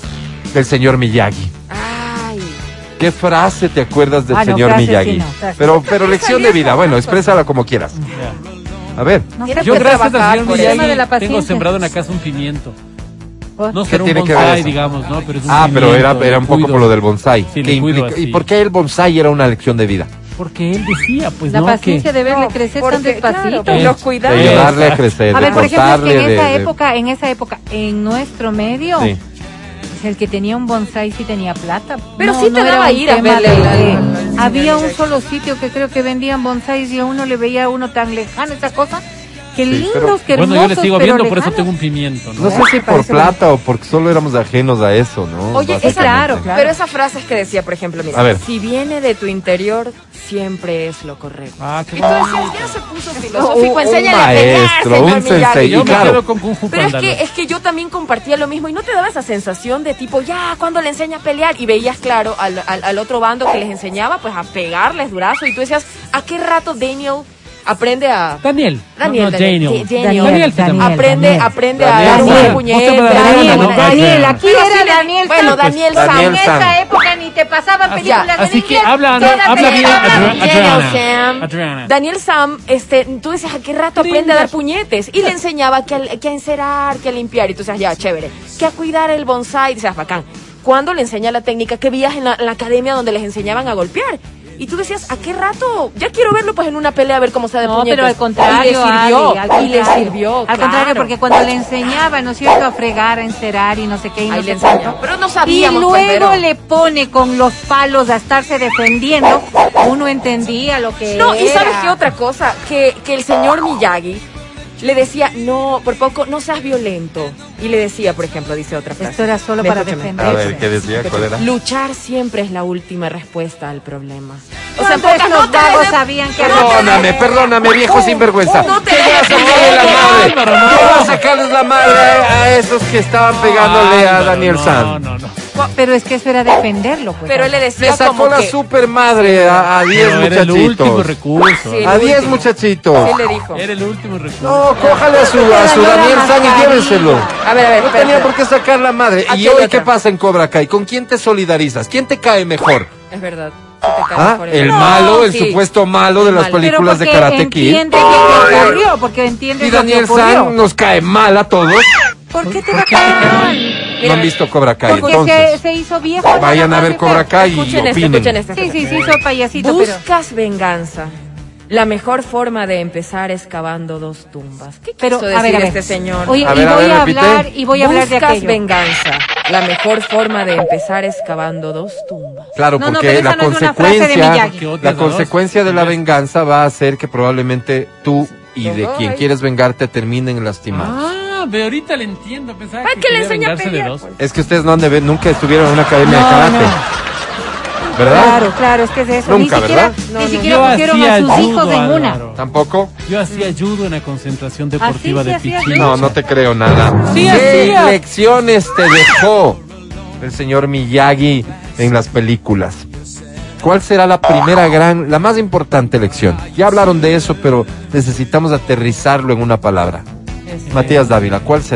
Speaker 2: del señor Miyagi?
Speaker 4: Ay,
Speaker 2: ¿Qué frase te acuerdas del
Speaker 5: Ah, no,
Speaker 2: señor
Speaker 5: frases
Speaker 2: Miyagi?
Speaker 5: sí, no, frases.
Speaker 2: Pero, pero lección de vida, bueno, exprésala como quieras.
Speaker 3: Ya.
Speaker 2: A ver.
Speaker 5: No
Speaker 4: Tienes
Speaker 5: sé,
Speaker 3: Yo
Speaker 4: que
Speaker 5: pues,
Speaker 3: gracias al
Speaker 4: trabajar
Speaker 3: señor
Speaker 4: por
Speaker 5: el tema
Speaker 3: Miyagi
Speaker 5: de la
Speaker 3: tengo
Speaker 5: paciencia.
Speaker 3: sembrado en la casa un pimiento.
Speaker 5: por-
Speaker 3: No
Speaker 2: ¿Qué
Speaker 3: será un
Speaker 2: tiene que ver
Speaker 3: bonsai,
Speaker 2: eso?
Speaker 3: digamos, ¿no? Pero es un
Speaker 2: Ah, pero era,
Speaker 3: pimiento,
Speaker 2: era
Speaker 3: le
Speaker 2: un poco
Speaker 3: cuido.
Speaker 2: por lo del bonsai.
Speaker 3: Sí,
Speaker 2: ¿Qué
Speaker 3: le cuido
Speaker 2: implica?
Speaker 3: así.
Speaker 2: ¿Y por qué el bonsai era una lección de vida?
Speaker 3: Porque él decía, pues
Speaker 5: la
Speaker 3: no,
Speaker 5: paciencia
Speaker 3: que...
Speaker 5: de verle
Speaker 4: No,
Speaker 5: crecer
Speaker 4: porque,
Speaker 5: tan despacito.
Speaker 4: claro,
Speaker 3: Eh,
Speaker 4: los cuidados.
Speaker 2: De ayudarle a
Speaker 3: Exacto.
Speaker 2: crecer,
Speaker 5: A
Speaker 2: de
Speaker 5: ver, por ejemplo, es que
Speaker 2: contarle,
Speaker 5: en esa
Speaker 2: de- de-
Speaker 5: época, en esa época, en nuestro medio,
Speaker 2: Sí.
Speaker 5: pues, el que tenía un bonsai sí tenía plata.
Speaker 4: Pero sí te
Speaker 5: era
Speaker 4: daba
Speaker 5: un
Speaker 4: ir a
Speaker 5: tema
Speaker 4: verle
Speaker 5: de
Speaker 4: al-
Speaker 5: que
Speaker 4: al- al-
Speaker 5: había
Speaker 4: al-
Speaker 5: un solo sitio que creo que vendían bonsais y a uno le veía a uno tan lejano esa cosa. Qué
Speaker 2: Sí,
Speaker 5: lindos,
Speaker 2: pero-
Speaker 5: qué hermosos,
Speaker 3: Bueno, yo le sigo
Speaker 5: pero
Speaker 3: viendo, por eso
Speaker 5: lejanos.
Speaker 3: tengo un pimiento, ¿no?
Speaker 2: No sé si por
Speaker 5: parece
Speaker 2: plata o porque solo éramos ajenos a eso, ¿no?
Speaker 4: Oye,
Speaker 2: Básicamente.
Speaker 4: esa,
Speaker 5: claro, claro.
Speaker 4: pero esa frase es que decía, por ejemplo, mira,
Speaker 2: A ver.
Speaker 4: si viene de tu interior, siempre es lo correcto.
Speaker 3: Ah, qué
Speaker 4: Y tú decías,
Speaker 3: bonito.
Speaker 4: ya se puso
Speaker 2: Un,
Speaker 4: filosófico,
Speaker 2: un
Speaker 4: enséñale a pelear,
Speaker 2: maestro,
Speaker 4: señor
Speaker 2: un
Speaker 4: Miyagi.
Speaker 2: sensei.
Speaker 3: Yo
Speaker 2: Y
Speaker 3: me
Speaker 2: claro,
Speaker 3: quedo con Kung Fu
Speaker 4: Pero es
Speaker 3: Panda.
Speaker 4: que, es que yo también compartía lo mismo y no te daba esa sensación de tipo, ya, cuando le enseña a pelear y veías claro al, al, al otro bando que les enseñaba pues a pegarles durazo y tú decías, ¿a qué rato Daniel aprende a...
Speaker 3: Daniel.
Speaker 4: Daniel,
Speaker 3: no, no,
Speaker 4: Daniel,
Speaker 3: Daniel.
Speaker 4: Daniel,
Speaker 5: Daniel,
Speaker 3: Daniel se llama.
Speaker 5: Daniel.
Speaker 4: aprende, aprende
Speaker 2: Daniel.
Speaker 4: a
Speaker 2: Daniel.
Speaker 4: dar
Speaker 3: Vos te
Speaker 4: puñetes.
Speaker 3: vas a dar
Speaker 5: Daniel,
Speaker 3: Daniel, ¿no?
Speaker 5: Daniel, aquí
Speaker 4: Pero
Speaker 5: era
Speaker 4: sí le-
Speaker 5: Daniel
Speaker 4: Bueno,
Speaker 5: San.
Speaker 4: Daniel
Speaker 5: Porque
Speaker 4: San.
Speaker 2: Daniel
Speaker 5: en
Speaker 2: San.
Speaker 5: esa época ni te pasaban
Speaker 4: Ya,
Speaker 5: películas en
Speaker 3: Así que
Speaker 5: inglés.
Speaker 3: habla, no,
Speaker 5: Quédate
Speaker 3: habla bien,
Speaker 5: hablando.
Speaker 3: Adri-
Speaker 4: Daniel
Speaker 3: Adriana.
Speaker 4: Sam,
Speaker 3: Adriana.
Speaker 4: Daniel Sam, este, tú decías, ¿a qué rato aprende a dar puñetes? Y le enseñaba que a, que a encerar, que a limpiar. Y tú decías, ya, chévere. Que a cuidar el bonsai. Y decías, bacán. ¿Cuándo le enseña la técnica? ¿Qué vías en la, en la academia donde les enseñaban a golpear? Y tú decías, ¿a qué rato? Ya quiero verlo pues en una pelea a ver cómo se da de
Speaker 5: No,
Speaker 4: puñetes.
Speaker 5: pero al contrario,
Speaker 4: Y le sirvió,
Speaker 5: Adi, al
Speaker 4: y le
Speaker 5: contrario.
Speaker 4: sirvió,
Speaker 5: Al
Speaker 4: claro.
Speaker 5: contrario, porque cuando le enseñaba, ¿no es cierto?, a fregar, a encerar y no sé qué, y no
Speaker 4: Ahí
Speaker 5: sé
Speaker 4: le enseñó.
Speaker 5: cuánto.
Speaker 4: Pero no
Speaker 5: Y
Speaker 4: sabíamos, pues,
Speaker 5: luego
Speaker 4: pero-
Speaker 5: le pone con los palos a estarse defendiendo, uno entendía lo que
Speaker 4: No, y
Speaker 5: era.
Speaker 4: ¿sabes qué otra cosa? Que, que el señor Miyagi le decía, no, por poco, no seas violento. Y le decía, por ejemplo, dice otra frase.
Speaker 5: Esto era solo para
Speaker 4: Escúchame.
Speaker 5: defenderse.
Speaker 2: A ver, ¿qué decía? ¿Cuál era?
Speaker 4: Luchar siempre es la última respuesta al problema. O
Speaker 5: ¿Cuántos
Speaker 4: pocas
Speaker 5: los
Speaker 4: no te
Speaker 5: vagos
Speaker 4: des-
Speaker 5: sabían que
Speaker 4: no te
Speaker 2: Perdóname,
Speaker 4: des-
Speaker 2: perdóname, viejo sinvergüenza.
Speaker 4: no te
Speaker 2: ¿Qué
Speaker 4: dejes
Speaker 2: vas a sacarle la
Speaker 4: de-
Speaker 2: madre?
Speaker 3: Álvaro, no.
Speaker 2: ¿Qué vas a sacarles la madre a esos que estaban pegándole a
Speaker 3: Álvaro,
Speaker 2: Daniel
Speaker 3: no,
Speaker 2: San?
Speaker 3: No, no.
Speaker 5: Pero es que eso era defenderlo, pues.
Speaker 4: Pero él le decía
Speaker 2: Le sacó
Speaker 4: como
Speaker 2: la
Speaker 4: que...
Speaker 2: super madre a a diez
Speaker 3: Pero era el último
Speaker 2: muchachitos.
Speaker 3: recurso.
Speaker 4: Sí.
Speaker 2: A
Speaker 4: el
Speaker 2: diez
Speaker 4: último.
Speaker 2: muchachitos.
Speaker 4: Sí le dijo.
Speaker 3: Era el último recurso.
Speaker 2: No, cójale a su, a su Daniel San y llévenselo.
Speaker 4: A ver, a ver,
Speaker 2: No
Speaker 4: espérate.
Speaker 2: tenía por qué sacar la madre.
Speaker 4: Aquí
Speaker 2: ¿Y
Speaker 4: hay
Speaker 2: hoy
Speaker 4: otra.
Speaker 2: qué pasa en Cobra Kai? ¿Con quién te solidarizas? ¿Quién te cae mejor?
Speaker 4: Es verdad. Sí te caes
Speaker 2: ¿Ah?
Speaker 4: por
Speaker 2: El
Speaker 4: No,
Speaker 2: malo, el
Speaker 4: sí.
Speaker 2: supuesto malo de
Speaker 4: El
Speaker 2: las
Speaker 4: malo.
Speaker 2: películas de
Speaker 5: porque
Speaker 2: Karate Kid.
Speaker 5: entiende que ocurrió, porque entiende
Speaker 2: Y
Speaker 5: lo que
Speaker 2: Daniel
Speaker 5: ocurrió.
Speaker 2: San nos cae mal a todos.
Speaker 5: ¿Por qué te va a caer mal?
Speaker 2: No han visto Cobra Kai,
Speaker 5: Porque se,
Speaker 2: entonces.
Speaker 5: se hizo viejo. nada
Speaker 2: Vayan a
Speaker 5: más
Speaker 2: ver
Speaker 5: de
Speaker 2: Cobra
Speaker 5: ver.
Speaker 2: Kai y
Speaker 4: Escuchen este,
Speaker 2: opinen.
Speaker 4: escuchen este.
Speaker 5: Sí, sí, sí, hizo payasito, pero...
Speaker 4: Buscas venganza. La mejor forma de empezar es cavando dos tumbas. ¿Qué
Speaker 5: Pero,
Speaker 4: quiso
Speaker 5: a
Speaker 4: decir
Speaker 5: ver, a ver.
Speaker 4: este señor?
Speaker 5: Oye,
Speaker 2: A ver,
Speaker 5: y
Speaker 2: a
Speaker 5: voy
Speaker 2: ver,
Speaker 5: a
Speaker 2: repite.
Speaker 5: hablar, y voy a hablar de
Speaker 4: Buscas
Speaker 5: aquello.
Speaker 4: venganza. La mejor forma de empezar es cavando dos tumbas.
Speaker 2: Claro,
Speaker 5: No, no,
Speaker 2: porque
Speaker 5: pero esa
Speaker 2: la
Speaker 5: no es una frase de
Speaker 2: consecuencia,
Speaker 5: Miyagi.
Speaker 3: Que odias
Speaker 2: la
Speaker 3: a dos.
Speaker 2: consecuencia de la venganza va a ser que probablemente tú y de
Speaker 4: Ay.
Speaker 2: quien quieres vengarte terminen lastimados.
Speaker 3: Ah, ve, ahorita le entiendo. Pensaba
Speaker 4: Ah,
Speaker 3: que
Speaker 4: que le
Speaker 3: quería
Speaker 4: enseña a
Speaker 3: vengarse de
Speaker 4: pelear,
Speaker 3: dos.
Speaker 4: pues.
Speaker 2: Es que ustedes no han de ver, nunca estuvieron en una academia
Speaker 5: No,
Speaker 2: de karate,
Speaker 5: no.
Speaker 2: ¿verdad?
Speaker 5: Claro, claro, es que es eso.
Speaker 2: Nunca,
Speaker 5: ni siquiera,
Speaker 2: ¿verdad?
Speaker 4: No,
Speaker 5: ni
Speaker 4: no.
Speaker 5: siquiera
Speaker 3: Yo
Speaker 5: pusieron
Speaker 3: hacía
Speaker 5: a sus
Speaker 3: judo,
Speaker 5: hijos en una.
Speaker 3: Álvaro.
Speaker 2: ¿Tampoco?
Speaker 3: Yo hacía judo en la concentración deportiva
Speaker 5: sí
Speaker 3: de
Speaker 5: hacía
Speaker 3: Pichín.
Speaker 2: No, no te creo nada.
Speaker 3: Sí,
Speaker 2: ¿Qué
Speaker 3: hacía.
Speaker 2: lecciones te dejó el señor Miyagi en las películas? ¿Cuál será la primera gran, la más importante lección? Ya hablaron de eso, pero necesitamos aterrizarlo en una palabra. Matías Dávila, ¿cuál será?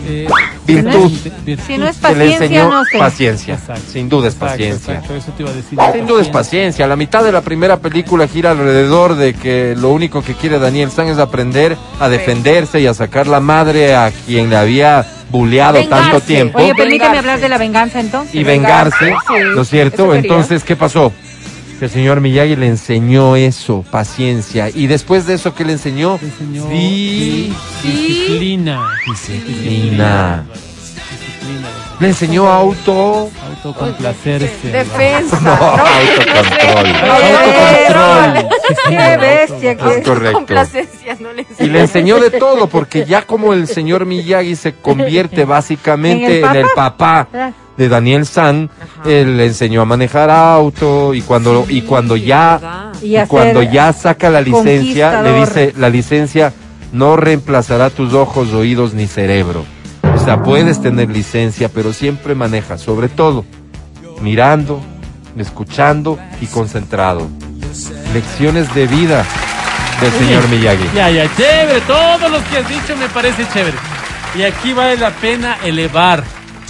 Speaker 3: Eh,
Speaker 2: Virtud.
Speaker 3: virtud.
Speaker 5: Si no es
Speaker 2: Que le
Speaker 5: paciencia,
Speaker 2: enseñó
Speaker 5: no sé.
Speaker 2: paciencia.
Speaker 3: Exacto.
Speaker 2: Sin duda es
Speaker 3: Exacto,
Speaker 2: paciencia.
Speaker 3: exacto, eso te iba a decir.
Speaker 2: Sin duda es paciencia. La mitad de la primera película gira alrededor de que lo único que quiere Daniel San es aprender a defenderse y a sacar la madre a quien le había bulleado
Speaker 4: Vengarse.
Speaker 2: tanto tiempo.
Speaker 5: Oye, permíteme
Speaker 4: Vengarse.
Speaker 5: hablar de la venganza entonces.
Speaker 2: Y vengarse,
Speaker 4: Sí,
Speaker 2: ¿no es cierto?
Speaker 4: eso quería.
Speaker 2: Entonces, ¿qué pasó? Que el señor Miyagi le enseñó eso, paciencia. Y después de eso, ¿qué le enseñó?
Speaker 3: Te enseñó
Speaker 2: Sí.
Speaker 3: di- disciplina.
Speaker 2: Disciplina.
Speaker 3: Disciplina.
Speaker 2: Le enseñó auto...
Speaker 3: Autocomplacerse.
Speaker 4: Defensa.
Speaker 2: No, autocontrol.
Speaker 3: Autocontrol.
Speaker 5: Qué bestia que
Speaker 2: Es
Speaker 5: es.
Speaker 2: correcto.
Speaker 4: Complacencia, no le
Speaker 2: Y le enseñó de todo, porque ya como el señor Miyagi se convierte básicamente
Speaker 5: ¿En
Speaker 2: en
Speaker 5: el
Speaker 2: el papá
Speaker 5: Ah.
Speaker 2: de Daniel San,
Speaker 4: Ajá.
Speaker 2: él le enseñó a manejar auto y cuando y cuando ya
Speaker 4: ¿verdad?
Speaker 5: Y
Speaker 2: y
Speaker 5: a
Speaker 2: cuando
Speaker 5: ser
Speaker 2: ya saca la licencia, le
Speaker 5: conquistador.
Speaker 2: dice, la licencia no reemplazará tus ojos, oídos ni cerebro. O sea, puedes tener licencia, pero siempre maneja, sobre todo, mirando, escuchando y concentrado. Lecciones de vida del señor Miyagi.
Speaker 3: Ya, ya, chévere. Todo lo que has dicho me parece chévere. Y aquí vale la pena elevar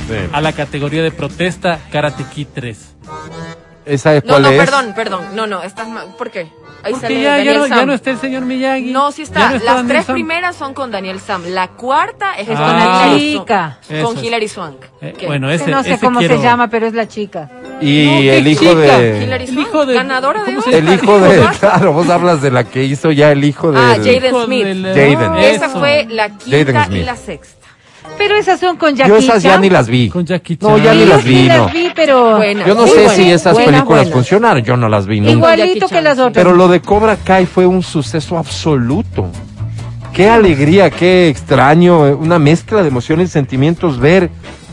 Speaker 3: a la categoría de protesta Karate Kid tres.
Speaker 2: ¿Esa es
Speaker 4: No,
Speaker 2: cuál
Speaker 4: no,
Speaker 2: es?
Speaker 4: perdón, perdón. No, no, estás mal. ¿Por qué? Ahí
Speaker 3: Porque
Speaker 4: sale
Speaker 3: ya, ya,
Speaker 4: Daniel
Speaker 3: no,
Speaker 4: Sam.
Speaker 3: ya no está el señor Miyagi.
Speaker 4: No, sí
Speaker 3: Ya
Speaker 4: está.
Speaker 3: no está
Speaker 4: Las
Speaker 3: Daniel
Speaker 4: tres
Speaker 3: Sam.
Speaker 4: primeras son con Daniel Sam. La cuarta es con
Speaker 3: Ah.
Speaker 5: la
Speaker 4: Hilary
Speaker 5: chica.
Speaker 4: Swank.
Speaker 3: Eso
Speaker 4: Con
Speaker 3: es.
Speaker 4: Hilary Swank.
Speaker 3: Eh,
Speaker 4: ¿Qué?
Speaker 3: bueno, ese,
Speaker 5: Que no sé
Speaker 3: ese
Speaker 5: cómo
Speaker 3: quiero-
Speaker 5: se llama, pero es la chica.
Speaker 2: Y
Speaker 3: No, qué
Speaker 2: el hijo
Speaker 3: chica.
Speaker 2: de...
Speaker 4: Hilary
Speaker 3: El
Speaker 4: Swank,
Speaker 3: hijo de-
Speaker 4: ganadora de
Speaker 3: ¿cómo se
Speaker 4: Oscar.
Speaker 2: El hijo de...
Speaker 4: Oscar.
Speaker 2: Claro, vos hablas de la que hizo ya el hijo de...
Speaker 4: Ah, Jaden
Speaker 3: hijo
Speaker 4: Smith.
Speaker 3: del-
Speaker 2: Jaden.
Speaker 4: Esa
Speaker 3: Eso.
Speaker 4: fue la
Speaker 2: Jaden
Speaker 4: quinta y
Speaker 2: Smith.
Speaker 4: la sexta.
Speaker 5: Pero esas son con Jackie
Speaker 2: Yo esas ya
Speaker 5: Chan.
Speaker 2: ni las vi.
Speaker 3: Con Jackie
Speaker 2: No,
Speaker 3: Chan.
Speaker 2: ya ni
Speaker 5: Sí,
Speaker 2: las
Speaker 5: sí
Speaker 2: vi,
Speaker 5: las
Speaker 2: no.
Speaker 5: vi, pero
Speaker 4: Buena.
Speaker 2: Yo no
Speaker 4: Muy
Speaker 2: sé
Speaker 4: buena.
Speaker 2: si esas
Speaker 4: Buena,
Speaker 2: películas
Speaker 4: buena.
Speaker 2: funcionaron, yo no las vi nunca.
Speaker 5: igualito
Speaker 4: Jackie
Speaker 5: que
Speaker 4: Chan,
Speaker 5: las
Speaker 4: sí.
Speaker 5: otras.
Speaker 2: Pero lo de Cobra Kai fue un suceso absoluto. Qué alegría, qué extraño, eh, una mezcla de emociones y sentimientos ver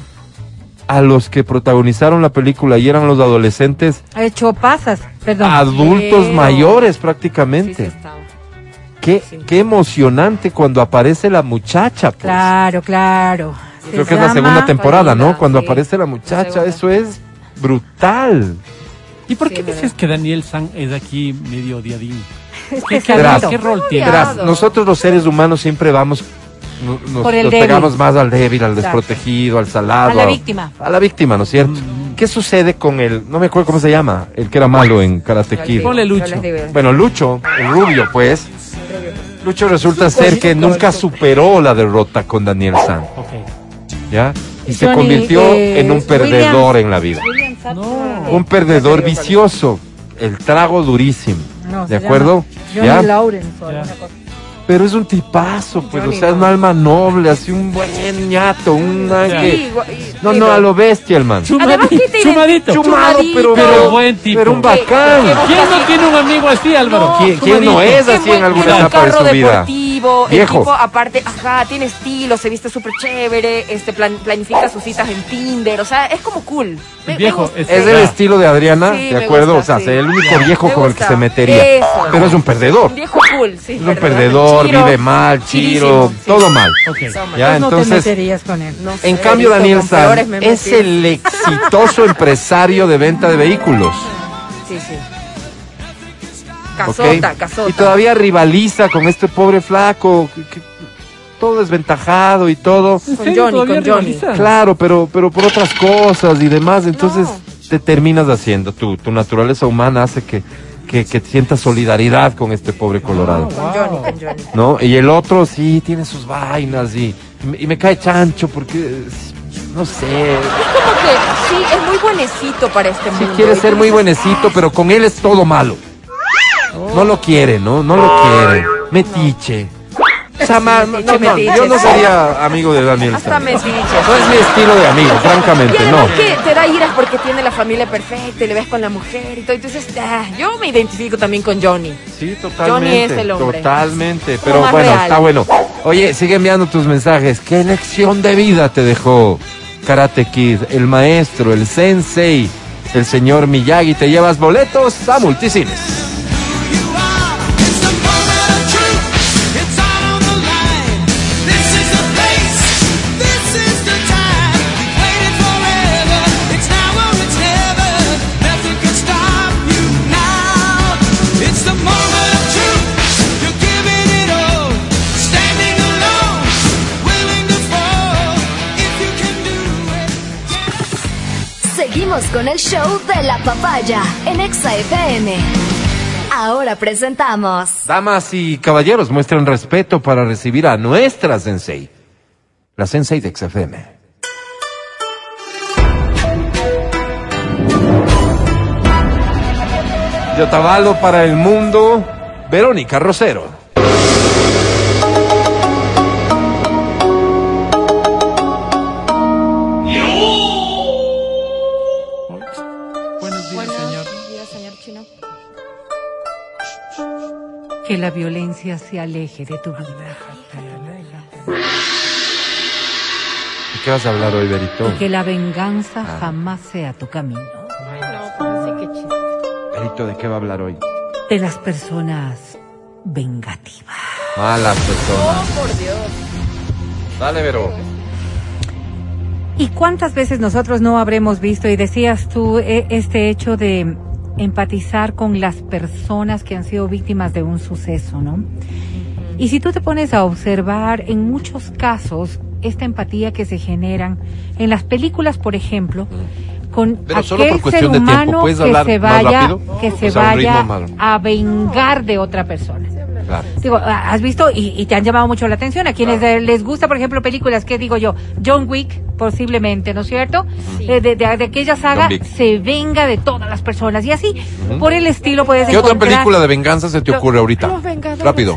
Speaker 2: a los que protagonizaron la película y eran los adolescentes
Speaker 5: Ha hecho pasas, perdón.
Speaker 2: adultos
Speaker 4: Pero-
Speaker 2: mayores
Speaker 4: Sí,
Speaker 2: prácticamente.
Speaker 4: sí estaba.
Speaker 2: Qué,
Speaker 4: Sí.
Speaker 2: qué emocionante cuando aparece la muchacha, pues.
Speaker 5: Claro, claro.
Speaker 2: Creo
Speaker 5: Se
Speaker 2: que es la
Speaker 5: llama-
Speaker 2: segunda temporada, ¿no?
Speaker 4: Farida,
Speaker 2: Cuando
Speaker 4: sí.
Speaker 2: aparece la muchacha,
Speaker 4: Segunda.
Speaker 2: eso es brutal.
Speaker 3: ¿Y por
Speaker 4: Sí,
Speaker 3: qué
Speaker 4: verdad.
Speaker 3: dices que Daniel San es aquí medio odiadín?
Speaker 5: Es
Speaker 3: ¿Qué, qué,
Speaker 5: pesadito.
Speaker 3: qué rol tiene?
Speaker 4: Odiado.
Speaker 2: Verás, nosotros los seres humanos siempre vamos, no- nos,
Speaker 5: Por el
Speaker 2: nos
Speaker 5: débil.
Speaker 2: pegamos más al débil, al
Speaker 5: Exacto.
Speaker 2: desprotegido, al salado.
Speaker 5: A la víctima.
Speaker 2: A la víctima, ¿no es cierto? ¿Qué sucede con el, no me acuerdo cómo se llama, el que era malo en Karate
Speaker 4: Yo les
Speaker 2: Kid?
Speaker 4: digo,
Speaker 3: Ponle
Speaker 4: yo
Speaker 3: Lucho.
Speaker 4: les digo.
Speaker 2: Bueno, Lucho, el rubio, pues. Lucho resulta ser que nunca superó la derrota con Daniel San,
Speaker 3: Ok.
Speaker 2: ¿ya? Y se
Speaker 5: Johnny,
Speaker 2: convirtió
Speaker 5: eh,
Speaker 2: en un perdedor
Speaker 5: Williams-
Speaker 2: en la vida.
Speaker 5: William Shatner.
Speaker 3: No.
Speaker 2: Un perdedor vicioso. El trago durísimo.
Speaker 5: No,
Speaker 2: ¿De
Speaker 5: se
Speaker 2: acuerdo?
Speaker 5: llama
Speaker 2: ¿Ya?
Speaker 5: Johnny Lawrence o
Speaker 3: Ya.
Speaker 5: alguna cosa.
Speaker 2: Pero es un tipazo, pues,
Speaker 4: Johnny
Speaker 2: o sea, es un
Speaker 4: no.
Speaker 2: alma noble, así un buen ñato, un
Speaker 3: Ya.
Speaker 2: que...
Speaker 4: Sí, igual- y-
Speaker 2: No,
Speaker 4: sí,
Speaker 2: no,
Speaker 4: pero-
Speaker 2: a lo bestia, el man.
Speaker 4: Además, ¿qué te
Speaker 3: Chumadito.
Speaker 2: Chumado, pero,
Speaker 3: Pero buen tipo.
Speaker 2: pero un
Speaker 4: ¿Qué-
Speaker 2: bacán.
Speaker 4: qué-
Speaker 3: ¿Quién no tiene un amigo así, Álvaro?
Speaker 2: ¿Quién- quién no
Speaker 3: Chumadito.
Speaker 2: es?
Speaker 4: Qué
Speaker 2: así
Speaker 4: buen-
Speaker 2: en alguna
Speaker 4: tiene un
Speaker 2: etapa de
Speaker 4: carro
Speaker 2: su vida.
Speaker 4: deportivo,
Speaker 2: Viejo.
Speaker 4: el tipo aparte, ajá, tiene estilo, se viste súper chévere, este plan- planifica sus citas en Tinder, o sea, es como cool. Me- me
Speaker 3: Viejo,
Speaker 4: gusta.
Speaker 3: es-
Speaker 2: Es del
Speaker 3: Ya.
Speaker 2: estilo de Adriana,
Speaker 4: Sí,
Speaker 2: ¿de
Speaker 4: me
Speaker 2: acuerdo?
Speaker 4: gusta,
Speaker 2: o sea,
Speaker 4: sí.
Speaker 2: es el único viejo
Speaker 4: Me
Speaker 2: con el que
Speaker 4: gusta.
Speaker 2: se metería.
Speaker 4: Eso.
Speaker 2: Pero es un perdedor.
Speaker 4: Un viejo cool, sí.
Speaker 2: Es un
Speaker 4: ¿verdad?
Speaker 2: perdedor,
Speaker 4: Chiro,
Speaker 2: vive mal, chiro,
Speaker 4: chirísimo, sí.
Speaker 2: todo mal.
Speaker 3: Ok.
Speaker 4: Todo mal.
Speaker 2: Ya,
Speaker 5: Pues no te
Speaker 2: entonces...
Speaker 5: meterías con él.
Speaker 4: No sé,
Speaker 2: En
Speaker 4: he
Speaker 2: cambio,
Speaker 4: visto
Speaker 2: Daniel
Speaker 4: con
Speaker 2: San
Speaker 4: peores me
Speaker 2: es
Speaker 4: metí.
Speaker 2: el exitoso empresario de venta de vehículos.
Speaker 4: Sí, sí.
Speaker 2: ¿ok?
Speaker 4: Casota, casota.
Speaker 2: Y todavía rivaliza con este pobre flaco, que- que- todo desventajado y todo.
Speaker 3: ¿En
Speaker 4: Con
Speaker 3: serio
Speaker 4: Johnny,
Speaker 3: todavía
Speaker 4: con Johnny.
Speaker 3: rivaliza?
Speaker 2: Claro, pero, pero por otras cosas y demás, entonces
Speaker 4: No.
Speaker 2: te terminas haciendo. Tu, tu naturaleza humana hace que, que, que sientas solidaridad con este pobre colorado.
Speaker 4: Con Johnny, con Johnny.
Speaker 2: ¿No? Y el otro sí tiene sus vainas y, y me, y me cae chancho porque, no sé,
Speaker 4: Como que sí, es muy buenecito para este
Speaker 2: sí
Speaker 4: mundo.
Speaker 2: quiere
Speaker 4: Y
Speaker 2: ser
Speaker 4: tú
Speaker 2: muy
Speaker 4: dices,
Speaker 2: buenecito, pero con él es todo malo. No lo quiere, ¿no? No lo quiere. Metiche. O sea, ma- no, no,
Speaker 4: metiche,
Speaker 2: yo no
Speaker 4: sí.
Speaker 2: sería amigo de Daniel
Speaker 4: Hasta
Speaker 2: San.
Speaker 4: metiche.
Speaker 2: No es mi estilo de amigo,
Speaker 4: Y
Speaker 2: francamente, no.
Speaker 4: además que te da iras porque tiene la familia perfecta y le ves con la mujer y todo. Entonces, ah, yo me identifico también con Johnny.
Speaker 2: Sí,
Speaker 4: Johnny
Speaker 2: totalmente.
Speaker 4: es el hombre.
Speaker 2: Totalmente.
Speaker 4: Como
Speaker 2: Pero
Speaker 4: más
Speaker 2: bueno,
Speaker 4: real.
Speaker 2: está bueno. Oye, sigue enviando tus mensajes. ¿Qué lección de vida te dejó Karate Kid? El maestro, el sensei, el señor Miyagi. Te llevas boletos a Multicines.
Speaker 7: con el show de la papaya en Exa F M. Ahora presentamos.
Speaker 2: Damas y caballeros, muestren respeto para recibir a nuestra sensei, la sensei de Exa F M. Yotavalo para el mundo, Verónica Rosero.
Speaker 3: Buenos días, señor.
Speaker 4: Buenos días, señor Chino.
Speaker 5: Que la violencia se aleje de tu vida.
Speaker 2: ¿De qué vas a hablar hoy, Berito?
Speaker 5: Y que la venganza
Speaker 2: Ah.
Speaker 5: jamás sea tu camino.
Speaker 4: Ay, no, pues sí, qué chiste.
Speaker 2: Berito, ¿de qué va a hablar hoy?
Speaker 5: De las personas vengativas.
Speaker 2: Malas personas.
Speaker 4: Oh, por Dios.
Speaker 2: Dale, Vero.
Speaker 5: ¿Y cuántas veces nosotros no habremos visto, y decías tú, eh, este hecho de empatizar con las personas que han sido víctimas de un suceso, ¿no? Y si tú te pones a observar, en muchos casos, esta empatía que se generan en las películas, por ejemplo, con
Speaker 2: Pero solo
Speaker 5: aquel
Speaker 2: por
Speaker 5: ser
Speaker 2: cuestión de tiempo.
Speaker 5: humano
Speaker 2: ¿Puedes
Speaker 5: que
Speaker 2: hablar
Speaker 5: se
Speaker 2: más
Speaker 5: vaya,
Speaker 2: rápido?
Speaker 5: que se
Speaker 2: O sea, un
Speaker 5: vaya
Speaker 2: ritmo más-
Speaker 5: a vengar de otra persona.
Speaker 2: Claro.
Speaker 5: Digo, has visto y, y te han llamado mucho la atención. A quienes eh, les gusta, por ejemplo, películas, ¿qué digo yo? John Wick, posiblemente, ¿no es cierto?
Speaker 4: Sí.
Speaker 5: Eh, de, de- de aquella saga,
Speaker 2: John Wick.
Speaker 5: se venga de todas las personas. Y así, por el estilo, puedes
Speaker 2: ¿Qué otra
Speaker 5: encontrar...
Speaker 2: película de venganza se te
Speaker 5: Lo-
Speaker 2: ocurre ahorita?
Speaker 4: Los Vengadores.
Speaker 2: Rápido.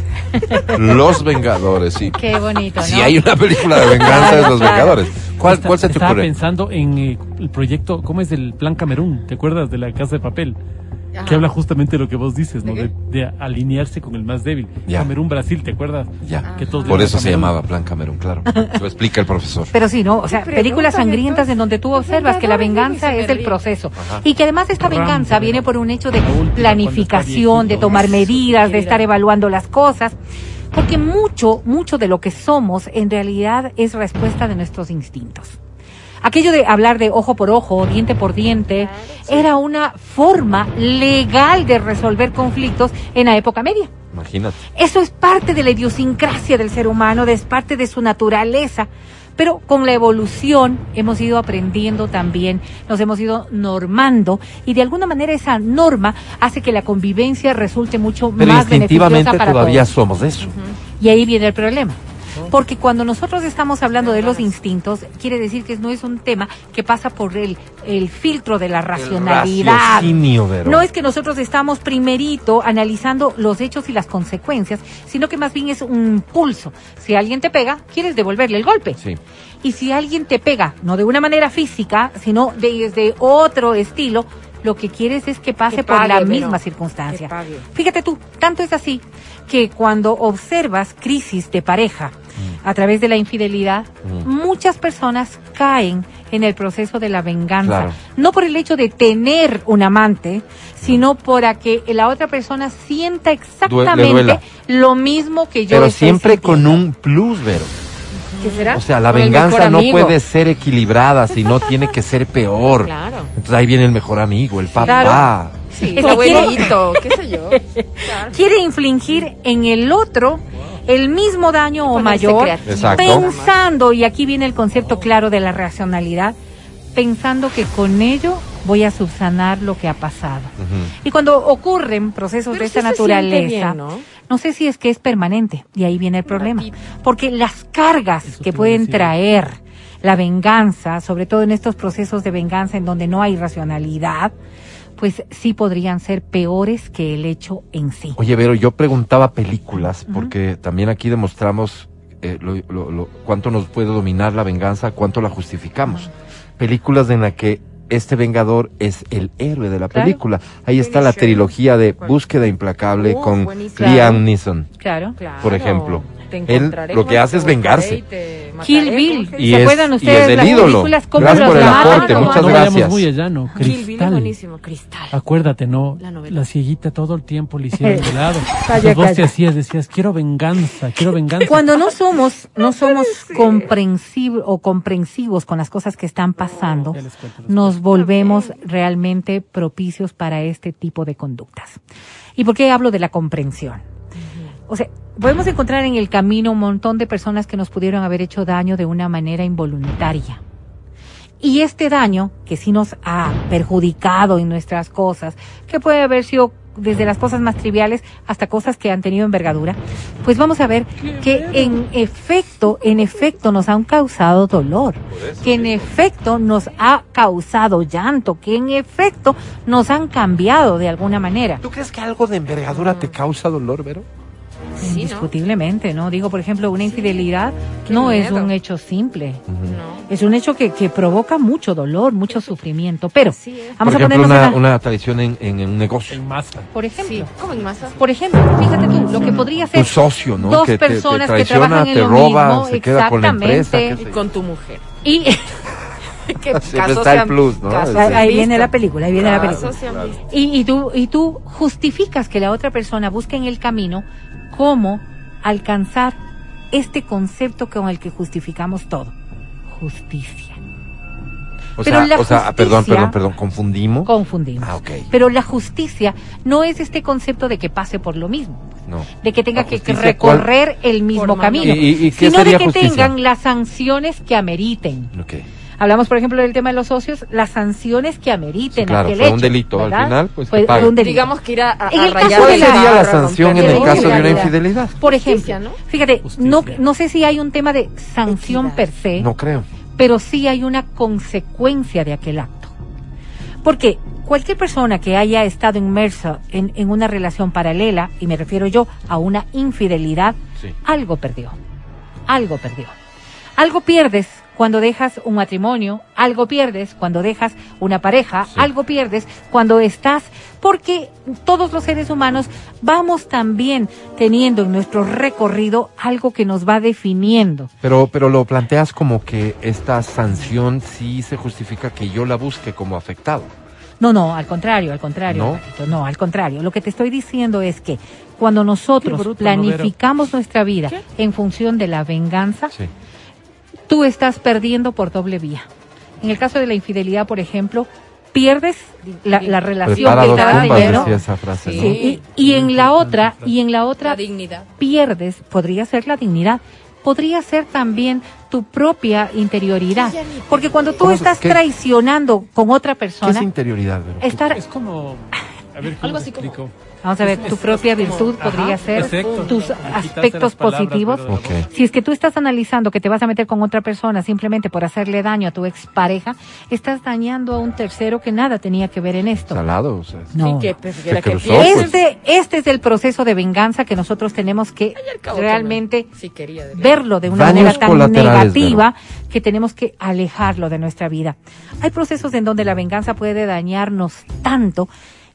Speaker 2: Los Vengadores, sí.
Speaker 5: Qué bonito, ¿no?
Speaker 2: Si hay una película de venganza, es Los
Speaker 5: Claro.
Speaker 2: Vengadores. ¿Cuál,
Speaker 3: Está-
Speaker 2: cuál se te
Speaker 3: Estaba
Speaker 2: ocurre?
Speaker 3: pensando en eh, el proyecto, ¿cómo es el Plan Camerún? ¿Te acuerdas de la Casa de Papel?
Speaker 4: Ajá.
Speaker 3: Que habla justamente de lo que vos dices, ¿no?
Speaker 4: ¿De
Speaker 3: De,
Speaker 4: qué?
Speaker 3: de alinearse con el más débil.
Speaker 2: Ya.
Speaker 3: Camerún, Brasil, ¿te acuerdas?
Speaker 2: Ya.
Speaker 3: Que todos
Speaker 2: Por
Speaker 3: le
Speaker 2: eso
Speaker 3: llaman
Speaker 2: se
Speaker 3: Camerún.
Speaker 2: llamaba Plan Camerún, claro. Lo explica el profesor.
Speaker 5: Pero sí, ¿no? O sea,
Speaker 4: ¿Qué
Speaker 5: películas
Speaker 4: preguntan,
Speaker 5: sangrientas
Speaker 4: entonces?
Speaker 5: en donde tú
Speaker 4: Los
Speaker 5: observas que la
Speaker 4: Vengadores,
Speaker 5: venganza
Speaker 4: se
Speaker 5: es
Speaker 4: me
Speaker 5: el
Speaker 4: ríe.
Speaker 5: proceso.
Speaker 2: Ajá.
Speaker 5: Y que además esta
Speaker 3: Rambo,
Speaker 5: venganza viene por un hecho de
Speaker 3: la última,
Speaker 5: planificación,
Speaker 3: cuando
Speaker 5: de
Speaker 3: está
Speaker 5: tomar
Speaker 3: viejito.
Speaker 5: medidas, de estar
Speaker 4: Mira.
Speaker 5: evaluando las cosas. Porque mucho, mucho de lo que somos en realidad es respuesta de nuestros instintos. Aquello de hablar de ojo por ojo, diente por diente, era una forma legal de resolver conflictos en la época media.
Speaker 2: Imagínate.
Speaker 5: Eso es parte de la idiosincrasia del ser humano, es parte de su naturaleza. Pero con la evolución hemos ido aprendiendo también, nos hemos ido normando y de alguna manera esa norma hace que la convivencia resulte mucho
Speaker 2: Pero
Speaker 5: más beneficiosa
Speaker 2: instintivamente
Speaker 5: para
Speaker 2: todavía
Speaker 5: todos.
Speaker 2: somos de eso.
Speaker 5: Y ahí viene el problema. Porque cuando nosotros estamos hablando de los instintos, quiere decir que no es un tema que pasa por el, el filtro de la racionalidad.
Speaker 2: raciocinio, Vero.
Speaker 5: No es que nosotros estamos primerito analizando los hechos y las consecuencias, sino que más bien es un pulso. Si alguien te pega, quieres devolverle el golpe.
Speaker 2: Sí.
Speaker 5: Y si alguien te pega, no de una manera física, sino desde otro estilo, lo que quieres es que pase
Speaker 4: Que
Speaker 5: por
Speaker 4: pague,
Speaker 5: la
Speaker 4: pero
Speaker 5: misma
Speaker 4: que
Speaker 5: circunstancia.
Speaker 4: pague.
Speaker 5: Fíjate tú, tanto es así que cuando observas crisis de pareja a través de la infidelidad,
Speaker 2: Mm.
Speaker 5: muchas personas caen en el proceso de la venganza.
Speaker 2: Claro.
Speaker 5: No por el hecho de tener un amante, sino para que la otra persona sienta exactamente
Speaker 2: duela.
Speaker 5: lo mismo que yo
Speaker 2: Pero
Speaker 5: estoy
Speaker 2: siempre con
Speaker 5: sintiendo.
Speaker 2: un plus, Vero.
Speaker 4: ¿Qué será?
Speaker 2: O sea, la
Speaker 4: Con el
Speaker 2: venganza
Speaker 4: mejor
Speaker 2: no
Speaker 4: amigo.
Speaker 2: puede ser equilibrada, sino tiene que ser peor.
Speaker 4: Claro.
Speaker 2: Entonces ahí viene el mejor amigo, el papá.
Speaker 5: Claro.
Speaker 4: Sí,
Speaker 5: Es
Speaker 4: tu
Speaker 5: que quiere-
Speaker 4: abuelito, qué sé yo. Claro.
Speaker 5: Quiere infligir en el otro el mismo daño o
Speaker 4: Ponerse
Speaker 5: mayor,
Speaker 4: creativo.
Speaker 2: Exacto.
Speaker 5: pensando, y aquí viene el concepto claro de la racionalidad, pensando que con ello voy a subsanar lo que ha pasado.
Speaker 2: Ujú.
Speaker 5: Y cuando ocurren procesos
Speaker 4: Pero
Speaker 5: de
Speaker 4: sí
Speaker 5: esta
Speaker 4: se siente
Speaker 5: naturaleza,
Speaker 4: bien, ¿no?
Speaker 5: no sé si es que es permanente, y ahí viene el problema.
Speaker 4: ratito.
Speaker 5: Porque las cargas
Speaker 3: Eso
Speaker 5: que
Speaker 3: te iba a
Speaker 5: pueden
Speaker 3: decir.
Speaker 5: traer la venganza, sobre todo en estos procesos de venganza en donde no hay racionalidad, pues sí podrían ser peores que el hecho en sí.
Speaker 2: Oye, Vero, yo preguntaba películas, porque también aquí demostramos eh, lo, lo- lo- cuánto nos puede dominar la venganza, cuánto la justificamos. Películas en las que este vengador es el héroe de la
Speaker 5: Claro.
Speaker 2: película. Ahí está la
Speaker 4: Finisher.
Speaker 2: trilogía de Búsqueda Implacable
Speaker 4: Uh,
Speaker 2: con
Speaker 4: buenísimo.
Speaker 2: Liam Neeson,
Speaker 5: Claro.
Speaker 4: Claro.
Speaker 2: por ejemplo.
Speaker 4: Te
Speaker 2: Él
Speaker 4: encontraré
Speaker 2: lo
Speaker 4: con
Speaker 2: que hace es
Speaker 4: te buscaré
Speaker 2: vengarse.
Speaker 4: y te mataré,
Speaker 5: Kill
Speaker 4: ¿cómo
Speaker 5: Bill.
Speaker 4: se
Speaker 2: Y
Speaker 4: dice?
Speaker 5: ¿Se
Speaker 2: es-
Speaker 5: acuerdan
Speaker 2: y
Speaker 5: ustedes
Speaker 2: es el
Speaker 5: las
Speaker 2: ídolo.
Speaker 5: películas? ¿Cómo
Speaker 2: Gracias
Speaker 5: los
Speaker 2: por el
Speaker 5: matan?
Speaker 2: aporte,
Speaker 5: ¿Cómo
Speaker 2: muchas
Speaker 3: no
Speaker 5: hacen?
Speaker 2: gracias.
Speaker 3: vayamos muy allá, ¿no?
Speaker 4: Kill Bill es
Speaker 3: Cristal.
Speaker 4: buenísimo, Cristal.
Speaker 3: Acuérdate, ¿no?
Speaker 4: La novela.
Speaker 3: La cieguita todo el tiempo le hicieron de lado.
Speaker 5: Calla,
Speaker 3: Entonces vos te
Speaker 5: calla.
Speaker 3: hacías, decías, quiero venganza, quiero venganza.
Speaker 5: Cuando no somos, no somos comprensivos o comprensivos con las cosas que están pasando,
Speaker 3: Ya les cuento después.
Speaker 5: nos volvemos realmente propicios para este tipo de conductas. ¿Y por qué hablo de la comprensión? O sea, podemos encontrar en el camino un montón de personas que nos pudieron haber hecho daño de una manera involuntaria. Y este daño, que sí nos ha perjudicado en nuestras cosas, que puede haber sido desde las cosas más triviales hasta cosas que han tenido envergadura, pues vamos a ver que en efecto, en efecto nos han causado dolor, que en efecto nos ha causado llanto, que en efecto nos han cambiado de alguna manera.
Speaker 2: ¿Tú crees que algo de envergadura te causa dolor, Vero?
Speaker 4: Sí,
Speaker 5: Indiscutiblemente, ¿no? Digo, por ejemplo, una infidelidad
Speaker 4: Qué
Speaker 5: no es
Speaker 4: miedo.
Speaker 5: un hecho simple.
Speaker 4: No.
Speaker 5: Es un hecho que, que provoca mucho dolor, mucho sufrimiento. Pero
Speaker 4: Sí, es.
Speaker 5: vamos
Speaker 2: Por
Speaker 5: a
Speaker 2: ejemplo,
Speaker 5: ponernos
Speaker 2: una,
Speaker 5: en la-
Speaker 2: una traición en, en, en un negocio.
Speaker 3: En masa.
Speaker 5: por ejemplo,
Speaker 4: Sí, como en masa.
Speaker 5: por ejemplo, fíjate tú, lo que podría
Speaker 2: Tu
Speaker 5: ser
Speaker 2: socio, ¿no?
Speaker 5: dos
Speaker 2: que te, te
Speaker 5: personas que
Speaker 2: traiciona,
Speaker 5: trabajan en
Speaker 2: te
Speaker 5: lo
Speaker 2: roba,
Speaker 5: mismo,
Speaker 2: se queda con la empresa.
Speaker 5: exactamente.
Speaker 2: qué
Speaker 4: Y
Speaker 2: sé yo.
Speaker 4: con tu mujer.
Speaker 5: y
Speaker 4: Que
Speaker 2: Siempre está el plus, ¿no?
Speaker 4: casos
Speaker 2: Sí.
Speaker 4: se han
Speaker 5: ahí viene
Speaker 4: visto.
Speaker 5: la película, ahí viene la
Speaker 4: Casos
Speaker 5: película.
Speaker 4: se han visto.
Speaker 5: Y, y tú y tú justificas que la otra persona busque en el camino cómo alcanzar este concepto con el que justificamos todo, justicia.
Speaker 2: O
Speaker 5: Pero
Speaker 2: sea,
Speaker 5: la
Speaker 2: o sea,
Speaker 5: justicia-
Speaker 2: perdón, perdón, perdón, confundimos.
Speaker 5: Confundimos.
Speaker 2: Ah, ok.
Speaker 5: Pero la justicia no es este concepto de que pase por lo mismo,
Speaker 2: No.
Speaker 5: de que tenga
Speaker 2: La
Speaker 5: que
Speaker 2: justicia,
Speaker 5: recorrer el mismo
Speaker 4: Por
Speaker 5: camino,
Speaker 2: ¿Y- y- y qué
Speaker 5: sino de
Speaker 2: sería
Speaker 5: que
Speaker 2: justicia?
Speaker 5: tengan las sanciones que ameriten.
Speaker 2: Ok.
Speaker 5: Hablamos, por ejemplo, del tema de los socios, las sanciones que ameriten
Speaker 2: Sí, claro,
Speaker 5: aquel
Speaker 2: fue un
Speaker 5: hecho,
Speaker 2: delito, al
Speaker 5: ¿verdad?
Speaker 2: final, pues,
Speaker 5: fue,
Speaker 2: te pagan.
Speaker 5: fue un delito.
Speaker 4: Digamos que ir a, a,
Speaker 5: En
Speaker 4: a
Speaker 5: el caso
Speaker 4: rayar
Speaker 5: de
Speaker 2: ¿Cuál
Speaker 5: la-
Speaker 2: sería la
Speaker 4: barra,
Speaker 2: sanción en
Speaker 4: romper
Speaker 2: el
Speaker 5: de
Speaker 2: caso de una
Speaker 5: infidelidad.
Speaker 2: infidelidad?
Speaker 5: Por
Speaker 4: Justicia,
Speaker 5: ejemplo,
Speaker 4: ¿no?
Speaker 5: fíjate,
Speaker 3: Justicia.
Speaker 5: no, no sé si hay un tema de sanción
Speaker 4: Equidad.
Speaker 5: per se,
Speaker 2: No creo.
Speaker 5: pero sí hay una consecuencia de aquel acto. Porque cualquier persona que haya estado inmersa en, en una relación paralela, y me refiero yo a una infidelidad,
Speaker 2: Sí.
Speaker 5: algo perdió. Algo perdió. Algo pierdes cuando dejas un matrimonio, algo pierdes cuando dejas una pareja,
Speaker 2: Sí.
Speaker 5: algo pierdes cuando estás, porque todos los seres humanos vamos también teniendo en nuestro recorrido algo que nos va definiendo.
Speaker 2: Pero, pero lo planteas como que esta sanción sí se justifica que yo la busque como afectado.
Speaker 5: No, no, al contrario, al contrario,
Speaker 2: ¿No?
Speaker 5: Marito, no, al contrario. Lo que te estoy diciendo es que cuando nosotros
Speaker 3: Qué bruto,
Speaker 5: planificamos nuestra vida en función de la venganza,
Speaker 2: Sí.
Speaker 5: tú estás perdiendo por doble vía. En el caso de la infidelidad, por ejemplo, pierdes la, la relación
Speaker 2: Prepara
Speaker 5: que
Speaker 2: dos
Speaker 5: estabas
Speaker 2: tumbas,
Speaker 5: teniendo.
Speaker 2: decía esa frase,
Speaker 4: Sí.
Speaker 2: ¿no?
Speaker 5: Sí, y, y en la otra, y en la otra
Speaker 4: La dignidad.
Speaker 5: pierdes, podría ser la dignidad, podría ser también tu propia interioridad. Porque cuando tú
Speaker 2: ¿Cómo se-
Speaker 5: estás
Speaker 2: qué-
Speaker 5: traicionando con otra
Speaker 2: ¿Qué es
Speaker 5: persona,
Speaker 2: interioridad, Vero?
Speaker 5: estar
Speaker 3: Es como... A ver, ¿cómo
Speaker 4: Algo
Speaker 3: te
Speaker 4: así como-
Speaker 3: explico?
Speaker 5: Vamos a ver, tu propia virtud
Speaker 3: Ajá,
Speaker 5: podría ser
Speaker 3: perfecto.
Speaker 5: tus
Speaker 3: Me quitaste
Speaker 5: aspectos
Speaker 3: las palabras,
Speaker 5: positivos.
Speaker 3: pero de la
Speaker 2: Ok.
Speaker 5: Si es que tú estás analizando que te vas a meter con otra persona simplemente por hacerle daño a tu expareja, estás dañando a un tercero que nada tenía que ver en esto.
Speaker 2: Salado, o sea.
Speaker 5: No.
Speaker 4: Sí, que, pues, que la que
Speaker 2: cruzó,
Speaker 4: pierde.
Speaker 2: pues.
Speaker 5: Este, este es el proceso de venganza que nosotros tenemos que
Speaker 4: Al cabo que
Speaker 5: realmente
Speaker 4: no. Sí quería, de verdad.
Speaker 5: verlo de una
Speaker 2: Daños
Speaker 5: manera tan
Speaker 2: colaterales,
Speaker 5: negativa que tenemos que alejarlo de nuestra vida. Hay procesos en donde la venganza puede dañarnos tanto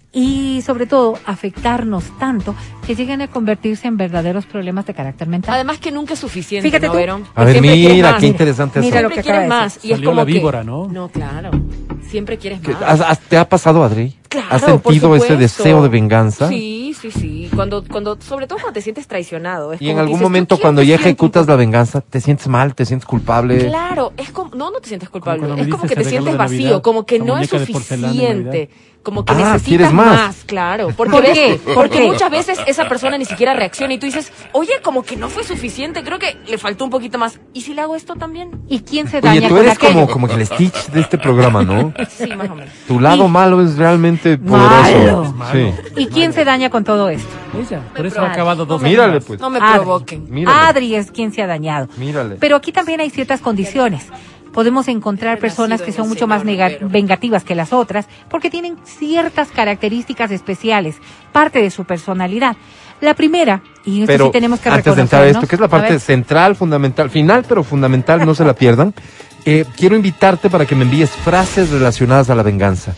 Speaker 5: y sobre todo afectarnos tanto que llegan a convertirse en verdaderos problemas de carácter mental.
Speaker 4: Además que nunca es suficiente,
Speaker 5: Fíjate
Speaker 4: ¿no,
Speaker 5: tú.
Speaker 4: Verón?
Speaker 2: A ver,
Speaker 4: Siempre quieres
Speaker 2: mira,
Speaker 4: más.
Speaker 2: qué interesante
Speaker 5: Mira
Speaker 2: eso.
Speaker 5: lo que
Speaker 4: Siempre quieres
Speaker 5: acaba de
Speaker 4: más.
Speaker 5: decir.
Speaker 4: Y es
Speaker 3: Salió
Speaker 4: como
Speaker 3: la
Speaker 4: que-
Speaker 3: víbora, ¿no?
Speaker 4: No, claro. Siempre quieres
Speaker 2: ¿Qué-
Speaker 4: más.
Speaker 2: has- has- ¿Te ha pasado, Adri?
Speaker 4: Claro,
Speaker 2: ¿Has
Speaker 4: por
Speaker 2: sentido ese
Speaker 4: supuesto.
Speaker 2: deseo de venganza?
Speaker 4: Sí, sí, sí. Cuando, cuando, sobre todo cuando te sientes traicionado. Es
Speaker 2: Y en
Speaker 4: como que
Speaker 2: algún
Speaker 4: dices,
Speaker 2: momento
Speaker 4: ¿yo quién
Speaker 2: cuando
Speaker 4: te
Speaker 2: ya
Speaker 4: siento?
Speaker 2: ejecutas la venganza, te sientes mal, te sientes culpable.
Speaker 4: Claro, es como, no, no te sientes culpable,
Speaker 3: Como cuando
Speaker 4: es
Speaker 3: me
Speaker 4: como
Speaker 3: diste
Speaker 4: que te
Speaker 3: ese regalo
Speaker 4: sientes
Speaker 3: de
Speaker 4: vacío,
Speaker 3: Navidad,
Speaker 4: como que
Speaker 3: la
Speaker 4: no es
Speaker 3: muñeca de porcelana de
Speaker 4: suficiente, como que
Speaker 2: Ah,
Speaker 4: necesitas
Speaker 2: ¿quieres más?
Speaker 4: claro, porque
Speaker 5: ¿Por
Speaker 4: ves-
Speaker 5: qué? ¿Por
Speaker 4: porque
Speaker 5: qué?
Speaker 4: muchas veces esa persona ni siquiera reacciona y tú dices, oye, como que no fue suficiente, creo que le faltó un poquito más, ¿y si le hago esto también?
Speaker 5: ¿Y quién se
Speaker 2: Oye,
Speaker 5: daña
Speaker 2: tú
Speaker 5: con
Speaker 2: eres
Speaker 5: aquello?
Speaker 2: como, como que el Stitch de este programa, ¿no?
Speaker 4: Sí, más o menos.
Speaker 2: Tu lado
Speaker 5: Y-
Speaker 2: malo es realmente
Speaker 5: Malo.
Speaker 2: poderoso.
Speaker 3: Malo.
Speaker 2: Sí.
Speaker 5: ¿Y quién se daña con todo esto?
Speaker 3: Ella, por eso
Speaker 4: provoca.
Speaker 3: ha acabado dos
Speaker 2: Mírale,
Speaker 3: años.
Speaker 2: pues.
Speaker 4: No me
Speaker 5: Adri.
Speaker 4: provoquen.
Speaker 2: Mírale.
Speaker 5: Adri es quien se ha dañado.
Speaker 2: Mírale.
Speaker 5: Pero aquí también hay ciertas condiciones. Podemos encontrar personas que son mucho más nega- vengativas que las otras porque tienen ciertas características especiales, parte de su personalidad. La primera, y esto
Speaker 2: Pero
Speaker 5: sí tenemos que
Speaker 2: antes de entrar a
Speaker 5: reconocernos,
Speaker 2: esto, que es la
Speaker 5: a
Speaker 2: parte
Speaker 5: ver,
Speaker 2: central, fundamental, final, pero fundamental, no se la pierdan. Eh, quiero invitarte para que me envíes frases relacionadas a la venganza.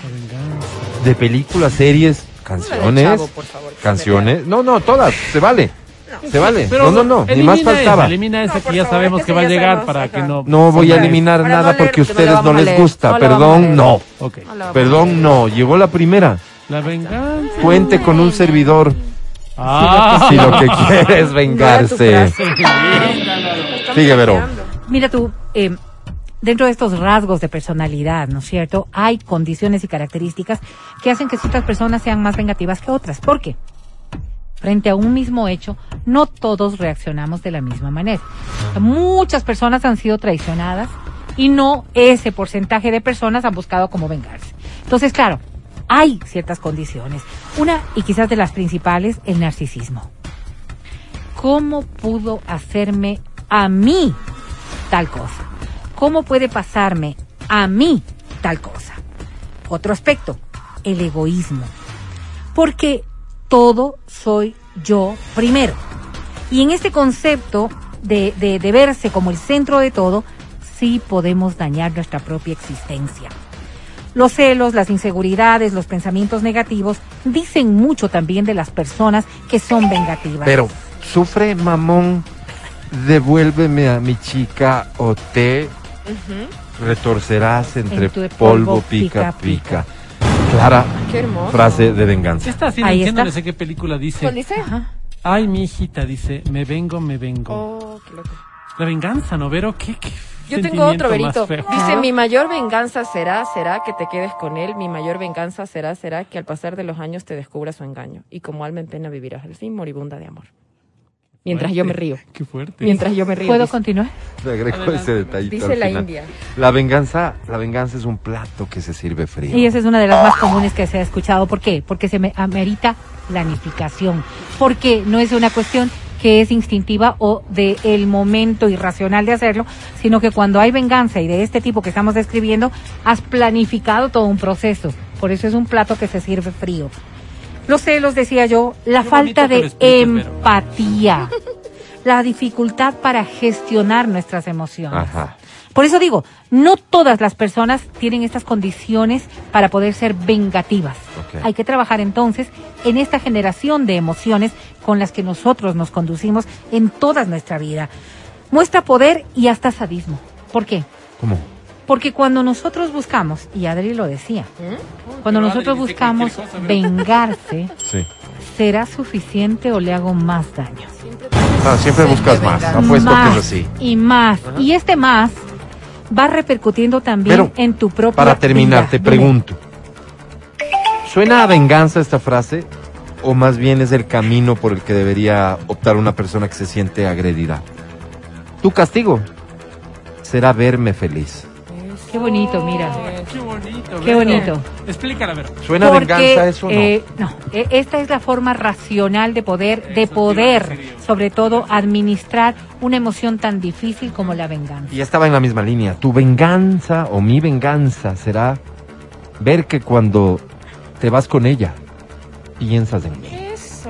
Speaker 2: De películas, series, canciones.
Speaker 4: Chavo, por favor, que
Speaker 2: canciones. No, no, todas, se vale. Se vale.
Speaker 3: Pero
Speaker 2: No, no, no, ni más
Speaker 3: elimina
Speaker 2: faltaba.
Speaker 3: Esa, elimina esa
Speaker 4: No,
Speaker 3: que
Speaker 4: por
Speaker 3: ya
Speaker 4: favor,
Speaker 3: sabemos
Speaker 4: es que
Speaker 3: que va a
Speaker 4: ya
Speaker 3: llegar
Speaker 4: sabemos,
Speaker 3: para
Speaker 4: ajá.
Speaker 3: que no...
Speaker 2: No voy a
Speaker 4: Para
Speaker 2: eliminar
Speaker 4: no
Speaker 2: nada
Speaker 4: leer,
Speaker 2: porque a
Speaker 4: que no la
Speaker 2: ustedes no
Speaker 4: vamos a
Speaker 2: les
Speaker 4: leer.
Speaker 2: gusta.
Speaker 4: No la vamos a
Speaker 2: Perdón,
Speaker 4: leer.
Speaker 2: no.
Speaker 3: Ok.
Speaker 4: No la vamos a
Speaker 2: Perdón, no. Llegó la primera.
Speaker 3: La venganza.
Speaker 2: Cuente con un servidor
Speaker 3: Ah,
Speaker 2: si lo que quiere es
Speaker 4: No
Speaker 2: vengarse.
Speaker 4: era tu frase.
Speaker 2: Sigue, Vero.
Speaker 5: mira tú, eh, dentro de estos rasgos de personalidad, ¿no es cierto? Hay condiciones y características que hacen que ciertas personas sean más vengativas que otras. ¿Por qué? Frente a un mismo hecho, no todos reaccionamos de la misma manera. Muchas personas han sido traicionadas y no ese porcentaje de personas han buscado cómo vengarse. Entonces, claro, hay ciertas condiciones. Una, y quizás de las principales, el narcisismo. ¿Cómo pudo hacerme a mí tal cosa? ¿Cómo puede pasarme a mí tal cosa? Otro aspecto, el egoísmo. Porque todo soy yo primero. Y en este concepto de, de, de verse como el centro de todo, sí podemos dañar nuestra propia existencia. Los celos, las inseguridades, los pensamientos negativos dicen mucho también de las personas que son vengativas.
Speaker 2: Pero, sufre, mamón, devuélveme a mi chica o te uh-huh. retorcerás entre en polvo, polvo pica, pica. pica. Clara
Speaker 4: Qué hermoso.
Speaker 2: Frase de venganza.
Speaker 3: Esta sí,
Speaker 5: Ahí
Speaker 3: entiendo,
Speaker 5: está.
Speaker 3: no sé qué película dice.
Speaker 4: ¿Cuál dice? Ajá.
Speaker 3: Ay, mi hijita, dice, me vengo, me vengo.
Speaker 4: Oh, qué loco.
Speaker 3: La venganza, ¿no, Vero? ¿Qué, qué
Speaker 4: Yo tengo otro, Verito.
Speaker 3: Feo.
Speaker 4: Dice, mi mayor venganza será, será que te quedes con él. Mi mayor venganza será, será que al pasar de los años te descubra su engaño. Y como alma en pena vivirás el fin moribunda de amor. Mientras
Speaker 3: fuerte.
Speaker 4: yo me río.
Speaker 3: Qué fuerte.
Speaker 4: Mientras yo me río.
Speaker 5: ¿Puedo
Speaker 4: dice.
Speaker 5: continuar?
Speaker 2: Le agrego ese detallito
Speaker 4: Dice
Speaker 2: al
Speaker 4: la
Speaker 2: final.
Speaker 4: India.
Speaker 2: La venganza, la venganza es un plato que se sirve frío.
Speaker 5: Y esa es una de las más comunes que se ha escuchado. ¿Por qué? Porque se me amerita planificación. Porque no es una cuestión que es instintiva o de el momento irracional de hacerlo, sino que cuando hay venganza y de este tipo que estamos describiendo, has planificado todo un proceso. Por eso es un plato que se sirve frío. Los celos, decía yo, la
Speaker 3: Qué
Speaker 5: falta
Speaker 3: bonito que
Speaker 5: de
Speaker 3: lo expliques, Vero.
Speaker 5: empatía, la dificultad para gestionar nuestras emociones.
Speaker 2: Ajá.
Speaker 5: Por eso digo, no todas las personas tienen estas condiciones para poder ser vengativas.
Speaker 2: Okay.
Speaker 5: Hay que trabajar entonces en esta generación de emociones con las que nosotros nos conducimos en toda nuestra vida. Muestra poder y hasta sadismo. ¿Por qué?
Speaker 2: ¿Cómo?
Speaker 5: Porque cuando nosotros buscamos, y Adri lo decía, cuando
Speaker 3: Pero
Speaker 5: nosotros
Speaker 3: Adri dice
Speaker 5: buscamos
Speaker 3: cualquier cosa, ¿verdad?
Speaker 5: vengarse,
Speaker 2: Sí.
Speaker 5: ¿será suficiente o le hago más daño?
Speaker 2: Ah, siempre buscas más. Apuesto
Speaker 5: más
Speaker 2: que es así.
Speaker 5: y más. Y este más va repercutiendo también
Speaker 2: Pero,
Speaker 5: en tu propia
Speaker 2: Para terminar,
Speaker 5: vida.
Speaker 2: te
Speaker 5: Dime.
Speaker 2: pregunto. ¿Suena a venganza esta frase? ¿O más bien es el camino por el que debería optar una persona que se siente agredida? Tu castigo será verme feliz.
Speaker 5: Qué bonito, mira.
Speaker 3: Qué bonito.
Speaker 5: Qué
Speaker 3: Vero.
Speaker 5: bonito.
Speaker 3: Explícala, Vero.
Speaker 2: ¿Suena a
Speaker 5: Porque,
Speaker 2: venganza eso o no?
Speaker 5: eh, no, eh, esta es la forma racional de poder, de
Speaker 3: Eso te iba a
Speaker 5: poder,
Speaker 3: decir yo.
Speaker 5: sobre todo, administrar una emoción tan difícil como la venganza.
Speaker 2: Y ya estaba en la misma línea. Tu venganza o mi venganza será ver que cuando te vas con ella, piensas en mí.
Speaker 4: Eso.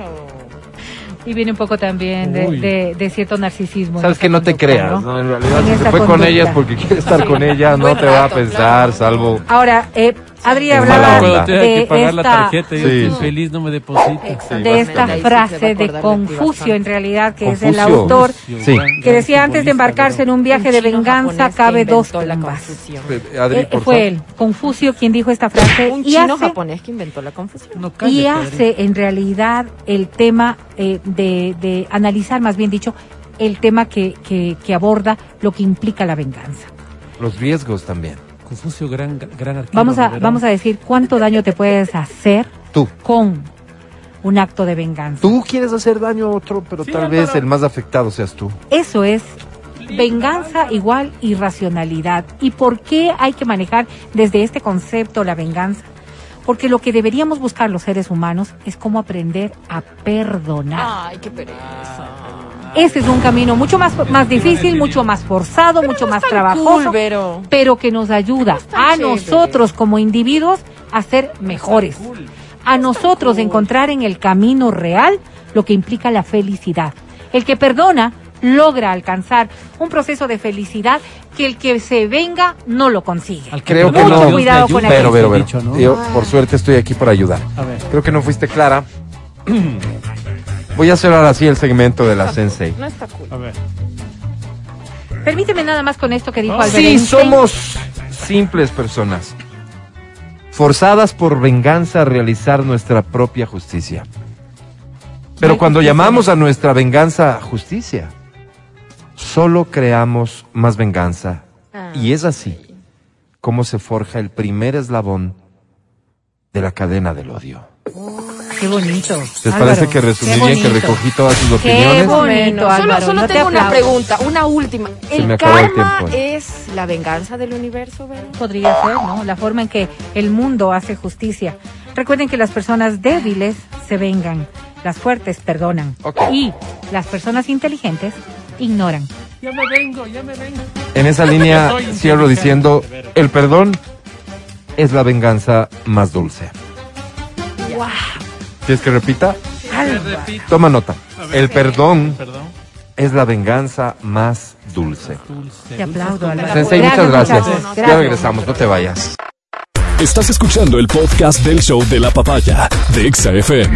Speaker 5: Y viene un poco también de,
Speaker 3: Uy.
Speaker 5: de, de cierto narcisismo. en
Speaker 2: Sabes
Speaker 5: esta
Speaker 2: que no te
Speaker 5: conducta,
Speaker 2: creas,
Speaker 5: ¿no?
Speaker 2: ¿no? En realidad,
Speaker 5: En
Speaker 2: si se
Speaker 5: esta
Speaker 2: fue con
Speaker 5: conducta.
Speaker 2: ella es porque quiere estar con ella, no
Speaker 4: Buen
Speaker 2: te va a
Speaker 4: rato,
Speaker 2: pensar,
Speaker 4: claro.
Speaker 2: salvo...
Speaker 5: Ahora, eh, Adri
Speaker 2: Es
Speaker 5: hablaba
Speaker 2: mala
Speaker 3: Cuando
Speaker 2: onda.
Speaker 3: tenga que
Speaker 5: de
Speaker 3: pagar la
Speaker 5: esta,
Speaker 3: tarjeta y yo
Speaker 2: Sí,
Speaker 3: estoy
Speaker 2: sí.
Speaker 3: feliz, no me deposita.
Speaker 5: de esta
Speaker 4: Ahí sí se va a
Speaker 5: frase de
Speaker 4: acordar de
Speaker 5: Confucio,
Speaker 4: activación.
Speaker 5: en realidad, que es el
Speaker 2: Confucio.
Speaker 5: autor,
Speaker 2: Sí.
Speaker 5: que decía antes de embarcarse en un viaje de
Speaker 4: Un chino
Speaker 5: venganza
Speaker 4: japonés que
Speaker 5: cabe dos
Speaker 4: inventó la
Speaker 5: tumbas.
Speaker 4: confusión.
Speaker 2: Adri,
Speaker 5: Eh,
Speaker 2: por
Speaker 5: fue
Speaker 2: favor.
Speaker 5: él, Confucio, quien dijo esta frase
Speaker 4: Un
Speaker 5: y
Speaker 4: chino
Speaker 5: hace,
Speaker 4: japonés que inventó la confusión.
Speaker 3: No,
Speaker 5: y
Speaker 3: cállate, Adri.
Speaker 5: hace en realidad el tema eh, de, de analizar, más bien dicho, el tema que, que, que aborda lo que implica la venganza.
Speaker 2: Los riesgos también.
Speaker 3: Confucio, gran, gran arquero.
Speaker 5: Vamos a,
Speaker 3: Vero.
Speaker 5: vamos a decir cuánto daño te puedes hacer
Speaker 2: Tú.
Speaker 5: con un acto de venganza.
Speaker 2: Tú quieres hacer daño a otro, pero
Speaker 3: Sí,
Speaker 2: tal
Speaker 3: Álvaro.
Speaker 2: vez el más afectado seas tú.
Speaker 5: Eso es venganza igual irracionalidad. ¿Y por qué hay que manejar desde este concepto la venganza? Porque lo que deberíamos buscar los seres humanos es cómo aprender a perdonar.
Speaker 4: Ay, qué pereza.
Speaker 5: Ese es un camino mucho más, más difícil, mucho más forzado, mucho más trabajoso,
Speaker 4: Cool, Vero.
Speaker 5: pero que nos ayuda
Speaker 4: tan
Speaker 5: a
Speaker 4: chévere.
Speaker 5: nosotros como individuos a ser mejores. A nosotros encontrar en el camino real lo que implica la felicidad. El que perdona logra alcanzar un proceso de felicidad que el que se venga no lo consigue.
Speaker 3: Al que
Speaker 2: Creo que
Speaker 3: perdona,
Speaker 2: no.
Speaker 3: Dios
Speaker 5: Cuidado
Speaker 3: le
Speaker 5: con
Speaker 3: ayuda,
Speaker 2: Pero, pero, pero.
Speaker 3: dicho, ¿no?
Speaker 2: Yo, por suerte, estoy aquí para ayudar.
Speaker 3: A ver.
Speaker 2: Creo que no fuiste clara. Voy a hacer ahora sí el segmento de la Sensei.
Speaker 4: No está cool.
Speaker 3: A ver.
Speaker 5: Permíteme nada más con esto que dijo
Speaker 3: Oh,
Speaker 5: Albert
Speaker 2: Sí,
Speaker 5: Einstein.
Speaker 2: somos simples personas, forzadas por venganza a realizar nuestra propia justicia. Pero
Speaker 5: hay
Speaker 2: cuando
Speaker 5: justicia.
Speaker 2: llamamos a nuestra venganza justicia, solo creamos más venganza. Y es así como se forja el primer eslabón de la cadena del odio.
Speaker 5: qué bonito.
Speaker 2: ¿Les
Speaker 5: Álvaro,
Speaker 2: parece que resumí
Speaker 5: qué
Speaker 2: bien, que
Speaker 5: bonito.
Speaker 2: recogí todas sus
Speaker 5: Qué
Speaker 2: opiniones?
Speaker 5: bonito,
Speaker 4: Solo,
Speaker 5: Álvaro,
Speaker 4: solo
Speaker 5: no te
Speaker 4: tengo una
Speaker 5: aplaudo.
Speaker 4: pregunta, una última.
Speaker 2: Se
Speaker 4: ¿El
Speaker 2: me acabó el
Speaker 4: karma
Speaker 2: tiempo.
Speaker 4: es la venganza del universo, Vero?
Speaker 5: Podría ser, ¿no? La forma en que el mundo hace justicia. Recuerden que las personas débiles se vengan, las fuertes perdonan.
Speaker 2: Ok.
Speaker 5: Y las personas inteligentes ignoran.
Speaker 3: Ya me vengo, ya me vengo.
Speaker 2: En esa línea
Speaker 3: Soy
Speaker 2: cierro
Speaker 3: inteligente,
Speaker 2: diciendo,
Speaker 3: de veras.
Speaker 2: el perdón es la venganza más dulce.
Speaker 5: ¡Wow!
Speaker 2: ¿Quieres que repita?
Speaker 3: Me repito.
Speaker 2: Toma nota. El perdón
Speaker 3: Perdón.
Speaker 2: es la venganza más dulce.
Speaker 3: Dulce.
Speaker 5: Te aplaudo, Álvaro.
Speaker 2: Sensei, muchas gracias.
Speaker 5: muchachos.
Speaker 2: Ya regresamos, no te vayas.
Speaker 1: Estás escuchando el podcast del show de la papaya de Exa F M.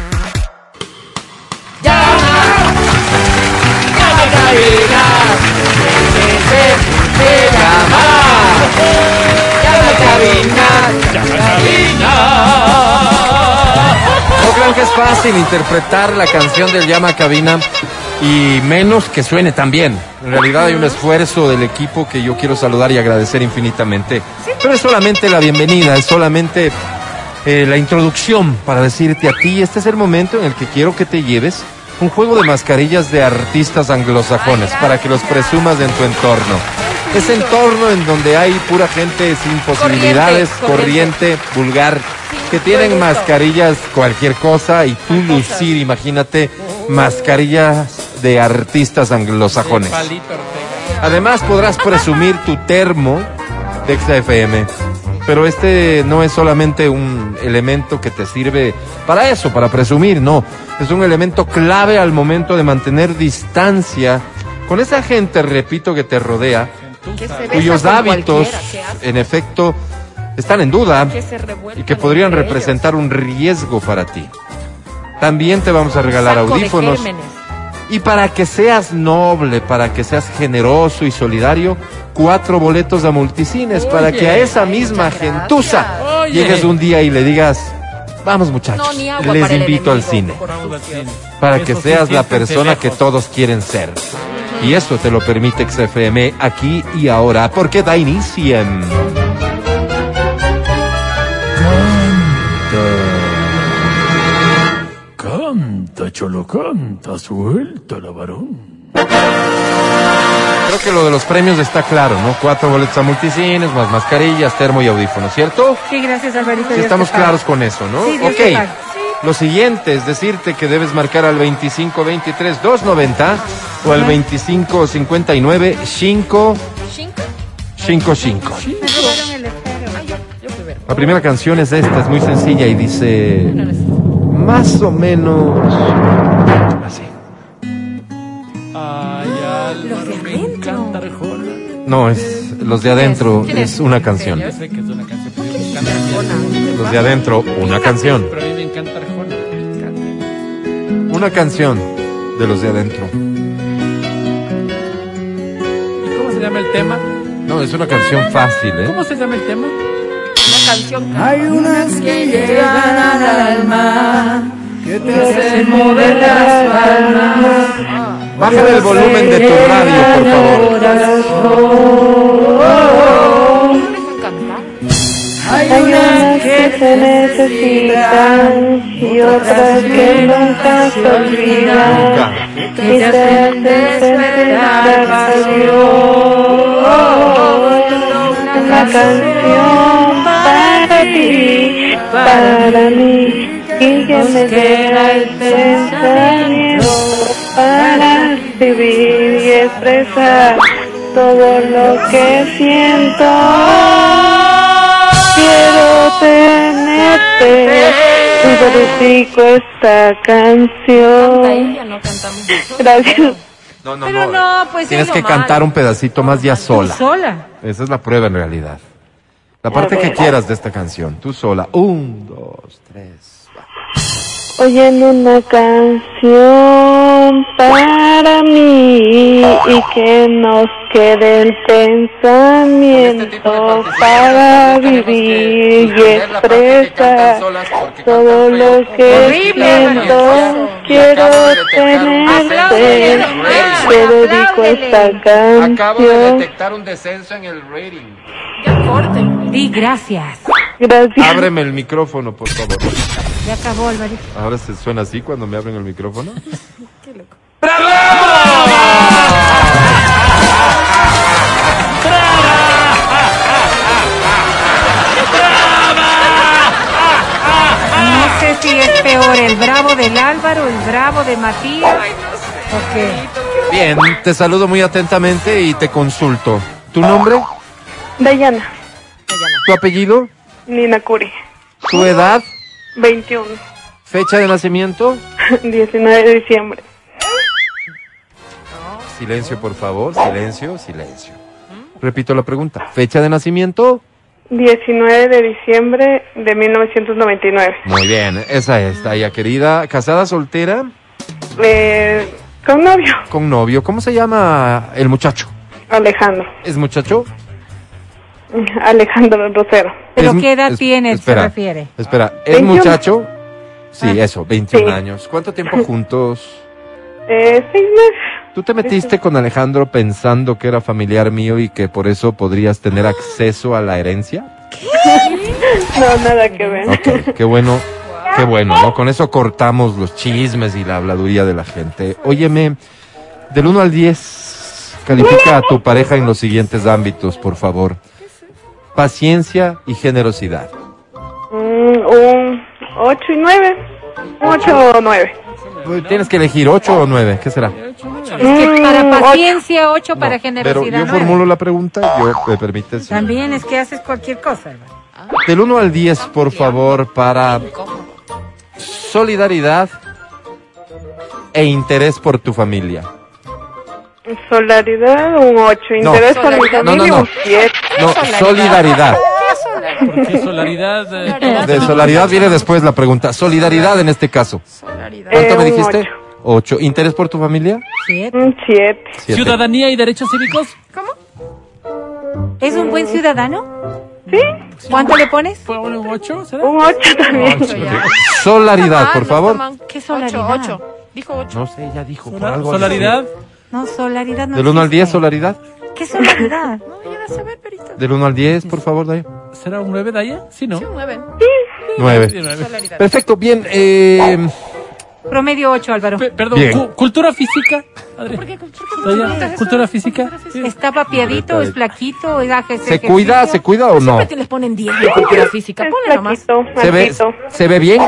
Speaker 2: No crean que es fácil interpretar la canción del Llama a Cabina y menos que suene tan bien. En realidad hay un esfuerzo del equipo que yo quiero saludar y agradecer infinitamente. Pero es solamente la bienvenida, es solamente eh, la introducción para decirte a ti, este es el momento en el que quiero que te lleves un juego de mascarillas de artistas anglosajones para que los presumas en tu entorno. Ese entorno en donde hay pura gente sin posibilidades, corriente,
Speaker 4: corriente.
Speaker 2: vulgar, que tienen mascarillas cualquier cosa y tú lucir, imagínate, mascarillas de artistas anglosajones.
Speaker 3: Palito Ortega.
Speaker 2: Además podrás presumir tu termo de Exa F M, pero este no es solamente un elemento que te sirve para eso, para presumir, no. Es un elemento clave al momento de mantener distancia con esa gente, repito, que te rodea,
Speaker 4: Que se besa
Speaker 2: cuyos
Speaker 4: con
Speaker 2: hábitos,
Speaker 4: cualquiera, ¿qué hace?
Speaker 2: en efecto, están en duda
Speaker 4: Que se revuelcan
Speaker 2: y que podrían
Speaker 4: entre
Speaker 2: representar un riesgo para ti. También te vamos a
Speaker 4: ellos.
Speaker 2: regalar
Speaker 4: Saco de
Speaker 2: audífonos.
Speaker 4: gérmenes.
Speaker 2: Y para que seas noble, para que seas generoso y solidario, cuatro boletos a multicines,
Speaker 3: Oye,
Speaker 2: para que a esa misma
Speaker 4: muchas gracias.
Speaker 2: gentuza
Speaker 3: Oye.
Speaker 2: llegues un día y le digas, vamos muchachos,
Speaker 4: No, ni agua
Speaker 2: les
Speaker 4: para el
Speaker 2: invito al
Speaker 4: enemigo,
Speaker 2: cine,
Speaker 4: por
Speaker 3: Vamos al
Speaker 4: sucio.
Speaker 3: cine.
Speaker 2: para
Speaker 3: Eso
Speaker 2: que
Speaker 3: sí,
Speaker 2: seas la
Speaker 3: siéntense
Speaker 2: persona que
Speaker 3: lejos.
Speaker 2: todos quieren ser. Y eso te lo permite X F M aquí y ahora, porque da inicio.
Speaker 3: Canta, cholo, canta, suelta la varón.
Speaker 2: Creo que lo de los premios está claro, ¿no? Cuatro boletos a multicines, más mascarillas, termo y audífonos, ¿cierto?
Speaker 5: Sí, gracias, Alvarito.
Speaker 2: Sí,
Speaker 5: Dios
Speaker 2: estamos
Speaker 5: te pague.
Speaker 2: claros con eso, ¿no?
Speaker 5: Sí, Dios
Speaker 2: ok.
Speaker 5: te pague.
Speaker 2: Lo siguiente es decirte que debes marcar al veinticinco veintitrés doscientos noventa o al veinticinco cincuenta y nueve cinco cinco cinco.
Speaker 5: Me robaron el esfero.
Speaker 4: Yo fui ver.
Speaker 2: La primera canción es esta, es muy sencilla y dice más o menos así.
Speaker 3: Ay, Álvaro, me encanta Arjona.
Speaker 2: No, es los de adentro,
Speaker 4: ¿Quién es?
Speaker 2: es una canción.
Speaker 3: Yo sé que es una canción, pero a mí me encanta Arjona.
Speaker 2: Los de adentro, una canción.
Speaker 3: Pero a mí me encanta Arjona. Me encanta.
Speaker 2: Una canción de los de adentro.
Speaker 3: ¿Y cómo se llama el tema?
Speaker 2: No, es una canción fácil, ¿eh?
Speaker 3: ¿Cómo se llama el tema?
Speaker 4: Una canción.
Speaker 8: Hay unas que llegan al alma, que te hacen mover las palmas.
Speaker 2: Baja el volumen de tu radio, por favor.
Speaker 4: No dejan cantar.
Speaker 8: Hay unas que se necesitan y otras que nunca se olvidan,
Speaker 2: Nunca.
Speaker 8: que te hacen despertar pasión. Una canción para ti, para mí, y que me queda el pensamiento para vivir y expresar todo lo que siento. Quiero tenerte, y dedico esta
Speaker 4: Canta
Speaker 8: canción.
Speaker 4: ella, no cantamos nosotros.
Speaker 8: Gracias.
Speaker 2: No, no,
Speaker 5: Pero
Speaker 2: no.
Speaker 5: no, pues
Speaker 2: Tienes
Speaker 5: es
Speaker 2: que
Speaker 5: lo
Speaker 2: cantar
Speaker 4: malo.
Speaker 2: un pedacito más ya
Speaker 5: Tú
Speaker 2: sola.
Speaker 5: sola.
Speaker 2: Esa es la prueba en realidad. La parte que quieras de esta canción, tú sola. Un, dos, tres. va.
Speaker 8: Oyendo una canción para mí y que nos quede el pensamiento para vivir y expresar todo lo que siento. Quiero tenerte, te dedico
Speaker 9: conozco esta canción.
Speaker 2: Acabo de detectar un descenso en el rating.
Speaker 4: Ya corten.
Speaker 5: Di gracias.
Speaker 9: Gracias.
Speaker 2: Ábreme el micrófono, por favor.
Speaker 5: Ya acabó, Alvarito.
Speaker 2: Ahora se suena así cuando me abren el micrófono.
Speaker 4: Qué loco.
Speaker 5: No sé si es peor el bravo del Álvaro, el bravo de Matías.
Speaker 4: Ay, no sé.
Speaker 5: ¿O qué?
Speaker 2: Bien, te saludo muy atentamente y te consulto. ¿Tu nombre?
Speaker 9: Dayana.
Speaker 2: ¿Tu apellido?
Speaker 9: Nina Curi.
Speaker 2: ¿Tu edad?
Speaker 9: veintiuno.
Speaker 2: ¿Fecha de nacimiento?
Speaker 9: diecinueve de diciembre.
Speaker 2: Silencio, por favor. Silencio, silencio. Repito la pregunta. ¿Fecha de nacimiento?
Speaker 9: diecinueve de diciembre de mil novecientos noventa y nueve.
Speaker 2: Muy bien, esa es, Daya querida. ¿Casada, soltera?
Speaker 9: Eh, con novio.
Speaker 2: ¿Con novio? ¿Cómo se llama el muchacho?
Speaker 9: Alejandro.
Speaker 2: ¿Es muchacho?
Speaker 9: Alejandro Rosero.
Speaker 5: ¿Pero
Speaker 2: Es-
Speaker 5: qué edad
Speaker 2: es-
Speaker 5: tiene,
Speaker 2: espera,
Speaker 5: se refiere?
Speaker 2: Espera, ¿es
Speaker 9: veintiuno.
Speaker 2: muchacho? Sí,
Speaker 5: Ah.
Speaker 2: eso, veintiún
Speaker 9: Sí.
Speaker 2: años. ¿Cuánto tiempo juntos?
Speaker 9: Eh, seis meses.
Speaker 2: ¿Tú te metiste con Alejandro pensando que era familiar mío y que por eso podrías tener acceso a la herencia?
Speaker 9: No, nada que ver.
Speaker 2: Ok, qué bueno, qué bueno, ¿no? Con eso cortamos los chismes y la habladuría de la gente. Óyeme, del uno al diez, califica a tu pareja en los siguientes ámbitos, por favor. Paciencia y generosidad.
Speaker 9: Mm, un ocho y nueve. ocho o nueve.
Speaker 2: Uy, tienes que elegir ocho o nueve, ¿qué será?
Speaker 5: Es que para
Speaker 9: Mm,
Speaker 5: paciencia, ocho para
Speaker 2: No,
Speaker 5: generosidad.
Speaker 2: pero yo
Speaker 5: nueve.
Speaker 2: formulo la pregunta, yo me permites.
Speaker 5: También es que haces cualquier cosa, Álvaro.
Speaker 2: Del uno al diez, por favor, para solidaridad e interés por tu familia.
Speaker 9: Solidaridad, un ocho. Interés por mi
Speaker 4: Solidaridad.
Speaker 9: familia,
Speaker 2: No, no, no.
Speaker 9: un siete.
Speaker 2: No, solidaridad.
Speaker 3: Porque solaridad. eh,
Speaker 2: De solidaridad viene después la pregunta. Solidaridad en este caso.
Speaker 4: Solidaridad.
Speaker 2: ¿Cuánto
Speaker 9: Eh,
Speaker 2: me
Speaker 9: un
Speaker 2: dijiste?
Speaker 9: ocho.
Speaker 2: Ocho. ¿Interés por tu familia?
Speaker 5: Siete.
Speaker 9: Un siete.
Speaker 2: Siete.
Speaker 3: Ciudadanía y derechos cívicos.
Speaker 5: ¿Es un buen ciudadano?
Speaker 9: Sí,
Speaker 5: ¿Cuánto le pones?
Speaker 3: ¿Fue un ocho? ¿Será?
Speaker 9: un ocho también.
Speaker 4: Ocho ya.
Speaker 2: Solidaridad,
Speaker 4: Ah,
Speaker 2: por
Speaker 4: no
Speaker 2: favor.
Speaker 4: está mal.
Speaker 5: ¿Qué
Speaker 4: Ocho,
Speaker 5: solidaridad?
Speaker 4: ocho. Dijo ocho.
Speaker 2: No sé, ya dijo. Por
Speaker 3: Sola-
Speaker 2: algo
Speaker 3: Solaridad.
Speaker 5: No, solaridad no
Speaker 2: Del uno al diez,
Speaker 5: existe.
Speaker 2: solidaridad.
Speaker 5: ¿Qué solaridad?
Speaker 4: No, ya de saber, perito.
Speaker 2: Del uno al diez, por favor, Daya.
Speaker 3: ¿Será un nueve, Daya? Sí, ¿no?
Speaker 4: Sí, un nueve.
Speaker 2: Nueve.
Speaker 3: Sí, nueve.
Speaker 4: Solidaridad.
Speaker 2: Perfecto, bien. Eh,
Speaker 5: Promedio ocho, Álvaro.
Speaker 3: Pe- Perdón,
Speaker 2: Bien.
Speaker 3: cu- cultura física. Adri.
Speaker 4: ¿Por qué? ¿Por qué?
Speaker 3: Daya, cultura física. Sí.
Speaker 5: ¿Está papiadito? ¿Es flaquito? ¿Es hace
Speaker 2: ¿Se cuida? ¿Se cuida o no?
Speaker 4: Siempre te les ponen diez de cultura física.
Speaker 9: Es
Speaker 4: Ponle nomás.
Speaker 9: flaquito,
Speaker 2: ¿Se ve,
Speaker 9: altito.
Speaker 2: ¿Se ve bien?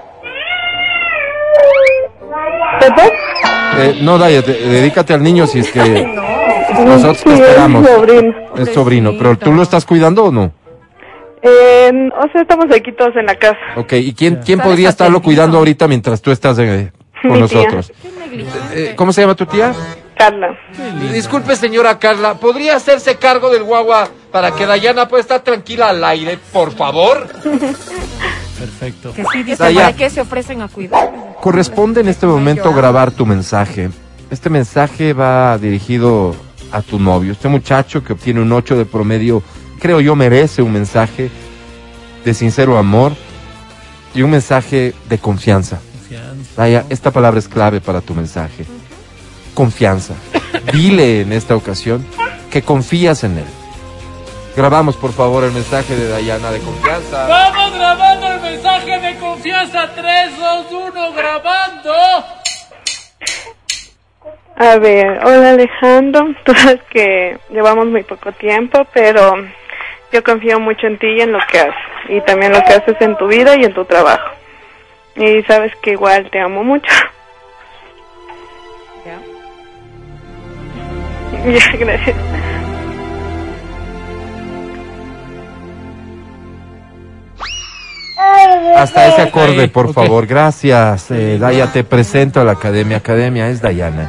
Speaker 9: ¿Perdón?
Speaker 2: Eh, no, Daya, te- dedícate al niño si es que nosotros
Speaker 9: Sí,
Speaker 2: te esperamos.
Speaker 9: es sobrino.
Speaker 2: Es sobrino, pero ¿tú lo estás cuidando o no?
Speaker 9: Eh, o sea, estamos aquí todos en la casa.
Speaker 2: Ok, ¿y quién, quién
Speaker 4: Está
Speaker 2: podría estarlo
Speaker 4: desatendido.
Speaker 2: cuidando ahorita mientras tú estás eh, con
Speaker 9: Mi tía.
Speaker 2: nosotros?
Speaker 4: Qué negligente.
Speaker 2: Eh, ¿Cómo se llama tu tía?
Speaker 9: Carla.
Speaker 2: Disculpe, señora Carla, ¿podría hacerse cargo del guagua para que Dayana pueda estar tranquila al aire, por favor?
Speaker 3: Perfecto.
Speaker 5: Que sí, dice.
Speaker 2: Daya.
Speaker 4: ¿Para qué se ofrecen a cuidar?
Speaker 2: Corresponde en este momento grabar tu mensaje. Este mensaje va dirigido a tu novio. Este muchacho que obtiene un ocho de promedio, creo yo, merece un mensaje de sincero amor y un mensaje de confianza.
Speaker 3: Confianza.
Speaker 2: Daya, esta palabra es clave para tu mensaje. Confianza. Dile en esta ocasión que confías en él. Grabamos, por favor, el mensaje de Dayana de confianza.
Speaker 3: Vamos grabando el mensaje de confianza. tres, dos, uno, grabando.
Speaker 9: A ver, hola Alejandro. Tú sabes que llevamos muy poco tiempo, pero yo confío mucho en ti y en lo que haces. Y también lo que haces en tu vida y en tu trabajo. Y sabes que igual te amo mucho. Ya, gracias.
Speaker 2: Hasta ese acorde,
Speaker 3: Ahí,
Speaker 2: por
Speaker 3: ok.
Speaker 2: favor. Gracias. Eh, Daya, te presento a la academia. Academia es Dayana.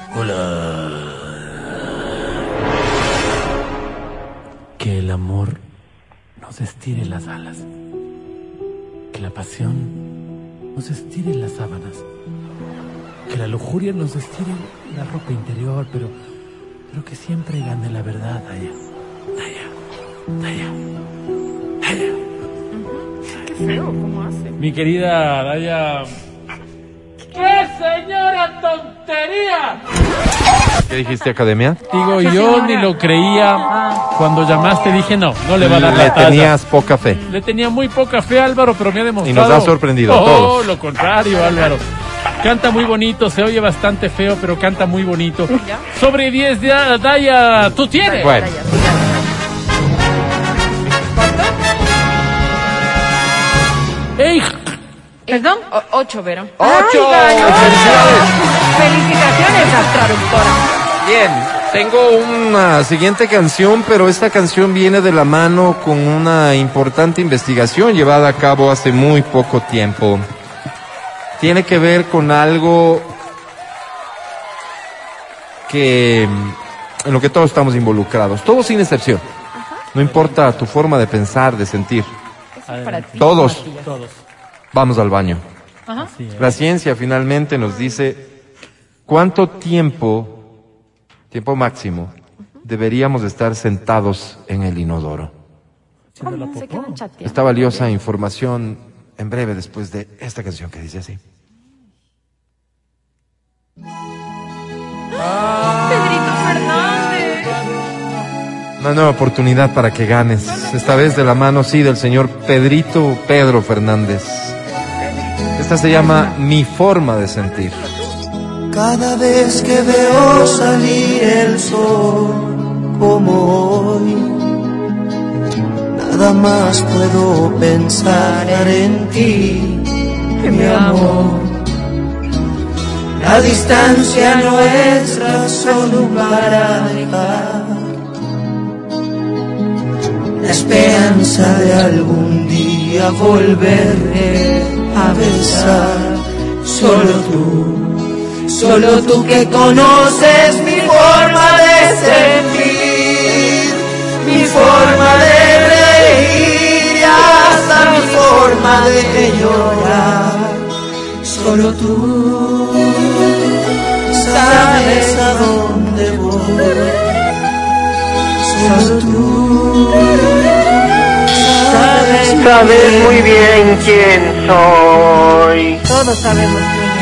Speaker 3: Que el amor nos estire las alas. Que la pasión nos estire las sábanas. Que la lujuria nos estire la ropa interior, pero, pero que siempre gane la verdad, Daya. Daya. Daya. Daya.
Speaker 4: Qué feo, ¿cómo hace?
Speaker 3: Mi querida Daya. ¡Qué señora tontería!
Speaker 2: ¿Qué dijiste, Academia?
Speaker 3: Digo, yo ni lo creía. Cuando llamaste dije, no, no le va a dar
Speaker 2: Le
Speaker 3: la talla.
Speaker 2: tenías poca fe.
Speaker 3: Le tenía muy poca fe, Álvaro, pero me ha demostrado.
Speaker 2: Y nos ha sorprendido a
Speaker 3: Oh,
Speaker 2: todos.
Speaker 3: lo contrario, Álvaro. Canta muy bonito, se oye bastante feo, pero canta muy bonito.
Speaker 4: ¿Ya?
Speaker 3: Sobre diez de Daya, tú tienes.
Speaker 2: Bueno.
Speaker 3: ¡Ey!
Speaker 5: ¿Perdón?
Speaker 4: O- ocho, Vero.
Speaker 2: ¡Ocho!
Speaker 5: Ay, ganó.
Speaker 2: ¡Felicidades!
Speaker 5: Felicitaciones.
Speaker 4: La traductora.
Speaker 2: Bien, tengo una siguiente canción, pero esta canción viene de la mano con una importante investigación llevada a cabo hace muy poco tiempo. Tiene que ver con algo que en lo que todos estamos involucrados, todos sin excepción. No importa tu forma de pensar, de sentir.
Speaker 4: Para ti.
Speaker 2: Todos
Speaker 3: Todos.
Speaker 2: vamos al baño.
Speaker 3: Así es.
Speaker 2: La ciencia finalmente nos dice cuánto tiempo, tiempo máximo, deberíamos estar sentados en el inodoro.
Speaker 3: Haciendo la
Speaker 4: Se
Speaker 3: popó.
Speaker 4: quedan chateando.
Speaker 2: Esta valiosa información en breve después de esta canción que dice así.
Speaker 4: Pedrito Fernández.
Speaker 2: Una nueva oportunidad para que ganes, esta vez de la mano, sí, del señor Pedrito Pedro Fernández. Esta se llama Mi Forma de Sentir.
Speaker 8: Cada vez que veo salir el sol como hoy, nada más puedo pensar en ti, mi amor. La distancia no es razón para dejar la esperanza de algún día volverte a besar. Solo tú, solo tú que conoces mi forma de sentir, mi forma de reír y hasta mi forma de llorar. Solo tú sabes a dónde voy. Solo tú sabes,
Speaker 10: Sabes muy bien quién soy.
Speaker 5: Todos sabemos quién es.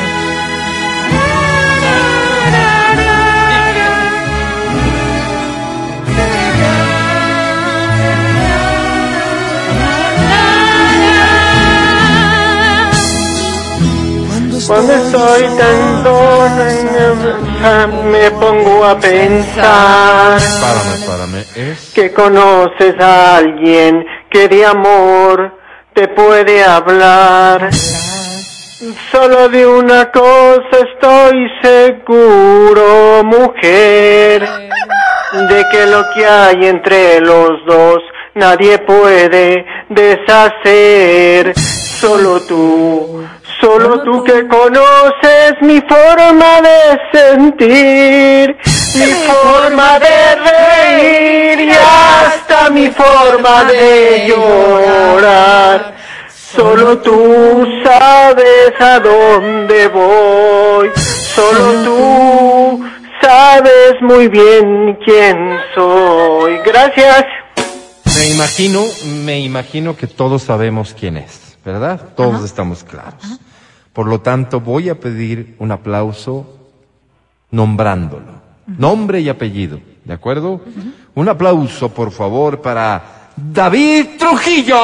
Speaker 10: Cuando estoy tan sola me pongo a pensar
Speaker 2: Párame, párame. Es...
Speaker 10: que conoces a alguien que de amor te puede hablar. Solo de una cosa estoy seguro, mujer, de que lo que hay entre los dos nadie puede deshacer. Solo tú, solo tú que conoces mi forma de sentir, mi forma de reír y hasta mi forma de llorar. Solo tú sabes a dónde voy, solo tú sabes muy bien quién soy. Gracias.
Speaker 2: Me imagino, me imagino que todos sabemos quién es, ¿verdad? Todos Ajá. estamos claros. Ajá. Por lo tanto, voy a pedir un aplauso nombrándolo. Uh-huh. Nombre y apellido, ¿de acuerdo? Uh-huh. Un aplauso, por favor, para David Trujillo.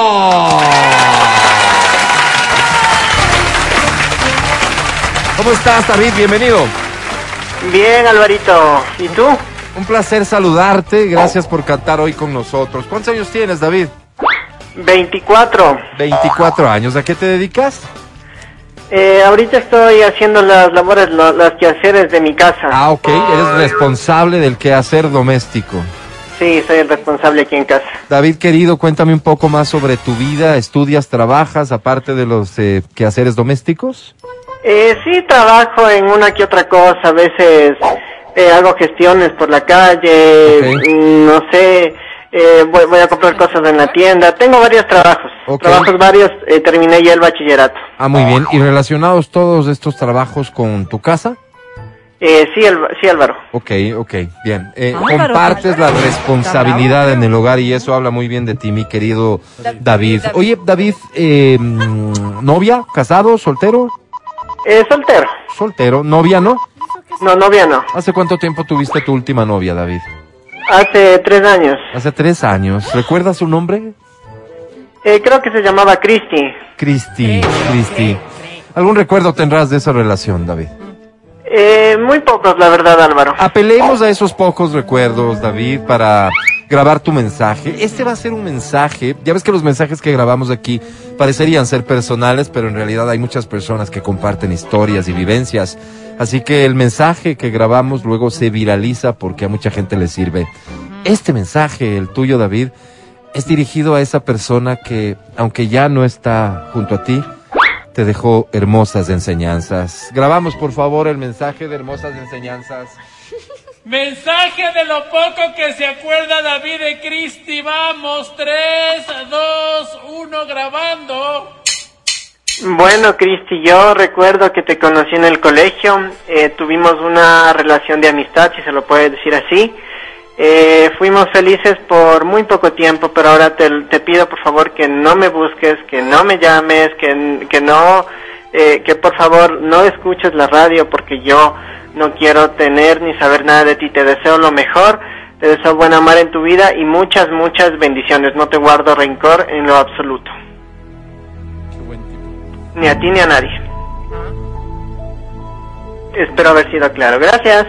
Speaker 2: ¿Cómo estás, David? Bienvenido.
Speaker 10: Bien, Alvarito. ¿Y tú?
Speaker 2: Un placer saludarte. Gracias por cantar hoy con nosotros. ¿Cuántos años tienes, David?
Speaker 10: veinticuatro.
Speaker 2: veinticuatro años. ¿A qué te dedicas?
Speaker 10: Eh, ahorita estoy haciendo las labores, lo, las quehaceres de mi casa.
Speaker 2: Ah, ok. Eres responsable del quehacer doméstico.
Speaker 10: Sí, soy el responsable aquí en casa.
Speaker 2: David, querido, cuéntame un poco más sobre tu vida. ¿Estudias, trabajas, aparte de los eh, quehaceres domésticos?
Speaker 10: Eh, sí, trabajo en una que otra cosa. A veces eh, hago gestiones por la calle, okay. no sé, eh, voy, voy a comprar cosas en la tienda. Tengo varios trabajos. Okay. Trabajos varios, eh, terminé ya el bachillerato.
Speaker 2: Ah, muy bien. ¿Y relacionados todos estos trabajos con tu casa?
Speaker 10: Eh, sí, el, sí, Álvaro.
Speaker 2: Ok, ok, bien. Eh, compartes la responsabilidad en el hogar y eso habla muy bien de ti, mi querido David. Oye, David, eh, ¿novia, casado, soltero?
Speaker 10: Eh, soltero.
Speaker 2: Soltero, ¿novia no?
Speaker 10: No, novia no.
Speaker 2: ¿Hace cuánto tiempo tuviste tu última novia, David?
Speaker 10: Hace tres años.
Speaker 2: Hace tres años. ¿Recuerdas su nombre?
Speaker 10: Eh, creo que se llamaba Cristi.
Speaker 2: Cristi, Cristi. ¿Algún recuerdo tendrás de esa relación, David?
Speaker 10: Eh, muy pocos, la verdad, Álvaro.
Speaker 2: Apelemos a esos pocos recuerdos, David, para grabar tu mensaje. Este va a ser un mensaje, ya ves que los mensajes que grabamos aquí parecerían ser personales, pero en realidad hay muchas personas que comparten historias y vivencias. Así que el mensaje que grabamos luego se viraliza porque a mucha gente le sirve. Este mensaje, el tuyo, David, es dirigido a esa persona que, aunque ya no está junto a ti, te dejó hermosas enseñanzas. Grabamos, por favor, el mensaje de hermosas enseñanzas.
Speaker 11: Mensaje de lo poco que se acuerda David de Cristi. Vamos, tres, dos, uno, grabando.
Speaker 10: Bueno, Cristi, yo recuerdo que te conocí en el colegio. Eh, tuvimos una relación de amistad, si se lo puede decir así. Eh, fuimos felices por muy poco tiempo, pero ahora te, te pido por favor que no me busques, que no me llames, que, que no, eh, que por favor no escuches la radio porque yo no quiero tener ni saber nada de ti. Te deseo lo mejor, te deseo buena mar en tu vida y muchas, muchas bendiciones. No te guardo rencor en lo absoluto.
Speaker 3: Qué buen tipo.
Speaker 10: Ni a ti ni a nadie. Espero haber sido claro. Gracias.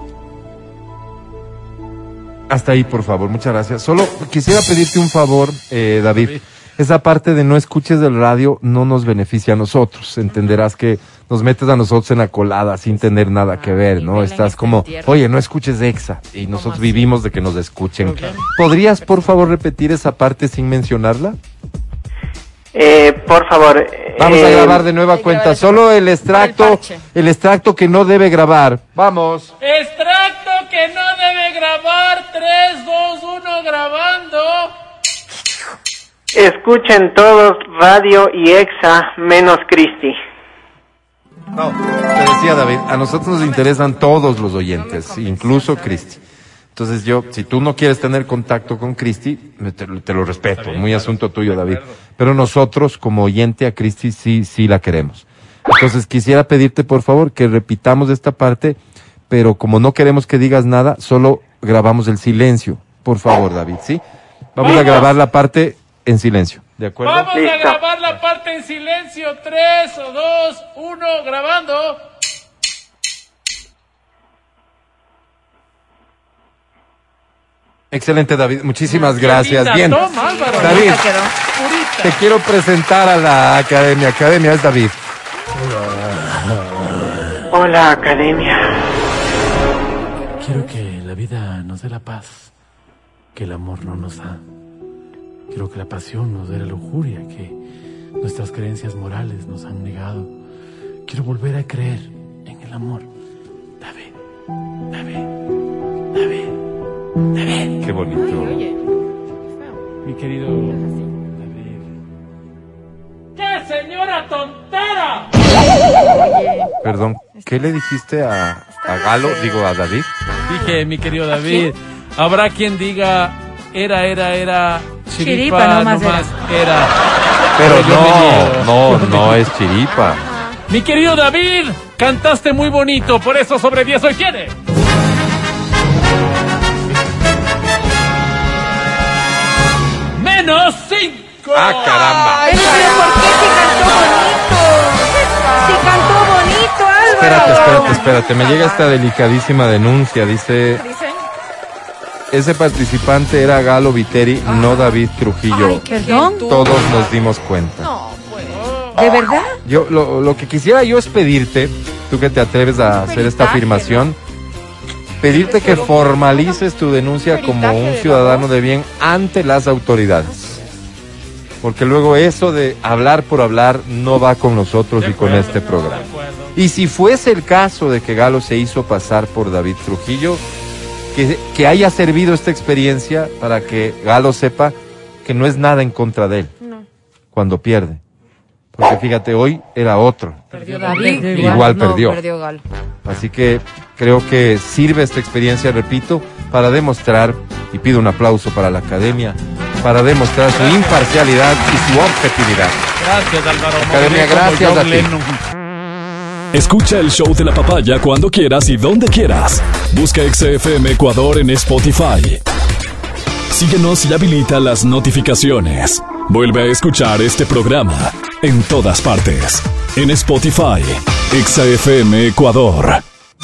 Speaker 2: Hasta ahí, por favor, muchas gracias. Solo quisiera pedirte un favor, eh, David. Esa parte de no escuches del radio no nos beneficia a nosotros. Entenderás que nos metes a nosotros en la colada sin tener nada que ver, ¿no? Estás como, oye, no escuches Exa. Y nosotros vivimos de que nos escuchen. ¿Podrías, por favor, repetir esa parte sin mencionarla?
Speaker 10: Eh, por favor.
Speaker 2: Vamos
Speaker 10: eh,
Speaker 2: a grabar de nueva cuenta. Solo el extracto, el extracto que no debe grabar. Vamos.
Speaker 11: Extracto que no debe grabar. tres, dos, uno, grabando.
Speaker 10: Escuchen todos radio y Exa menos Cristi.
Speaker 2: No, te decía David, a nosotros nos interesan todos los oyentes, incluso Cristi. Entonces yo, si tú no quieres tener contacto con Cristi, te, te lo respeto, muy asunto tuyo, David. Pero nosotros, como oyente a Cristi, sí, sí la queremos. Entonces quisiera pedirte, por favor, que repitamos esta parte, pero como no queremos que digas nada, solo grabamos el silencio. Por favor, David, ¿sí? Vamos, Vamos. a grabar la parte en silencio, ¿de acuerdo?
Speaker 11: Vamos
Speaker 10: Listo.
Speaker 11: a grabar la parte en silencio. tres, dos, uno, grabando.
Speaker 2: Excelente, David. Muchísimas gracias. Bien.
Speaker 11: Toma, Álvaro.
Speaker 2: David,
Speaker 11: Purita.
Speaker 2: te quiero presentar a la academia. Academia es David.
Speaker 10: Hola, academia.
Speaker 3: Quiero que la vida nos dé la paz que el amor no nos da. Quiero que la pasión nos dé la lujuria que nuestras creencias morales nos han negado. Quiero volver a creer en el amor. David, David, David, David.
Speaker 2: Qué bonito.
Speaker 4: Oye,
Speaker 3: Mi querido David.
Speaker 11: ¡Qué señora tontera!
Speaker 2: Perdón, ¿qué le dijiste a, a Galo? Digo, a David.
Speaker 3: Dije, mi querido David, habrá quien diga, era, era, era, chiripa,
Speaker 5: Chiripa, no más
Speaker 3: nomás era.
Speaker 2: Pero
Speaker 3: yo me niego.
Speaker 2: no, no, no es chiripa.
Speaker 3: Mi querido David, cantaste muy bonito, por eso sobre diez hoy tiene. Menos cinco.
Speaker 2: Ah, caramba.
Speaker 5: Pero, pero ¿por qué si cantó bonito? Si cantó bonito, Álvaro.
Speaker 2: Espérate, espérate, espérate. Me llega esta delicadísima denuncia. Dice,
Speaker 4: ¿Dicen?
Speaker 2: ese participante era Galo Viteri, no David Trujillo.
Speaker 5: ¿Perdón?
Speaker 2: Todos nos dimos cuenta.
Speaker 4: No, pues.
Speaker 5: ¿De verdad?
Speaker 2: Yo, lo, lo que quisiera yo es pedirte, tú que te atreves a hacer esta afirmación, pedirte que formalices tu denuncia como un ciudadano de bien ante las autoridades. Porque luego eso de hablar por hablar no va con nosotros y con este programa. Y si fuese el caso de que Galo se hizo pasar por David Trujillo, que, que haya servido esta experiencia para que Galo sepa que no es nada en contra de él cuando pierde. Porque fíjate, hoy era otro.
Speaker 4: Perdió David.
Speaker 2: Igual
Speaker 4: No,
Speaker 2: perdió.
Speaker 4: perdió Galo.
Speaker 2: Así que creo que sirve esta experiencia, repito, para demostrar, y pido un aplauso para la academia, para demostrar su imparcialidad y su objetividad.
Speaker 3: Gracias, Álvaro.
Speaker 2: Academia,
Speaker 3: Moriré como
Speaker 2: gracias
Speaker 3: John
Speaker 2: a ti.
Speaker 3: Lennon.
Speaker 1: Escucha el show de la papaya cuando quieras y donde quieras. Busca X F M Ecuador en Spotify. Síguenos y habilita las notificaciones. Vuelve a escuchar este programa en todas partes. En Spotify, X F M Ecuador.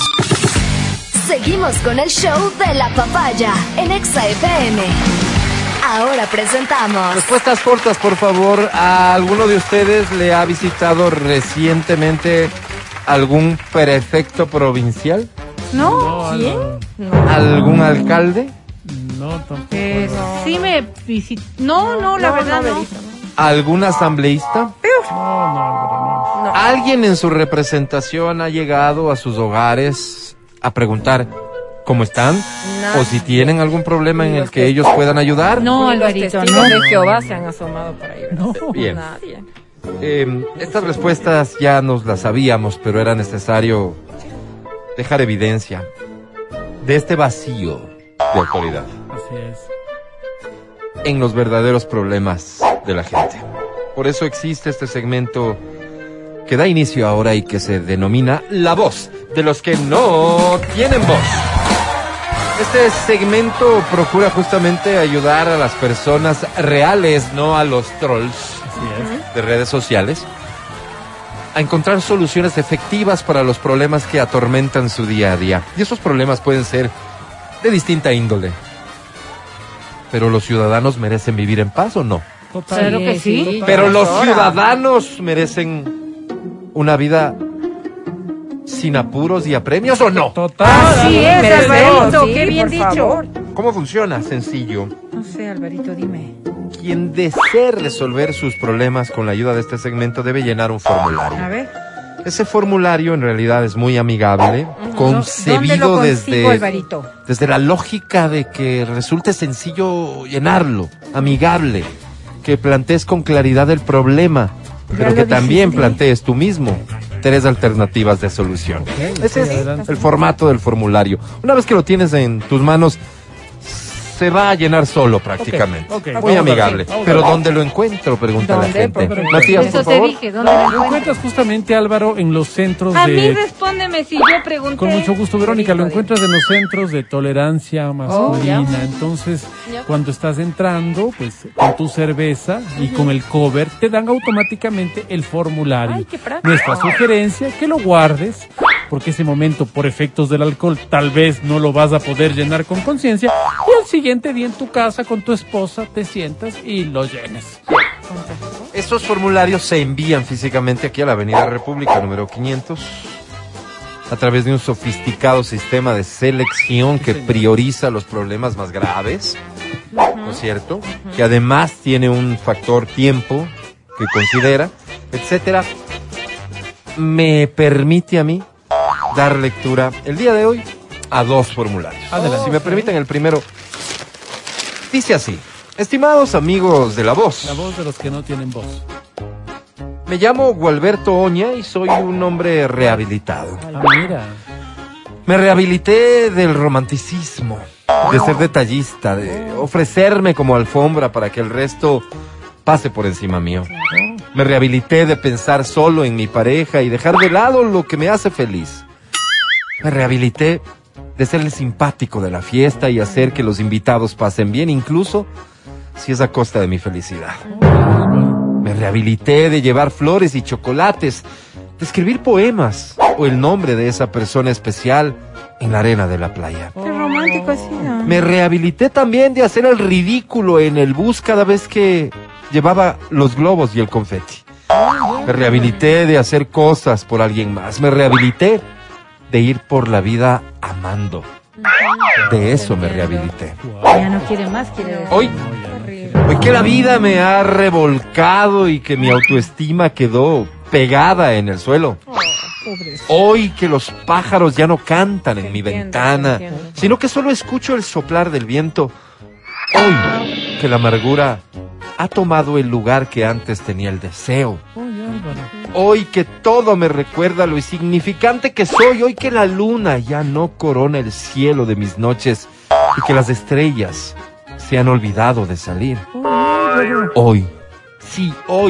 Speaker 7: Seguimos con el show de la papaya en Exa F M. Ahora presentamos...
Speaker 2: Respuestas cortas, por favor. ¿A alguno de ustedes le ha visitado recientemente algún prefecto provincial?
Speaker 5: No,
Speaker 3: ¿quién?
Speaker 5: No.
Speaker 2: ¿Algún alcalde?
Speaker 3: No, tampoco.
Speaker 5: Eh, sí me visitó. No, no, la
Speaker 4: No,
Speaker 5: verdad
Speaker 4: no,
Speaker 5: no.
Speaker 4: Berito,
Speaker 2: ¿Algún asambleísta?
Speaker 3: No, no,
Speaker 4: No.
Speaker 2: ¿Alguien en su representación ha llegado a sus hogares a preguntar cómo están?
Speaker 4: Nadie.
Speaker 2: ¿O si tienen algún problema en
Speaker 4: Ni
Speaker 2: el
Speaker 4: los
Speaker 2: que
Speaker 4: que-
Speaker 2: ellos puedan ayudar?
Speaker 5: No,
Speaker 4: Ni los
Speaker 5: Alvarito,
Speaker 4: testigos
Speaker 5: no.
Speaker 4: de Jehová se han asomado por ahí. ¿verdad?
Speaker 3: no.
Speaker 2: Bien.
Speaker 4: Nadie.
Speaker 2: Eh, estas respuestas ya nos las sabíamos, pero era necesario dejar evidencia de este vacío de autoridad
Speaker 3: Así es.
Speaker 2: en los verdaderos problemas de la gente. Por eso existe este segmento que da inicio ahora y que se denomina La Voz de los que no tienen voz. Este segmento procura justamente ayudar a las personas reales, no a los trolls
Speaker 3: Así es.
Speaker 2: de redes sociales, a encontrar soluciones efectivas para los problemas que atormentan su día a día. Y esos problemas pueden ser de distinta índole. Pero los ciudadanos merecen vivir en paz, ¿o no?
Speaker 3: Total.
Speaker 5: Claro que sí.
Speaker 2: Pero los
Speaker 4: Ahora.
Speaker 2: ciudadanos merecen una vida sin apuros y apremios, ¿o no?
Speaker 3: Total.
Speaker 5: Así es,
Speaker 4: Merecemos,
Speaker 5: Alvarito,
Speaker 4: sí,
Speaker 5: qué bien
Speaker 4: por
Speaker 5: dicho.
Speaker 4: favor.
Speaker 2: ¿Cómo funciona? Sencillo.
Speaker 5: No sé, Alvarito, dime.
Speaker 2: Quien desee resolver sus problemas con la ayuda de este segmento debe llenar un formulario.
Speaker 5: A ver.
Speaker 2: Ese formulario en realidad es muy amigable,
Speaker 5: ¿Dónde
Speaker 2: concebido
Speaker 5: lo consigo,
Speaker 2: desde,
Speaker 5: Alvarito?
Speaker 2: desde la lógica de que resulte sencillo llenarlo, amigable, que plantees con claridad el problema,
Speaker 5: Ya
Speaker 2: pero
Speaker 5: lo
Speaker 2: que también
Speaker 5: dijiste.
Speaker 2: plantees tú mismo tres alternativas de solución. Ese
Speaker 3: sí,
Speaker 2: es
Speaker 3: adelante.
Speaker 2: el formato del formulario. Una vez que lo tienes en tus manos, se va a llenar solo prácticamente.
Speaker 3: ok.
Speaker 2: Muy
Speaker 3: Vamos a
Speaker 2: amigable.
Speaker 3: ver, vamos a
Speaker 2: Pero
Speaker 3: ver.
Speaker 2: ¿dónde lo encuentro? Pregunta la
Speaker 4: ¿Dónde?
Speaker 2: gente.
Speaker 3: Pero-
Speaker 2: Matías,
Speaker 5: Eso
Speaker 2: por
Speaker 5: te
Speaker 2: favor.
Speaker 5: dije, ¿dónde
Speaker 3: Lo
Speaker 5: lo encuentro?
Speaker 3: encuentras justamente, Álvaro, en los centros
Speaker 5: A mí
Speaker 3: de...
Speaker 5: respóndeme si yo pregunté.
Speaker 3: Con mucho gusto, Verónica, lo encuentras en los centros de tolerancia masculina.
Speaker 4: ya.
Speaker 3: Entonces,
Speaker 4: Ya.
Speaker 3: cuando estás entrando, pues con tu cerveza y con el cover, te dan automáticamente el formulario.
Speaker 4: Ay, qué práctico.
Speaker 3: Nuestra sugerencia, que lo guardes, porque ese momento, por efectos del alcohol, tal vez no lo vas a poder llenar con conciencia. Y al siguiente día en tu casa con tu esposa te sientas y lo llenes.
Speaker 2: Estos formularios se envían físicamente aquí a la Avenida República número quinientos a través de un sofisticado sistema de selección que prioriza los problemas más graves, ¿no es cierto? Que además tiene un factor tiempo que considera, etcétera. Me permite a mí dar lectura el día de hoy a dos formularios.
Speaker 3: Adelante.
Speaker 2: Si me permiten, el primero dice así: estimados amigos de La Voz,
Speaker 3: La voz de los que no tienen voz.
Speaker 2: me llamo Gualberto Oña y soy un hombre rehabilitado.
Speaker 3: Ah, mira.
Speaker 2: Me rehabilité del romanticismo, de ser detallista, de ofrecerme como alfombra para que el resto pase por encima mío. Me rehabilité de pensar solo en mi pareja y dejar de lado lo que me hace feliz. Me rehabilité de ser el simpático de la fiesta y hacer que los invitados pasen bien, incluso si es a costa de mi felicidad. Me rehabilité de llevar flores y chocolates, de escribir poemas o el nombre de esa persona especial en la arena de la playa.
Speaker 5: Qué romántico así, ¿no?
Speaker 2: Me rehabilité también de hacer el ridículo en el bus cada vez que llevaba los globos y el confeti. Me rehabilité de hacer cosas por alguien más. Me rehabilité de ir por la vida amando. De eso me rehabilité.
Speaker 5: Ya no quiere más, quiere decir.
Speaker 2: Hoy, hoy que la vida me ha revolcado y que mi autoestima quedó pegada en el suelo. Hoy que los pájaros ya no cantan en mi
Speaker 4: entiende,
Speaker 2: ventana,
Speaker 4: se entiende.
Speaker 2: sino que solo escucho el soplar del viento. Hoy que la amargura ha tomado el lugar que antes tenía el deseo.
Speaker 3: Oye, Álvaro.
Speaker 2: Hoy que todo me recuerda lo insignificante que soy. Hoy que la luna ya no corona el cielo de mis noches y que las estrellas se han olvidado de salir. Hoy, sí, hoy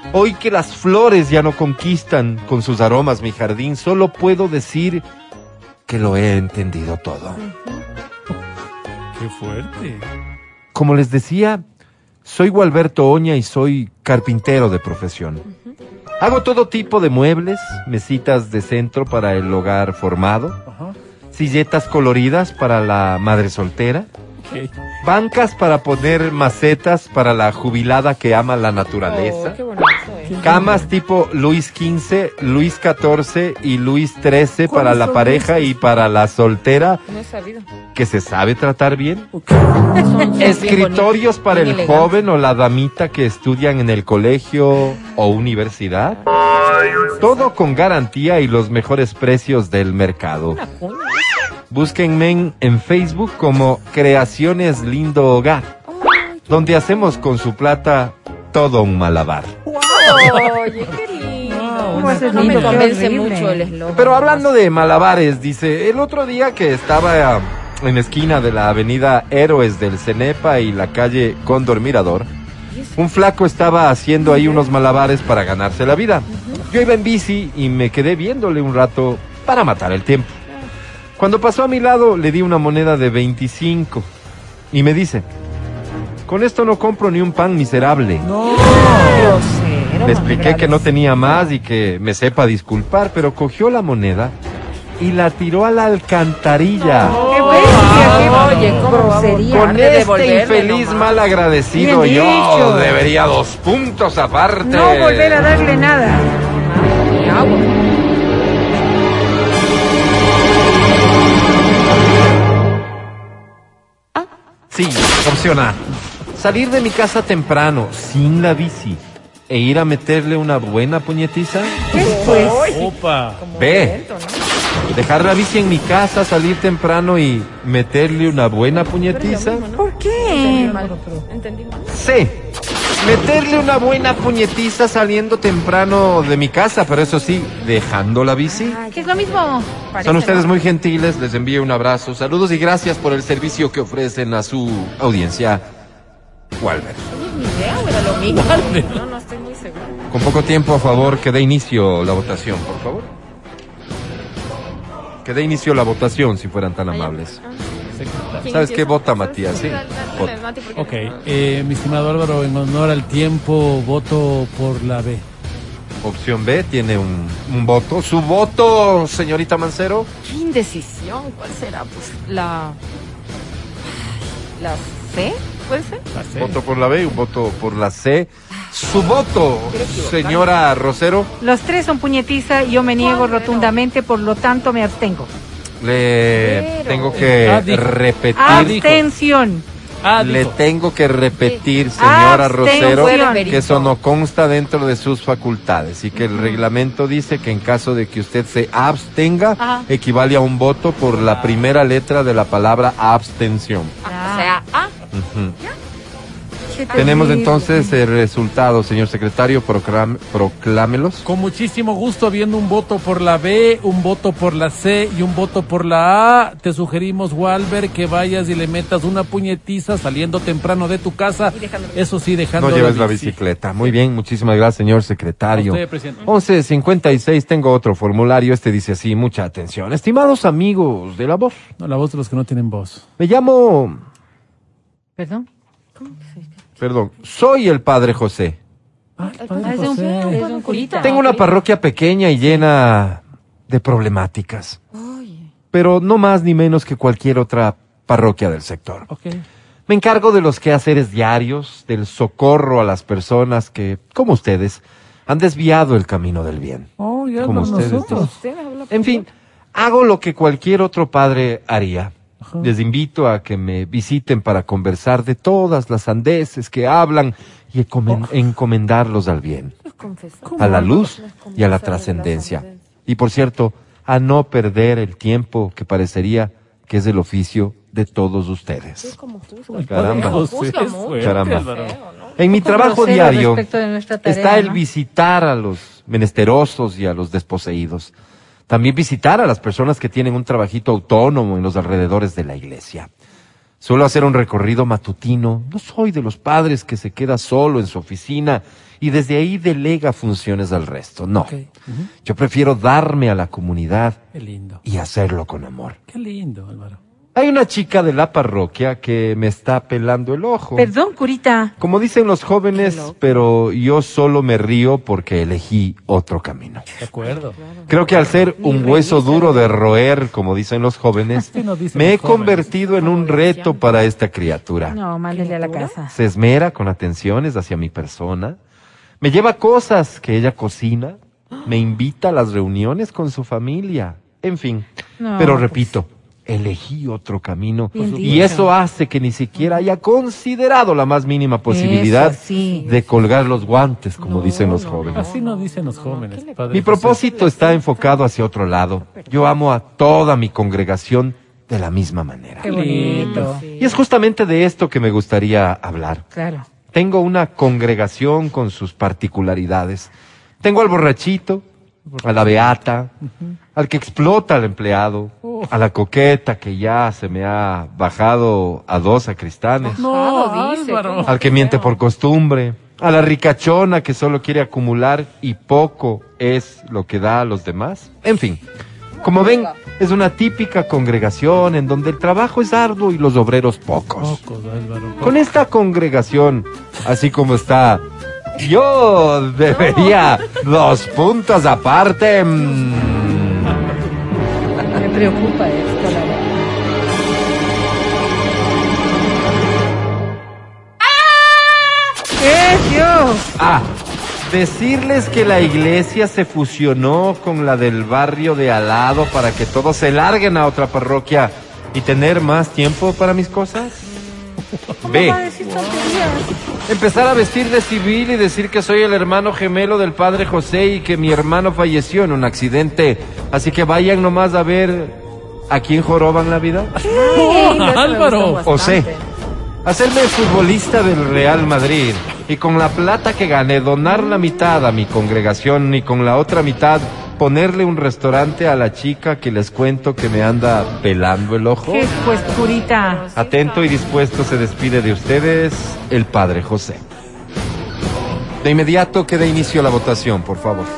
Speaker 2: Hoy que las flores ya no conquistan con sus aromas mi jardín, solo puedo decir que lo he entendido todo.
Speaker 3: Qué fuerte.
Speaker 2: Como les decía, soy Gualberto Oña y soy carpintero de profesión. Hago todo tipo de muebles, mesitas de centro para el hogar formado,
Speaker 3: Ajá.
Speaker 2: silletas coloridas para la madre soltera,
Speaker 3: Okay.
Speaker 2: bancas para poner macetas para la jubilada que ama la naturaleza,
Speaker 4: Oh, qué bonito, eh.
Speaker 2: camas tipo Luis quince, Luis catorce y Luis trece para la pareja y para la soltera
Speaker 4: No he sabido.
Speaker 2: que se sabe tratar bien.
Speaker 4: Son- son bien
Speaker 2: Escritorios
Speaker 4: bonitos,
Speaker 2: para
Speaker 4: bien
Speaker 2: el
Speaker 4: elegantes.
Speaker 2: joven o la damita que estudian en el colegio o universidad. Todo con garantía y los mejores precios del mercado.
Speaker 4: Una cuña.
Speaker 2: Búsquenme en, en Facebook como Creaciones Lindo Hogar, donde hacemos con su plata todo un malabar.
Speaker 4: Oye, qué lindo.
Speaker 5: ¿Cómo haces
Speaker 4: No me
Speaker 5: lindo? Qué
Speaker 4: convence
Speaker 5: horrible.
Speaker 4: mucho el eslogan.
Speaker 2: Pero hablando de malabares, dice, el otro día que estaba en la esquina de la avenida Héroes del Cenepa y la calle Cóndor Mirador, un flaco estaba haciendo ahí unos malabares para ganarse la vida. Yo iba en bici y me quedé viéndole un rato para matar el tiempo. Cuando pasó a mi lado le di una moneda de veinticinco y me dice, con esto no compro ni un pan miserable.
Speaker 3: No.
Speaker 4: Grosero,
Speaker 2: Le expliqué que no
Speaker 4: malagradecido.
Speaker 2: tenía más y que me sepa disculpar, pero cogió la moneda y la tiró a la alcantarilla.
Speaker 5: ¡Qué bestia! ¡Qué
Speaker 4: Oye, ¿cómo va a
Speaker 5: grosería!
Speaker 2: Con
Speaker 4: Har de
Speaker 2: este
Speaker 4: devolverle
Speaker 2: infeliz
Speaker 4: nomás.
Speaker 2: mal agradecido
Speaker 5: Bien
Speaker 2: yo
Speaker 5: dicho.
Speaker 2: debería dos puntos aparte.
Speaker 5: No volver a darle nada.
Speaker 4: Ni agua.
Speaker 2: Sí, opción A. Salir de mi casa temprano, sin la bici, e ir a meterle una buena puñetiza.
Speaker 5: Después.
Speaker 3: Opa.
Speaker 2: B. Dejar la bici en mi casa, salir temprano y meterle una buena puñetiza.
Speaker 5: ¿Por
Speaker 4: Entendí
Speaker 5: qué?
Speaker 4: mal. Entendí mal.
Speaker 2: C. Meterle una buena puñetiza saliendo temprano de mi casa, pero eso sí, dejando la bici.
Speaker 5: ¿Qué es lo mismo?
Speaker 4: Parece,
Speaker 2: Son ustedes
Speaker 4: ¿no?
Speaker 2: muy gentiles, les envío un abrazo, saludos y gracias por el servicio que ofrecen a su audiencia. Walter.
Speaker 4: Ni idea, o era lo mismo. No, no estoy muy seguro.
Speaker 2: Con poco tiempo, a favor, que dé inicio la votación, por favor. Que dé inicio la votación, si fueran tan amables.
Speaker 4: ¿Quién
Speaker 2: ¿Sabes qué?
Speaker 4: empieza?
Speaker 2: Vota, Matías, sí.
Speaker 4: Dale, dale,
Speaker 2: Vota.
Speaker 4: Mati, porque
Speaker 3: Ok,
Speaker 4: no-
Speaker 3: eh, mi estimado Álvaro, en honor al tiempo, voto por la B.
Speaker 2: Opción B tiene un, un voto. ¿Su voto, señorita Mancero?
Speaker 4: Qué indecisión. ¿Cuál será? Pues la... ¿La C? ¿Puede ser?
Speaker 3: La C.
Speaker 2: Voto por la B y un voto por la C. Su voto, señora Rosero.
Speaker 5: Los tres son puñetiza y yo me niego rotundamente, por lo tanto me abstengo.
Speaker 2: Le
Speaker 4: Pero-
Speaker 2: tengo que
Speaker 3: Ah, dijo.
Speaker 2: repetir.
Speaker 5: Abstención.
Speaker 3: Ah,
Speaker 2: Le
Speaker 3: dijo.
Speaker 2: tengo que repetir, señora
Speaker 5: Abstención.
Speaker 2: Rosero,
Speaker 4: Puede
Speaker 2: que eso no consta dentro de sus facultades y que el reglamento dice que en caso de que usted se abstenga,
Speaker 5: Ajá.
Speaker 2: equivale a un voto por la primera letra de la palabra abstención.
Speaker 4: Ah, o sea, A.
Speaker 2: Ujú.
Speaker 5: Qué
Speaker 2: Tenemos
Speaker 5: terrible.
Speaker 2: entonces el resultado, señor secretario, proclam- proclámelos.
Speaker 3: Con muchísimo gusto, viendo un voto por la B, un voto por la C y un voto por la A, te sugerimos, Walter, que vayas y le metas una puñetiza saliendo temprano de tu casa.
Speaker 4: Y dejando-
Speaker 3: Eso sí, dejando
Speaker 2: No lleves la
Speaker 3: bici.
Speaker 2: bicicleta. Muy bien, muchísimas gracias, señor secretario.
Speaker 3: A usted, presidente.
Speaker 2: once cincuenta y seis, tengo otro formulario. Este dice así, mucha atención. Estimados amigos de la voz,
Speaker 3: No, la voz de los que no tienen voz.
Speaker 2: me llamo...
Speaker 5: ¿Perdón?
Speaker 2: Perdón, soy el padre José.
Speaker 3: Ah,
Speaker 5: Ah, es de un, es de un curita.
Speaker 2: Tengo una parroquia pequeña y llena de problemáticas,
Speaker 4: Oye.
Speaker 2: pero no más ni menos que cualquier otra parroquia del sector.
Speaker 3: Ok.
Speaker 2: Me encargo de los quehaceres diarios, del socorro a las personas que, como ustedes, han desviado el camino del bien.
Speaker 3: Oh, ya
Speaker 2: Como
Speaker 3: por
Speaker 2: ustedes
Speaker 3: nosotros.
Speaker 4: Usted habla por
Speaker 2: En fin, hago lo que cualquier otro padre haría.
Speaker 3: Ajá.
Speaker 2: Les invito a que me visiten para conversar de todas las sandeces que hablan y encomen- encomendarlos al bien,
Speaker 4: confesar.
Speaker 2: a la luz y a la trascendencia. Y por cierto, a no perder el tiempo que parecería que es el oficio de todos ustedes.
Speaker 4: Como tú,
Speaker 2: Caramba.
Speaker 3: José,
Speaker 4: Juzga
Speaker 3: es
Speaker 4: mucho.
Speaker 3: fuerte,
Speaker 2: Caramba.
Speaker 3: Álvaro.
Speaker 2: En mi
Speaker 5: Un poco
Speaker 2: trabajo
Speaker 5: grosero
Speaker 2: diario
Speaker 5: respecto de nuestra tarea,
Speaker 2: está el
Speaker 5: ¿no?
Speaker 2: visitar a los menesterosos y a los desposeídos. También visitar a las personas que tienen un trabajito autónomo en los alrededores de la iglesia. Suelo hacer un recorrido matutino. No soy de los padres que se queda solo en su oficina y desde ahí delega funciones al resto. No.
Speaker 3: Okay. Uh-huh.
Speaker 2: Yo prefiero darme a la comunidad
Speaker 3: Qué lindo.
Speaker 2: y hacerlo con amor.
Speaker 3: Qué lindo, Álvaro.
Speaker 2: Hay una chica de la parroquia que me está pelando el ojo.
Speaker 5: Perdón, curita.
Speaker 2: Como dicen los jóvenes, pero yo solo me río porque elegí otro camino.
Speaker 3: De acuerdo.
Speaker 2: Creo que al ser un hueso duro de roer, como dicen los jóvenes,
Speaker 3: no dicen
Speaker 2: me he
Speaker 3: los jóvenes.
Speaker 2: convertido en un reto para esta criatura.
Speaker 5: No, mándele a la casa.
Speaker 2: Se esmera con atenciones hacia mi persona, me lleva cosas que ella cocina, me invita a las reuniones con su familia, en fin.
Speaker 5: No,
Speaker 2: pero
Speaker 5: pues.
Speaker 2: repito, elegí otro camino
Speaker 5: Bien
Speaker 2: y
Speaker 5: dicho.
Speaker 2: eso hace que ni siquiera haya considerado la más mínima posibilidad
Speaker 5: Eso, sí.
Speaker 2: de colgar los guantes, como dicen los jóvenes.
Speaker 3: Así no dicen los jóvenes, padre
Speaker 2: Mi
Speaker 3: José.
Speaker 2: propósito está enfocado hacia otro lado. Yo amo a toda mi congregación de la misma manera.
Speaker 5: Qué bonito.
Speaker 2: Y es justamente de esto que me gustaría hablar.
Speaker 5: Claro.
Speaker 2: Tengo una congregación con sus particularidades. Tengo al borrachito, a la beata, al que explota al empleado, a la coqueta que ya se me ha bajado a dos sacristanes,
Speaker 3: No, Álvaro.
Speaker 2: al que miente por costumbre, a la ricachona que solo quiere acumular y poco es lo que da a los demás. En fin, como ven, es una típica congregación en donde el trabajo es arduo y los obreros pocos.
Speaker 3: Pocos, Álvaro. Pocos.
Speaker 2: Con esta congregación, así como está, yo debería dos puntos aparte. mm,
Speaker 5: Me preocupa esto, la verdad. ¡Eh, Dios!
Speaker 2: Ah, decirles que la iglesia se fusionó con la del barrio de al lado para que todos se larguen a otra parroquia y tener más tiempo para mis cosas. Ve,
Speaker 5: Va a decir tonterías.
Speaker 2: empezar a vestir de civil y decir que soy el hermano gemelo del padre José y que mi hermano falleció en un accidente. Así que vayan nomás a ver a quién joroban la vida.
Speaker 3: ¡Oh, Álvaro!
Speaker 2: José, hacerme futbolista del Real Madrid y con la plata que gané donar la mitad a mi congregación y con la otra mitad ponerle un restaurante a la chica que les cuento que me anda pelando el ojo.
Speaker 5: ¿Qué pues, curita?
Speaker 2: Atento y dispuesto se despide de ustedes el padre José. De inmediato que dé inicio a la votación, por favor.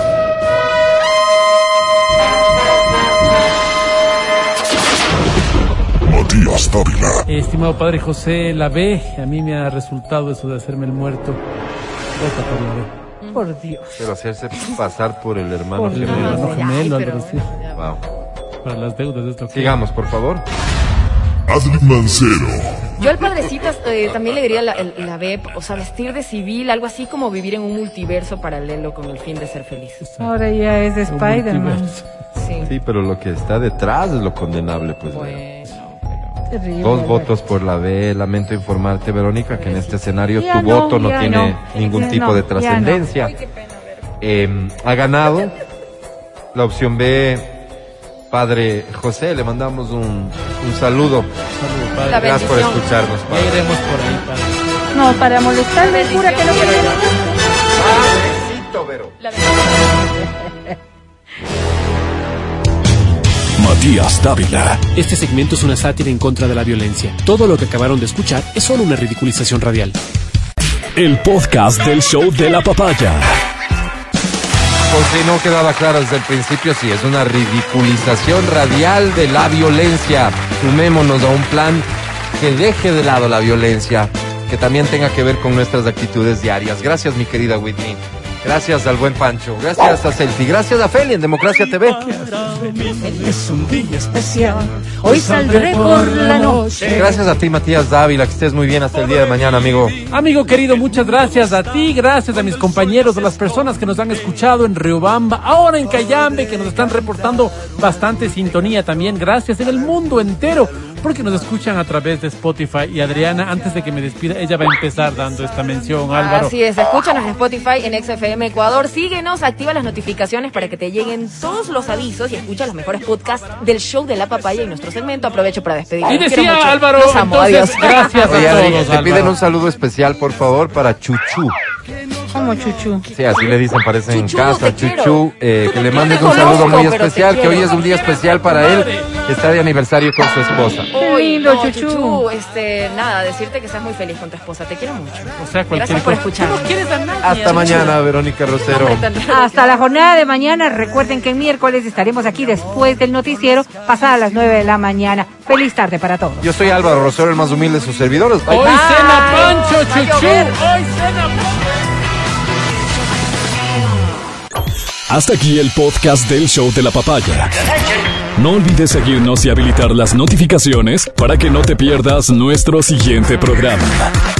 Speaker 1: Matías Dávila.
Speaker 3: Estimado padre José, la B, a mí me ha resultado eso de hacerme el muerto. Vota por la B.
Speaker 5: Por Dios.
Speaker 2: Pero hacerse pasar por el hermano
Speaker 3: Por el
Speaker 2: gemelo.
Speaker 3: hermano gemelo,
Speaker 4: Ay, pero-
Speaker 3: Álvaro, sí.
Speaker 2: Wow.
Speaker 3: Para las deudas de esto.
Speaker 2: Sigamos, por favor.
Speaker 1: Adri Mancero.
Speaker 4: Yo al padrecito eh, también le diría la, el- la B, o sea, vestir de civil, algo así como vivir en un multiverso paralelo con el fin de ser feliz.
Speaker 5: Ahora ya es de
Speaker 3: Un
Speaker 5: Spider-Man.
Speaker 3: multiverso.
Speaker 4: Sí.
Speaker 2: Sí, pero lo que está detrás es lo condenable, pues.
Speaker 4: Bueno,
Speaker 5: Terrible,
Speaker 2: Dos
Speaker 5: Álvaro.
Speaker 2: votos por la B. Lamento informarte, Verónica, que en este escenario
Speaker 5: Ya
Speaker 2: tu
Speaker 5: no,
Speaker 2: voto no
Speaker 5: ya
Speaker 2: tiene
Speaker 5: no.
Speaker 2: ningún
Speaker 5: Ya
Speaker 2: tipo
Speaker 5: no,
Speaker 2: de
Speaker 5: ya
Speaker 2: trascendencia. Eh, ha ganado la opción B, padre José. Le mandamos un, un saludo.
Speaker 3: Saludos, padre.
Speaker 4: La
Speaker 2: Gracias por
Speaker 4: bendición.
Speaker 2: escucharnos,
Speaker 3: Ya
Speaker 2: padre.
Speaker 3: iremos por ahí, padre.
Speaker 5: No, para molestarme, jura que no
Speaker 4: Bendición,
Speaker 5: quería.
Speaker 2: Padrecito, Vero.
Speaker 4: la bendición.
Speaker 1: Matías Dávila.
Speaker 12: Este segmento es una sátira en contra de la violencia. Todo lo que acabaron de escuchar es solo una ridiculización radial.
Speaker 1: El podcast del show de la papaya.
Speaker 2: Por si no quedaba claro desde el principio, sí, es una ridiculización radial de la violencia. Sumémonos a un plan que deje de lado la violencia, que también tenga que ver con nuestras actitudes diarias. Gracias, mi querida Whitney. Gracias al buen Pancho. Gracias a Selfie. Gracias a Feli en Democracia T V.
Speaker 8: Es un día especial.
Speaker 5: Hoy saldré por la noche.
Speaker 2: Gracias a ti, Matías Dávila. Que estés muy bien hasta el día de mañana, amigo.
Speaker 3: Amigo querido, muchas gracias a ti, gracias a mis compañeros, a las personas que nos han escuchado en Riobamba, ahora en Cayambe, que nos están reportando bastante sintonía también, gracias en el mundo entero, porque nos escuchan a través de Spotify. Y Adriana, antes de que me despida, ella va a empezar dando esta mención, Álvaro.
Speaker 4: Así es, escúchanos en Spotify, en X F M Ecuador, síguenos, activa las notificaciones para que te lleguen todos los avisos y escucha los mejores podcasts del show de la papaya y nuestro segmento. Aprovecho para despedirme.
Speaker 3: Y
Speaker 4: Los quiero
Speaker 3: decía
Speaker 4: mucho.
Speaker 3: Álvaro,
Speaker 4: Los amo,
Speaker 3: entonces,
Speaker 4: adiós.
Speaker 3: gracias
Speaker 2: Oye,
Speaker 3: a
Speaker 2: Adri,
Speaker 3: todos,
Speaker 2: te piden
Speaker 3: Álvaro.
Speaker 2: un saludo especial, por favor, para Chuchu.
Speaker 5: Como chuchu.
Speaker 2: Sí, así le dicen, parece en
Speaker 4: Chuchu,
Speaker 2: casa,
Speaker 4: te quiero.
Speaker 2: Chuchu, eh,
Speaker 4: Tú
Speaker 2: que
Speaker 4: no
Speaker 2: le
Speaker 4: te
Speaker 2: mandes un
Speaker 4: conozco,
Speaker 2: saludo muy
Speaker 4: pero te
Speaker 2: especial, que
Speaker 4: quiero.
Speaker 2: hoy es un día especial para él.
Speaker 3: Madre.
Speaker 2: está de aniversario con su esposa.
Speaker 5: Qué lindo,
Speaker 4: no,
Speaker 5: Chuchu.
Speaker 4: Chuchu, este, nada, decirte que seas muy feliz con tu esposa. Te quiero mucho.
Speaker 3: O sea, cualquier
Speaker 4: Gracias por
Speaker 3: cosa.
Speaker 4: escucharme.
Speaker 3: No quieres a nadie.
Speaker 2: Hasta mañana, Verónica Rosero.
Speaker 5: Hasta la jornada de mañana. Recuerden que el miércoles estaremos aquí después del noticiero, pasadas las nueve de la mañana. Feliz tarde para todos.
Speaker 2: Yo soy Álvaro Rosero, el más humilde de sus servidores. Bye.
Speaker 3: Hoy cena Pancho,
Speaker 4: Va a
Speaker 3: Chuchu.
Speaker 4: llover.
Speaker 3: Hoy cena Pancho.
Speaker 1: Hasta aquí el podcast del Show de la Papaya. No olvides seguirnos y habilitar las notificaciones para que no te pierdas nuestro siguiente programa.